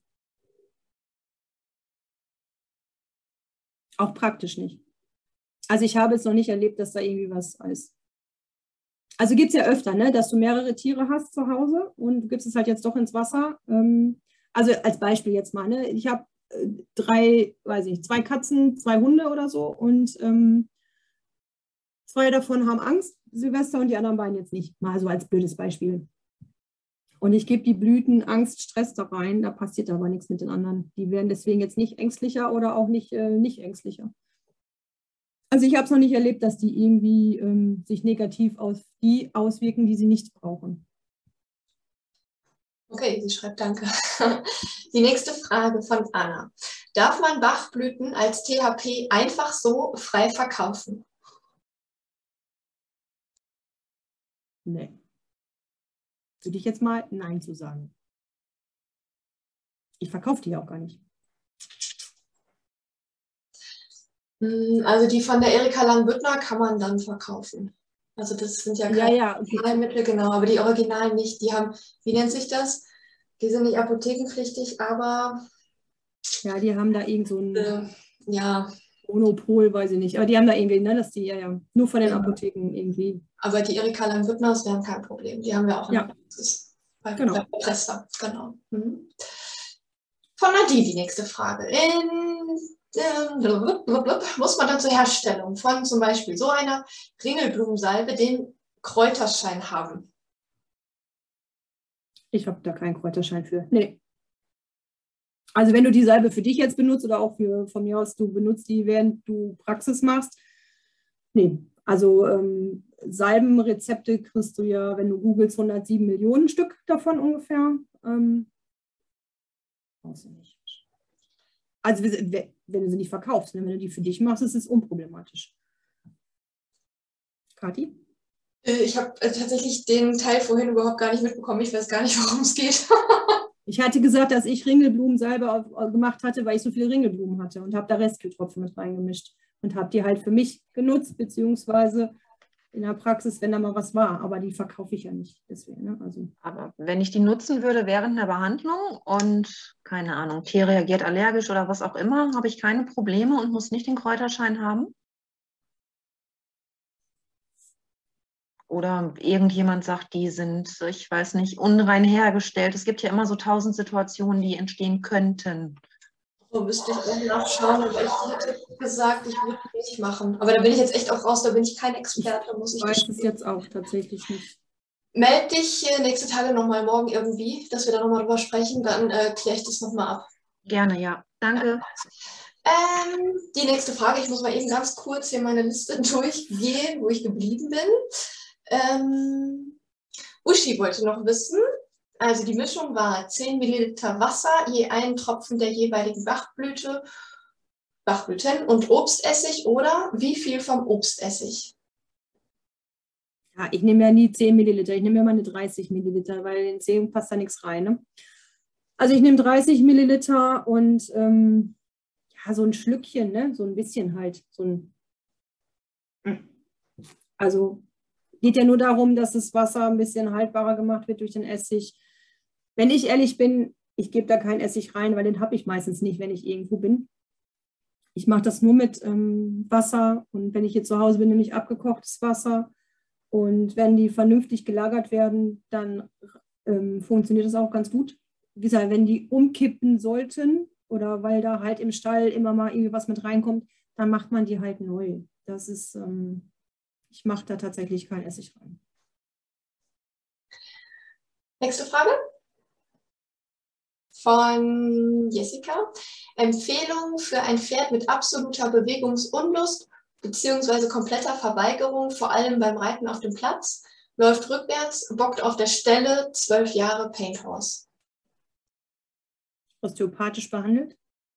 Auch praktisch nicht. Also ich habe es noch nicht erlebt, dass da irgendwie was ist. Also gibt es ja öfter, ne, dass du mehrere Tiere hast zu Hause und du gibst es halt jetzt doch ins Wasser. Ähm, Also als Beispiel jetzt mal, ne? Ich habe äh, drei, weiß ich, zwei Katzen, zwei Hunde oder so und ähm, zwei davon haben Angst, Silvester, und die anderen beiden jetzt nicht. Mal so als blödes Beispiel. Und ich gebe die Blüten Angst, Stress da rein, da passiert aber nichts mit den anderen. Die werden deswegen jetzt nicht ängstlicher oder auch nicht, äh, nicht ängstlicher. Also ich habe es noch nicht erlebt, dass die irgendwie ähm, sich negativ auf die auswirken, die sie nicht brauchen. Okay, sie schreibt danke. Die nächste Frage von Anna. Darf man Bachblüten als T H P einfach so frei verkaufen? Nee. Würde ich jetzt mal Nein zu sagen. Ich verkaufe die auch gar nicht. Also die von der Erika Langbüttner kann man dann verkaufen. Also das sind ja keine ja, ja, okay. Mittel, genau, aber die Originalen nicht. Die haben, wie nennt sich das? Die sind nicht apothekenpflichtig, aber... Ja, die haben da irgend so ein äh, ja. Monopol, weiß ich nicht. Aber die haben da irgendwie, ne, dass die ja, ja nur von den ja. Apotheken irgendwie... Aber die Erika Langbüttners wären kein Problem. Die haben wir auch in ja. der Praxis. Bei genau. der Presse. Genau. Mhm. Von Nadine die nächste Frage. In... muss man dann zur Herstellung von zum Beispiel so einer Ringelblumensalbe den Kräuterschein haben? Ich habe da keinen Kräuterschein für. Nee. Also wenn du die Salbe für dich jetzt benutzt oder auch für, von mir aus, du benutzt die, während du Praxis machst. Nee, also ähm, Salbenrezepte kriegst du ja, wenn du googelst, hundertsieben Millionen Stück davon ungefähr. Ähm, brauchst du nicht. Also wenn du sie nicht verkaufst, wenn du die für dich machst, ist es unproblematisch. Kathi? Ich habe tatsächlich den Teil vorhin überhaupt gar nicht mitbekommen. Ich weiß gar nicht, worum es geht. Ich hatte gesagt, dass ich Ringelblumensalbe gemacht hatte, weil ich so viele Ringelblumen hatte und habe da Rescue-Tropfen mit reingemischt und habe die halt für mich genutzt, beziehungsweise in der Praxis, wenn da mal was war. Aber die verkaufe ich ja nicht. Deswegen, ne? Also. Aber wenn ich die nutzen würde während der Behandlung und, keine Ahnung, Tier reagiert allergisch oder was auch immer, habe ich keine Probleme und muss nicht den Kräuterschein haben? Oder irgendjemand sagt, die sind, ich weiß nicht, unrein hergestellt. Es gibt ja immer so tausend Situationen, die entstehen könnten. So müsste ich auch nachschauen, aber ich hätte gesagt, ich würde es nicht machen. Aber da bin ich jetzt echt auch raus, da bin ich kein Experte, muss ich Ich weiß es jetzt auch tatsächlich nicht. Meld dich äh, nächste Tage nochmal morgen irgendwie, dass wir da nochmal drüber sprechen. Dann äh, kläre ich das nochmal ab. Gerne, ja. Danke. Ähm, die nächste Frage, ich muss mal eben ganz kurz hier meine Liste durchgehen, wo ich geblieben bin. Ähm, Uschi wollte noch wissen, also die Mischung war zehn Milliliter Wasser, je einen Tropfen der jeweiligen Bachblüte, Bachblüten und Obstessig oder wie viel vom Obstessig? Ja, ich nehme ja nie zehn Milliliter, ich nehme ja meine dreißig Milliliter, weil in zehn passt da nichts rein. Ne? Also ich nehme dreißig Milliliter und ähm, ja, so ein Schlückchen, ne? So ein bisschen halt. So ein also geht ja nur darum, dass das Wasser ein bisschen haltbarer gemacht wird durch den Essig. Wenn ich ehrlich bin, ich gebe da keinen Essig rein, weil den habe ich meistens nicht, wenn ich irgendwo bin. Ich mache das nur mit ähm, Wasser und wenn ich hier zu Hause bin, nehme ich abgekochtes Wasser. Und wenn die vernünftig gelagert werden, dann ähm, funktioniert das auch ganz gut. Wie gesagt, wenn die umkippen sollten oder weil da halt im Stall immer mal irgendwie was mit reinkommt, dann macht man die halt neu. Das ist, ähm, ich mache da tatsächlich kein Essig rein. Nächste Frage von Jessica. Empfehlung für ein Pferd mit absoluter Bewegungsunlust bzw. kompletter Verweigerung, vor allem beim Reiten auf dem Platz, läuft rückwärts, bockt auf der Stelle, zwölf Jahre Paint Horse. Osteopathisch behandelt?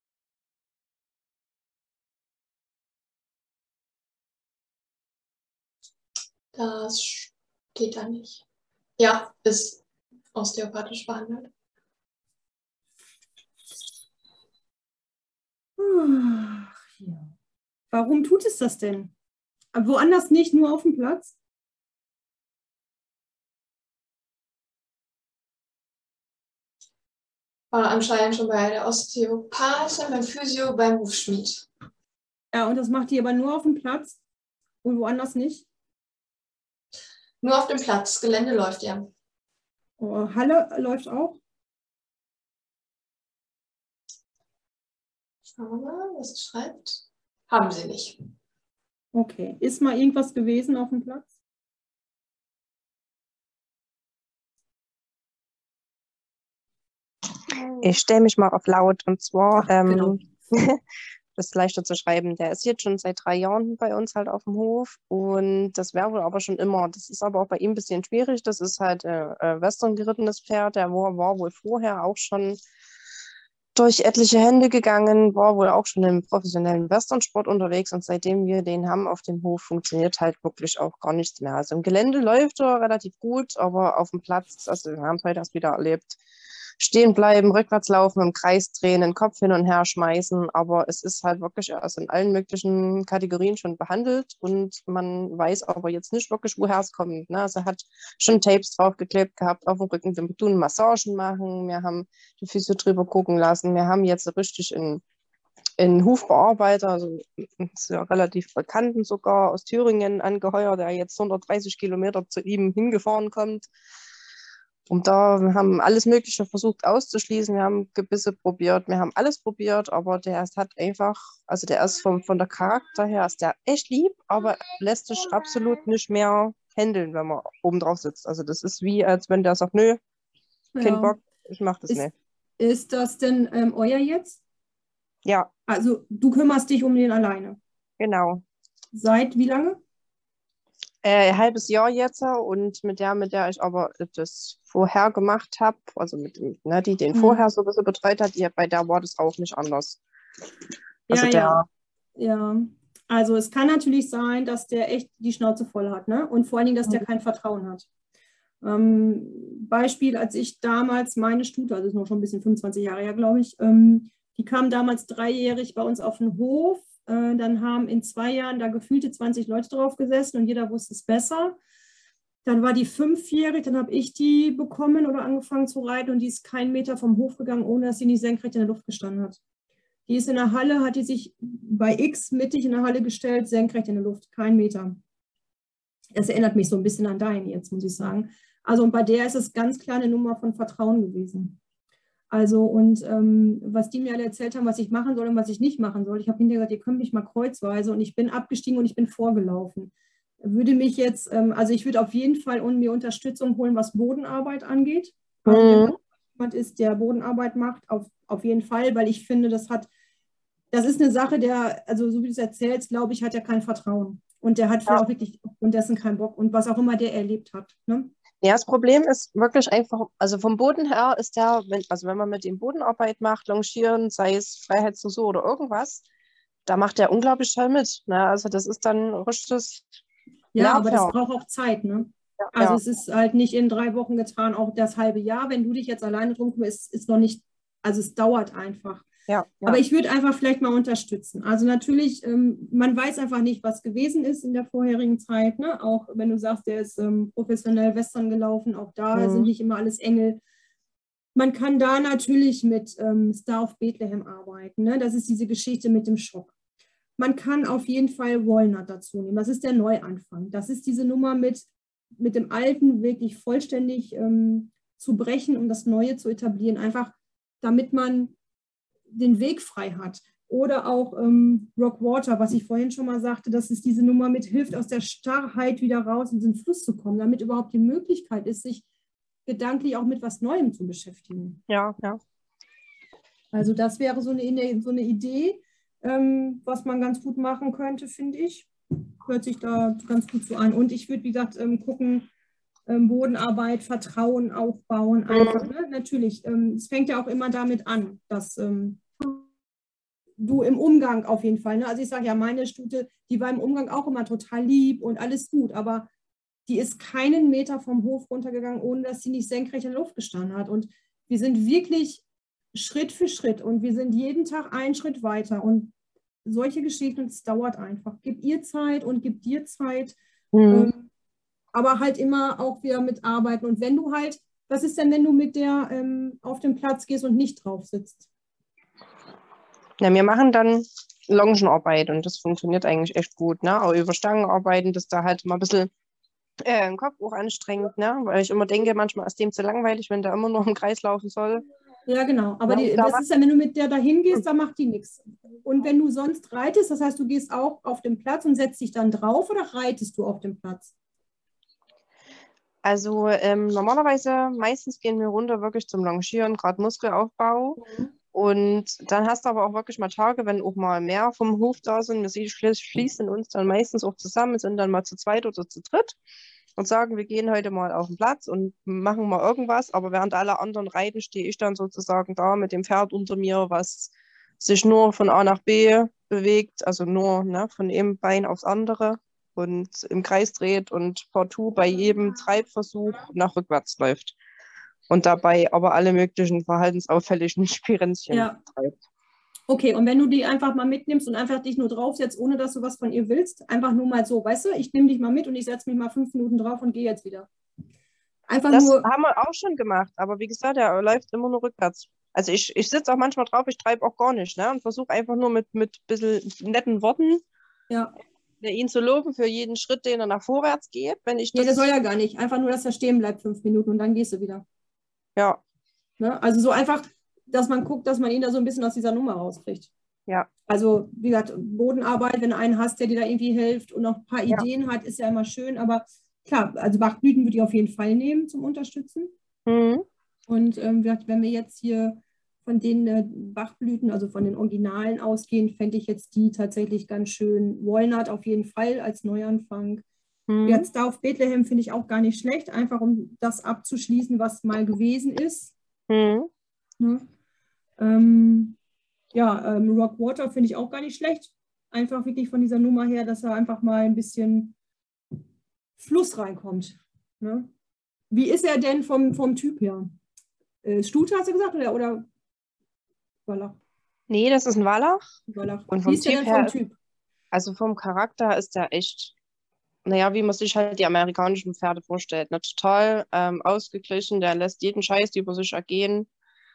Das steht da nicht. Ja, ist osteopathisch behandelt. Ach, ja. Warum tut es das denn? Aber woanders nicht, nur auf dem Platz? War anscheinend schon bei der Osteopathin, beim Physio, beim Hufschmied. Ja, und das macht die aber nur auf dem Platz und woanders nicht? Nur auf dem Platz. Gelände läuft ja. Oh, Halle läuft auch? Schauen wir mal, was es schreibt. Haben sie nicht. Okay. Ist mal irgendwas gewesen auf dem Platz? Ich stelle mich mal auf laut und zwar, Ach, ähm, genau. das ist leichter zu schreiben, der ist jetzt schon seit drei Jahren bei uns halt auf dem Hof und das wäre wohl aber schon immer, das ist aber auch bei ihm ein bisschen schwierig, das ist halt äh, äh, Western gerittenes Pferd, der war, war wohl vorher auch schon durch etliche Hände gegangen, war wohl auch schon im professionellen Westernsport unterwegs und seitdem wir den haben auf dem Hof, funktioniert halt wirklich auch gar nichts mehr. Also im Gelände läuft er relativ gut, aber auf dem Platz, also wir haben es heute erst wieder erlebt, stehen bleiben, rückwärts laufen, im Kreis drehen, den Kopf hin und her schmeißen, aber es ist halt wirklich erst in allen möglichen Kategorien schon behandelt und man weiß aber jetzt nicht wirklich, woher es kommt. Ne? Also er hat schon Tapes draufgeklebt gehabt auf dem Rücken, wir tun Massagen machen, wir haben die Physio drüber gucken lassen, wir haben jetzt richtig in einen Hufbearbeiter, also ist ja relativ bekannten sogar aus Thüringen angeheuert, der jetzt hundertdreißig Kilometer zu ihm hingefahren kommt. Und da wir haben alles Mögliche versucht auszuschließen. Wir haben Gebisse probiert, wir haben alles probiert, aber der ist, hat einfach, also der ist vom, von der Charakter her, ist der echt lieb, aber lässt sich absolut nicht mehr handeln, wenn man oben drauf sitzt. Also das ist wie, als wenn der sagt, nö, kein Ja. Bock, ich mach das Ist, nicht. ist das denn ähm, euer jetzt? Ja, Also du kümmerst dich um den alleine. genau. Seit wie lange? Äh, ein halbes Jahr jetzt und mit der, mit der ich aber das vorher gemacht habe, also mit dem, ne, die den Hm. vorher so ein bisschen betreut hat, die, bei der war das auch nicht anders. Also Ja, der, ja. Ja. Also es kann natürlich sein, dass der echt die Schnauze voll hat, ne? Und vor allen Dingen, dass der kein Vertrauen hat. Ähm, Beispiel, als ich damals meine Stute, also das ist noch schon ein bisschen fünfundzwanzig Jahre her, glaube ich, ähm, die kam damals dreijährig bei uns auf den Hof. Äh, dann haben in zwei Jahren da gefühlte zwanzig Leute drauf gesessen und jeder wusste es besser. Dann war die fünfjährig, dann habe ich die bekommen oder angefangen zu reiten und die ist keinen Meter vom Hof gegangen, ohne dass sie nicht senkrecht in der Luft gestanden hat. Die ist in der Halle, hat die sich bei X mittig in der Halle gestellt, senkrecht in der Luft, kein Meter. Das erinnert mich so ein bisschen an deinen jetzt, muss ich sagen. Also und bei der ist es ganz klar eine Nummer von Vertrauen gewesen. Also und ähm, was die mir alle erzählt haben, was ich machen soll und was ich nicht machen soll, ich habe hinterher gesagt, ihr könnt mich mal kreuzweise und ich bin abgestiegen und ich bin vorgelaufen. würde mich jetzt, ähm, also ich würde auf jeden Fall un mir Unterstützung holen, was Bodenarbeit angeht. Also wenn Mhm. da jemand ist, der Bodenarbeit macht, auf, auf jeden Fall, weil ich finde, das hat, das ist eine Sache, der, also so wie du es erzählst, glaube ich, hat er kein Vertrauen. Und der hat vielleicht auch wirklich aufgrund dessen keinen Bock und was auch immer der erlebt hat. Ne? Ja, das Problem ist wirklich einfach, also vom Boden her ist der, wenn, also wenn man mit ihm Bodenarbeit macht, Longieren, sei es Freiheitsdressur oder irgendwas, da macht der unglaublich toll mit. Ne? Also das ist dann richtiges Ja, aber das Lernen. braucht auch Zeit. Ne? Ja, Also ja. es ist halt nicht in drei Wochen getan, auch das halbe Jahr. Wenn du dich jetzt alleine drum kümmerst, ist, ist noch nicht, also es dauert einfach. Ja, ja. Aber ich würde einfach vielleicht mal unterstützen. Also natürlich, ähm, man weiß einfach nicht, was gewesen ist in der vorherigen Zeit. Ne? Auch wenn du sagst, der ist ähm, professionell Western gelaufen, auch da Mhm. sind nicht immer alles Engel. Man kann da natürlich mit ähm, Star of Bethlehem arbeiten. Ne? Das ist diese Geschichte mit dem Schock. Man kann auf jeden Fall Walnut dazu nehmen. Das ist der Neuanfang. Das ist diese Nummer mit, mit dem Alten wirklich vollständig ähm, zu brechen und das Neue zu etablieren. Einfach damit man den Weg frei hat. Oder auch ähm, Rockwater, was ich vorhin schon mal sagte, das ist diese Nummer mit, hilft aus der Starrheit wieder raus in den Fluss zu kommen, damit überhaupt die Möglichkeit ist, sich gedanklich auch mit was Neuem zu beschäftigen. Ja, ja. Also das wäre so eine, so eine Idee, ähm, was man ganz gut machen könnte, finde ich. Hört sich da ganz gut so an. Und ich würde, wie gesagt, ähm, gucken, ähm, Bodenarbeit, Vertrauen aufbauen, einfach, ne? Natürlich, ähm, es fängt ja auch immer damit an, dass ähm, du im Umgang auf jeden Fall, ne? Also ich sage ja, meine Stute, die war im Umgang auch immer total lieb und alles gut, aber die ist keinen Meter vom Hof runtergegangen, ohne dass sie nicht senkrecht in der Luft gestanden hat. Und wir sind wirklich Schritt für Schritt und wir sind jeden Tag einen Schritt weiter. Und solche Geschichten, es dauert einfach. Gib ihr Zeit und gib dir Zeit. Mhm. Ähm, aber halt immer auch wieder mit arbeiten. Und wenn du halt, was ist denn, wenn du mit der ähm, auf den Platz gehst und nicht drauf sitzt? Ja, wir machen dann Longenarbeit und das funktioniert eigentlich echt gut, ne? Auch über Stangen arbeiten, dass da halt mal ein bisschen äh, den Kopf auch anstrengt, ne? Weil ich immer denke, manchmal ist dem zu langweilig, wenn der immer nur im Kreis laufen soll. Ja, genau. Aber Ja, die, da das macht- ist ja, wenn du mit der dahin gehst, da macht die nichts. Und wenn du sonst reitest, das heißt, du gehst auch auf den Platz und setzt dich dann drauf oder reitest du auf dem Platz? Also ähm, normalerweise, meistens gehen wir runter wirklich zum Longieren, gerade Muskelaufbau. Und dann hast du aber auch wirklich mal Tage, wenn auch mal mehr vom Hof da sind. Wir sie- schli- schließen uns dann meistens auch zusammen, sind dann mal zu zweit oder zu dritt und sagen, wir gehen heute mal auf den Platz und machen mal irgendwas. Aber während alle anderen reiten, stehe ich dann sozusagen da mit dem Pferd unter mir, was sich nur von A nach B bewegt, also nur ne, von einem Bein aufs andere und im Kreis dreht und partout bei jedem Treibversuch nach rückwärts läuft. Und dabei aber alle möglichen verhaltensauffälligen Spirenzchen Ja. treibt. Okay, und wenn du die einfach mal mitnimmst und einfach dich nur draufsetzt, ohne dass du was von ihr willst, einfach nur mal so, weißt du, ich nehme dich mal mit und ich setze mich mal fünf Minuten drauf und gehe jetzt wieder. Einfach Das nur, haben wir auch schon gemacht, aber wie gesagt, er läuft immer nur rückwärts. Also ich, ich sitze auch manchmal drauf, ich treibe auch gar nicht, ne? Und versuche einfach nur mit mit ein bisschen netten Worten ja, ja, ihn zu loben für jeden Schritt, den er nach vorwärts geht. Wenn ich nee, das, das soll ja gar nicht. Einfach nur, dass er stehen bleibt fünf Minuten und dann gehst du wieder. ja, Ne? Also so einfach, dass man guckt, dass man ihn da so ein bisschen aus dieser Nummer rauskriegt. ja, Also, wie gesagt, Bodenarbeit, wenn du einen hast, der dir da irgendwie hilft und noch ein paar Ja. Ideen hat, ist ja immer schön. Aber klar, also Bachblüten würde ich auf jeden Fall nehmen zum Unterstützen. mhm. Und ähm, wie gesagt, wenn wir jetzt hier von den äh, Bachblüten, also von den Originalen ausgehen, fände ich jetzt die tatsächlich ganz schön. Walnut auf jeden Fall als Neuanfang. Mhm. Jetzt Star of Bethlehem finde ich auch gar nicht schlecht, einfach um das abzuschließen, was mal gewesen ist. Mhm. Ne? Ähm, ja, ähm, Rockwater finde ich auch gar nicht schlecht. Einfach wirklich von dieser Nummer her, dass er einfach mal ein bisschen Fluss reinkommt. Ne? Wie ist er denn vom, vom Typ her? Äh, Stute hast du gesagt oder, oder Wallach? Nee, das ist ein Wallach. Wallach. Und Wie vom ist der Typ denn vom her, Typ? also vom Charakter ist der echt, naja, wie man sich halt die amerikanischen Pferde vorstellt. Ne? Total ähm, ausgeglichen, der lässt jeden Scheiß über sich ergehen.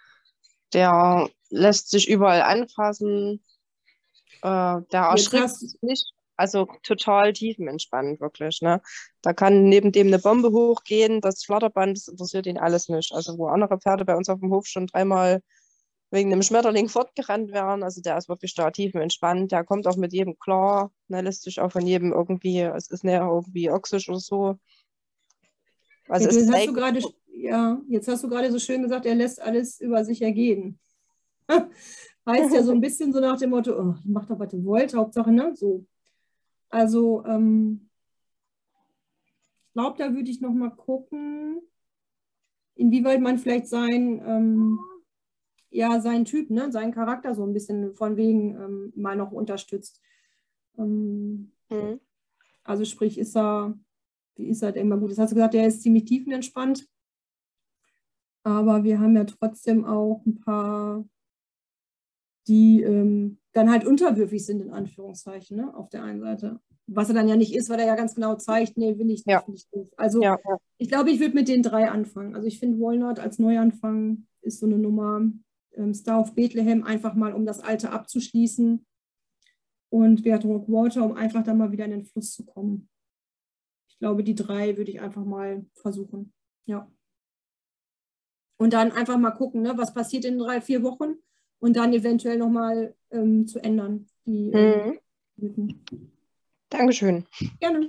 Der lässt sich überall anfassen. Äh, der Jetzt erschrickt hast, sich nicht. Also total tiefenentspannt, wirklich. Ne? Da kann neben dem eine Bombe hochgehen, das Flatterband, das interessiert ihn alles nicht. Also wo andere Pferde bei uns auf dem Hof schon dreimal wegen dem Schmetterling fortgerannt werden. Also der ist wirklich da tiefenentspannt. Der kommt auch mit jedem klar. Ne, lässt sich auch von jedem irgendwie, es ist näher irgendwie oxisch oder so. Also Ja, es jetzt hast zeigt, du gerade, ja, jetzt hast du gerade so schön gesagt, er lässt alles über sich ergehen. Heißt ja so ein bisschen so nach dem Motto, oh, macht doch, was ihr wollt, Hauptsache, ne? So. Also, ähm, ich glaube, da würde ich noch mal gucken, inwieweit man vielleicht sein, ähm, ja, seinen Typ, ne, seinen Charakter so ein bisschen von wegen ähm, mal noch unterstützt. Ähm, mhm. Also sprich, ist er, wie ist er denn immer gut? Das hast du gesagt, der ist ziemlich tiefenentspannt. Aber wir haben ja trotzdem auch ein paar, die ähm, dann halt unterwürfig sind, in Anführungszeichen, ne, auf der einen Seite. Was er dann ja nicht ist, weil er ja ganz genau zeigt, nee, will ich nicht, Ja. finde ich doof. Also Ja, ja. ich glaube, ich würde mit den drei anfangen. Also ich finde, Walnut als Neuanfang ist so eine Nummer. Ähm, Star of Bethlehem einfach mal, um das Alte abzuschließen. Und Beatrix Water, um einfach dann mal wieder in den Fluss zu kommen. Ich glaube, die drei würde ich einfach mal versuchen. Ja. Und dann einfach mal gucken, ne, was passiert in drei, vier Wochen und dann eventuell nochmal ähm, zu ändern. Die, Mhm. ähm, Dankeschön. Gerne.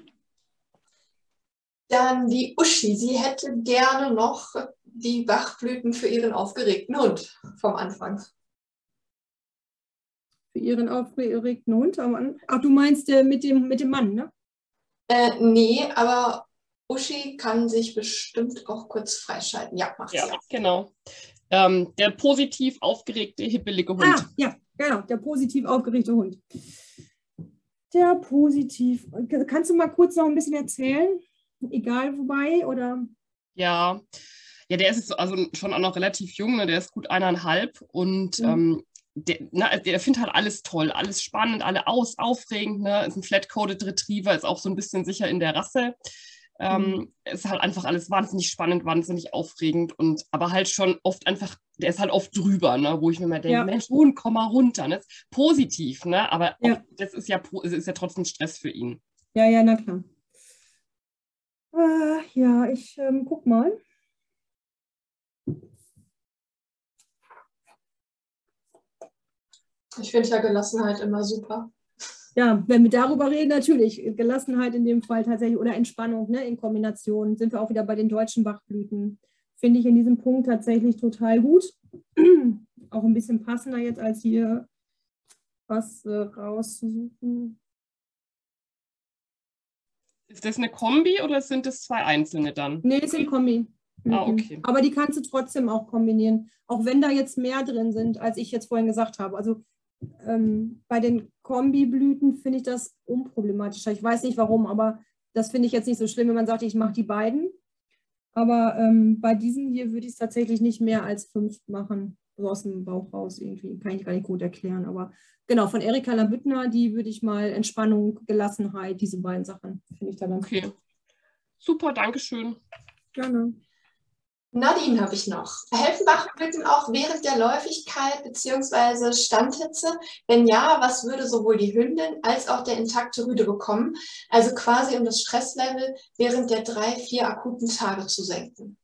Dann die Uschi. Sie hätte gerne noch die Bachblüten für ihren aufgeregten Hund vom Anfang. Für ihren aufgeregten Hund. Ach, du meinst äh, mit, dem, mit dem Mann, ne? Äh, nee, aber Uschi kann sich bestimmt auch kurz freischalten. Ja, macht Ja, sie auch. genau. Ähm, der positiv aufgeregte, hibbelige Hund. Ah, ja, genau, der positiv aufgeregte Hund. Der positiv. Kannst du mal kurz noch ein bisschen erzählen? Egal wobei, oder? Ja, ja, der ist jetzt also schon auch noch relativ jung, ne? Der ist gut eineinhalb und Mhm. ähm, der, na, der findet halt alles toll, alles spannend, alle aus, aufregend, ne? Ist ein Flat-Coded Retriever, ist auch so ein bisschen sicher in der Rasse. Ähm, Mhm. ist halt einfach alles wahnsinnig spannend, wahnsinnig aufregend und aber halt schon oft einfach, der ist halt oft drüber, ne? Wo ich mir mal denke, Ja. Mensch, Hund, komm mal runter, ne? Ist positiv, ne? Aber Ja. auch, das ist ja, es ist ja trotzdem Stress für ihn. Ja, ja, na klar. Äh, ja, ich ähm, guck mal. Ich finde ja Gelassenheit immer super. Ja, wenn wir darüber reden, natürlich. Gelassenheit in dem Fall tatsächlich oder Entspannung, ne, in Kombination. Sind wir auch wieder bei den deutschen Bachblüten. Finde ich in diesem Punkt tatsächlich total gut. Auch ein bisschen passender jetzt als hier was äh, rauszusuchen. Ist das eine Kombi oder sind das zwei einzelne dann? Nee, ist in Kombi. Ah, Mhm. okay. Aber die kannst du trotzdem auch kombinieren. Auch wenn da jetzt mehr drin sind, als ich jetzt vorhin gesagt habe. Also ähm, bei den Kombiblüten finde ich das unproblematischer. Ich weiß nicht warum, aber das finde ich jetzt nicht so schlimm, wenn man sagt, ich mache die beiden. Aber ähm, bei diesen hier würde ich es tatsächlich nicht mehr als fünf machen. So aus dem Bauch raus irgendwie. Kann ich gar nicht gut erklären. Aber genau, von Erika Labüttner, die würde ich mal Entspannung, Gelassenheit, diese beiden Sachen finde ich da ganz Okay. gut. Super, Dankeschön. Gerne. Nadine habe ich noch. Helfen Bachblüten auch während der Läufigkeit bzw. Standhitze? Wenn ja, was würde sowohl die Hündin als auch der intakte Rüde bekommen? Also quasi um das Stresslevel während der drei, vier akuten Tage zu senken.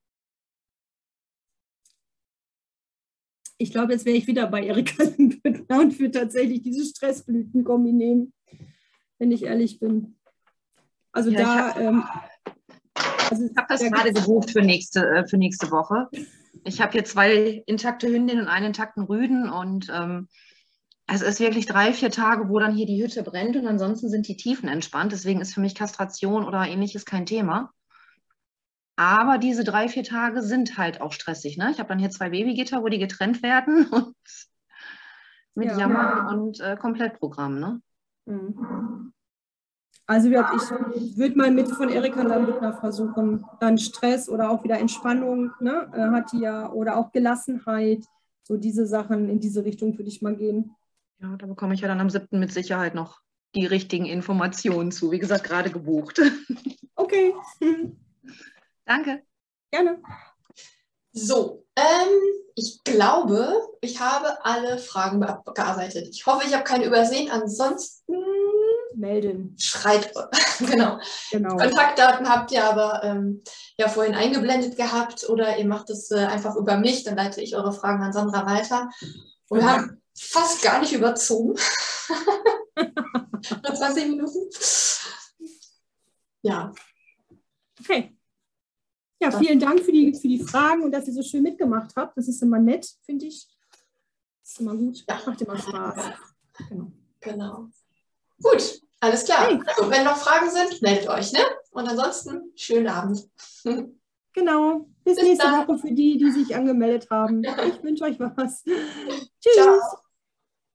Ich glaube, jetzt wäre ich wieder bei Erika Labüttner und würde tatsächlich diese Stressblüten-Kombi nehmen, wenn ich ehrlich bin. Also Ja, da... ich habe ähm, also, hab das da gerade gibt's- gebucht für nächste, äh, für nächste Woche. Ich habe hier zwei intakte Hündinnen und einen intakten Rüden und ähm, es ist wirklich drei, vier Tage, wo dann hier die Hütte brennt und ansonsten sind die Tiefen entspannt. Deswegen ist für mich Kastration oder ähnliches kein Thema. Aber diese drei, vier Tage sind halt auch stressig. Ne? Ich habe dann hier zwei Babygitter, wo die getrennt werden und mit Ja. Jammern und äh, Komplettprogramm. Ne? Mhm. Also wie gesagt, ich würde mal mit von Erika Labüttner versuchen, dann Stress oder auch wieder Entspannung, ne, äh, hat die ja, oder auch Gelassenheit, so diese Sachen, in diese Richtung würde ich mal gehen. Ja, da bekomme ich ja dann am siebten mit Sicherheit noch die richtigen Informationen zu. Wie gesagt, gerade gebucht. Okay, hm, Danke. gerne. So, ähm, ich glaube, ich habe alle Fragen bearbeitet. Ich hoffe, ich habe keine übersehen. Ansonsten melden. Schreit, genau. Genau. Kontaktdaten habt ihr aber ähm, ja vorhin eingeblendet gehabt oder ihr macht es äh, einfach über mich, dann leite ich eure Fragen an Sandra weiter. Und wir haben fast gar nicht überzogen. Nur zwanzig Minuten. Ja. Okay. Ja, vielen Dank für die, für die Fragen und dass ihr so schön mitgemacht habt. Das ist immer nett, finde ich. Das ist immer gut. Ja. Macht immer Spaß. Genau. Genau. Gut, alles klar. Okay. Also, wenn noch Fragen sind, meldet euch, ne? Und ansonsten, schönen Abend. Genau. Bis, Bis nächste dann. Woche für die, die sich angemeldet haben. Ich wünsche euch was. Tschüss. Ciao.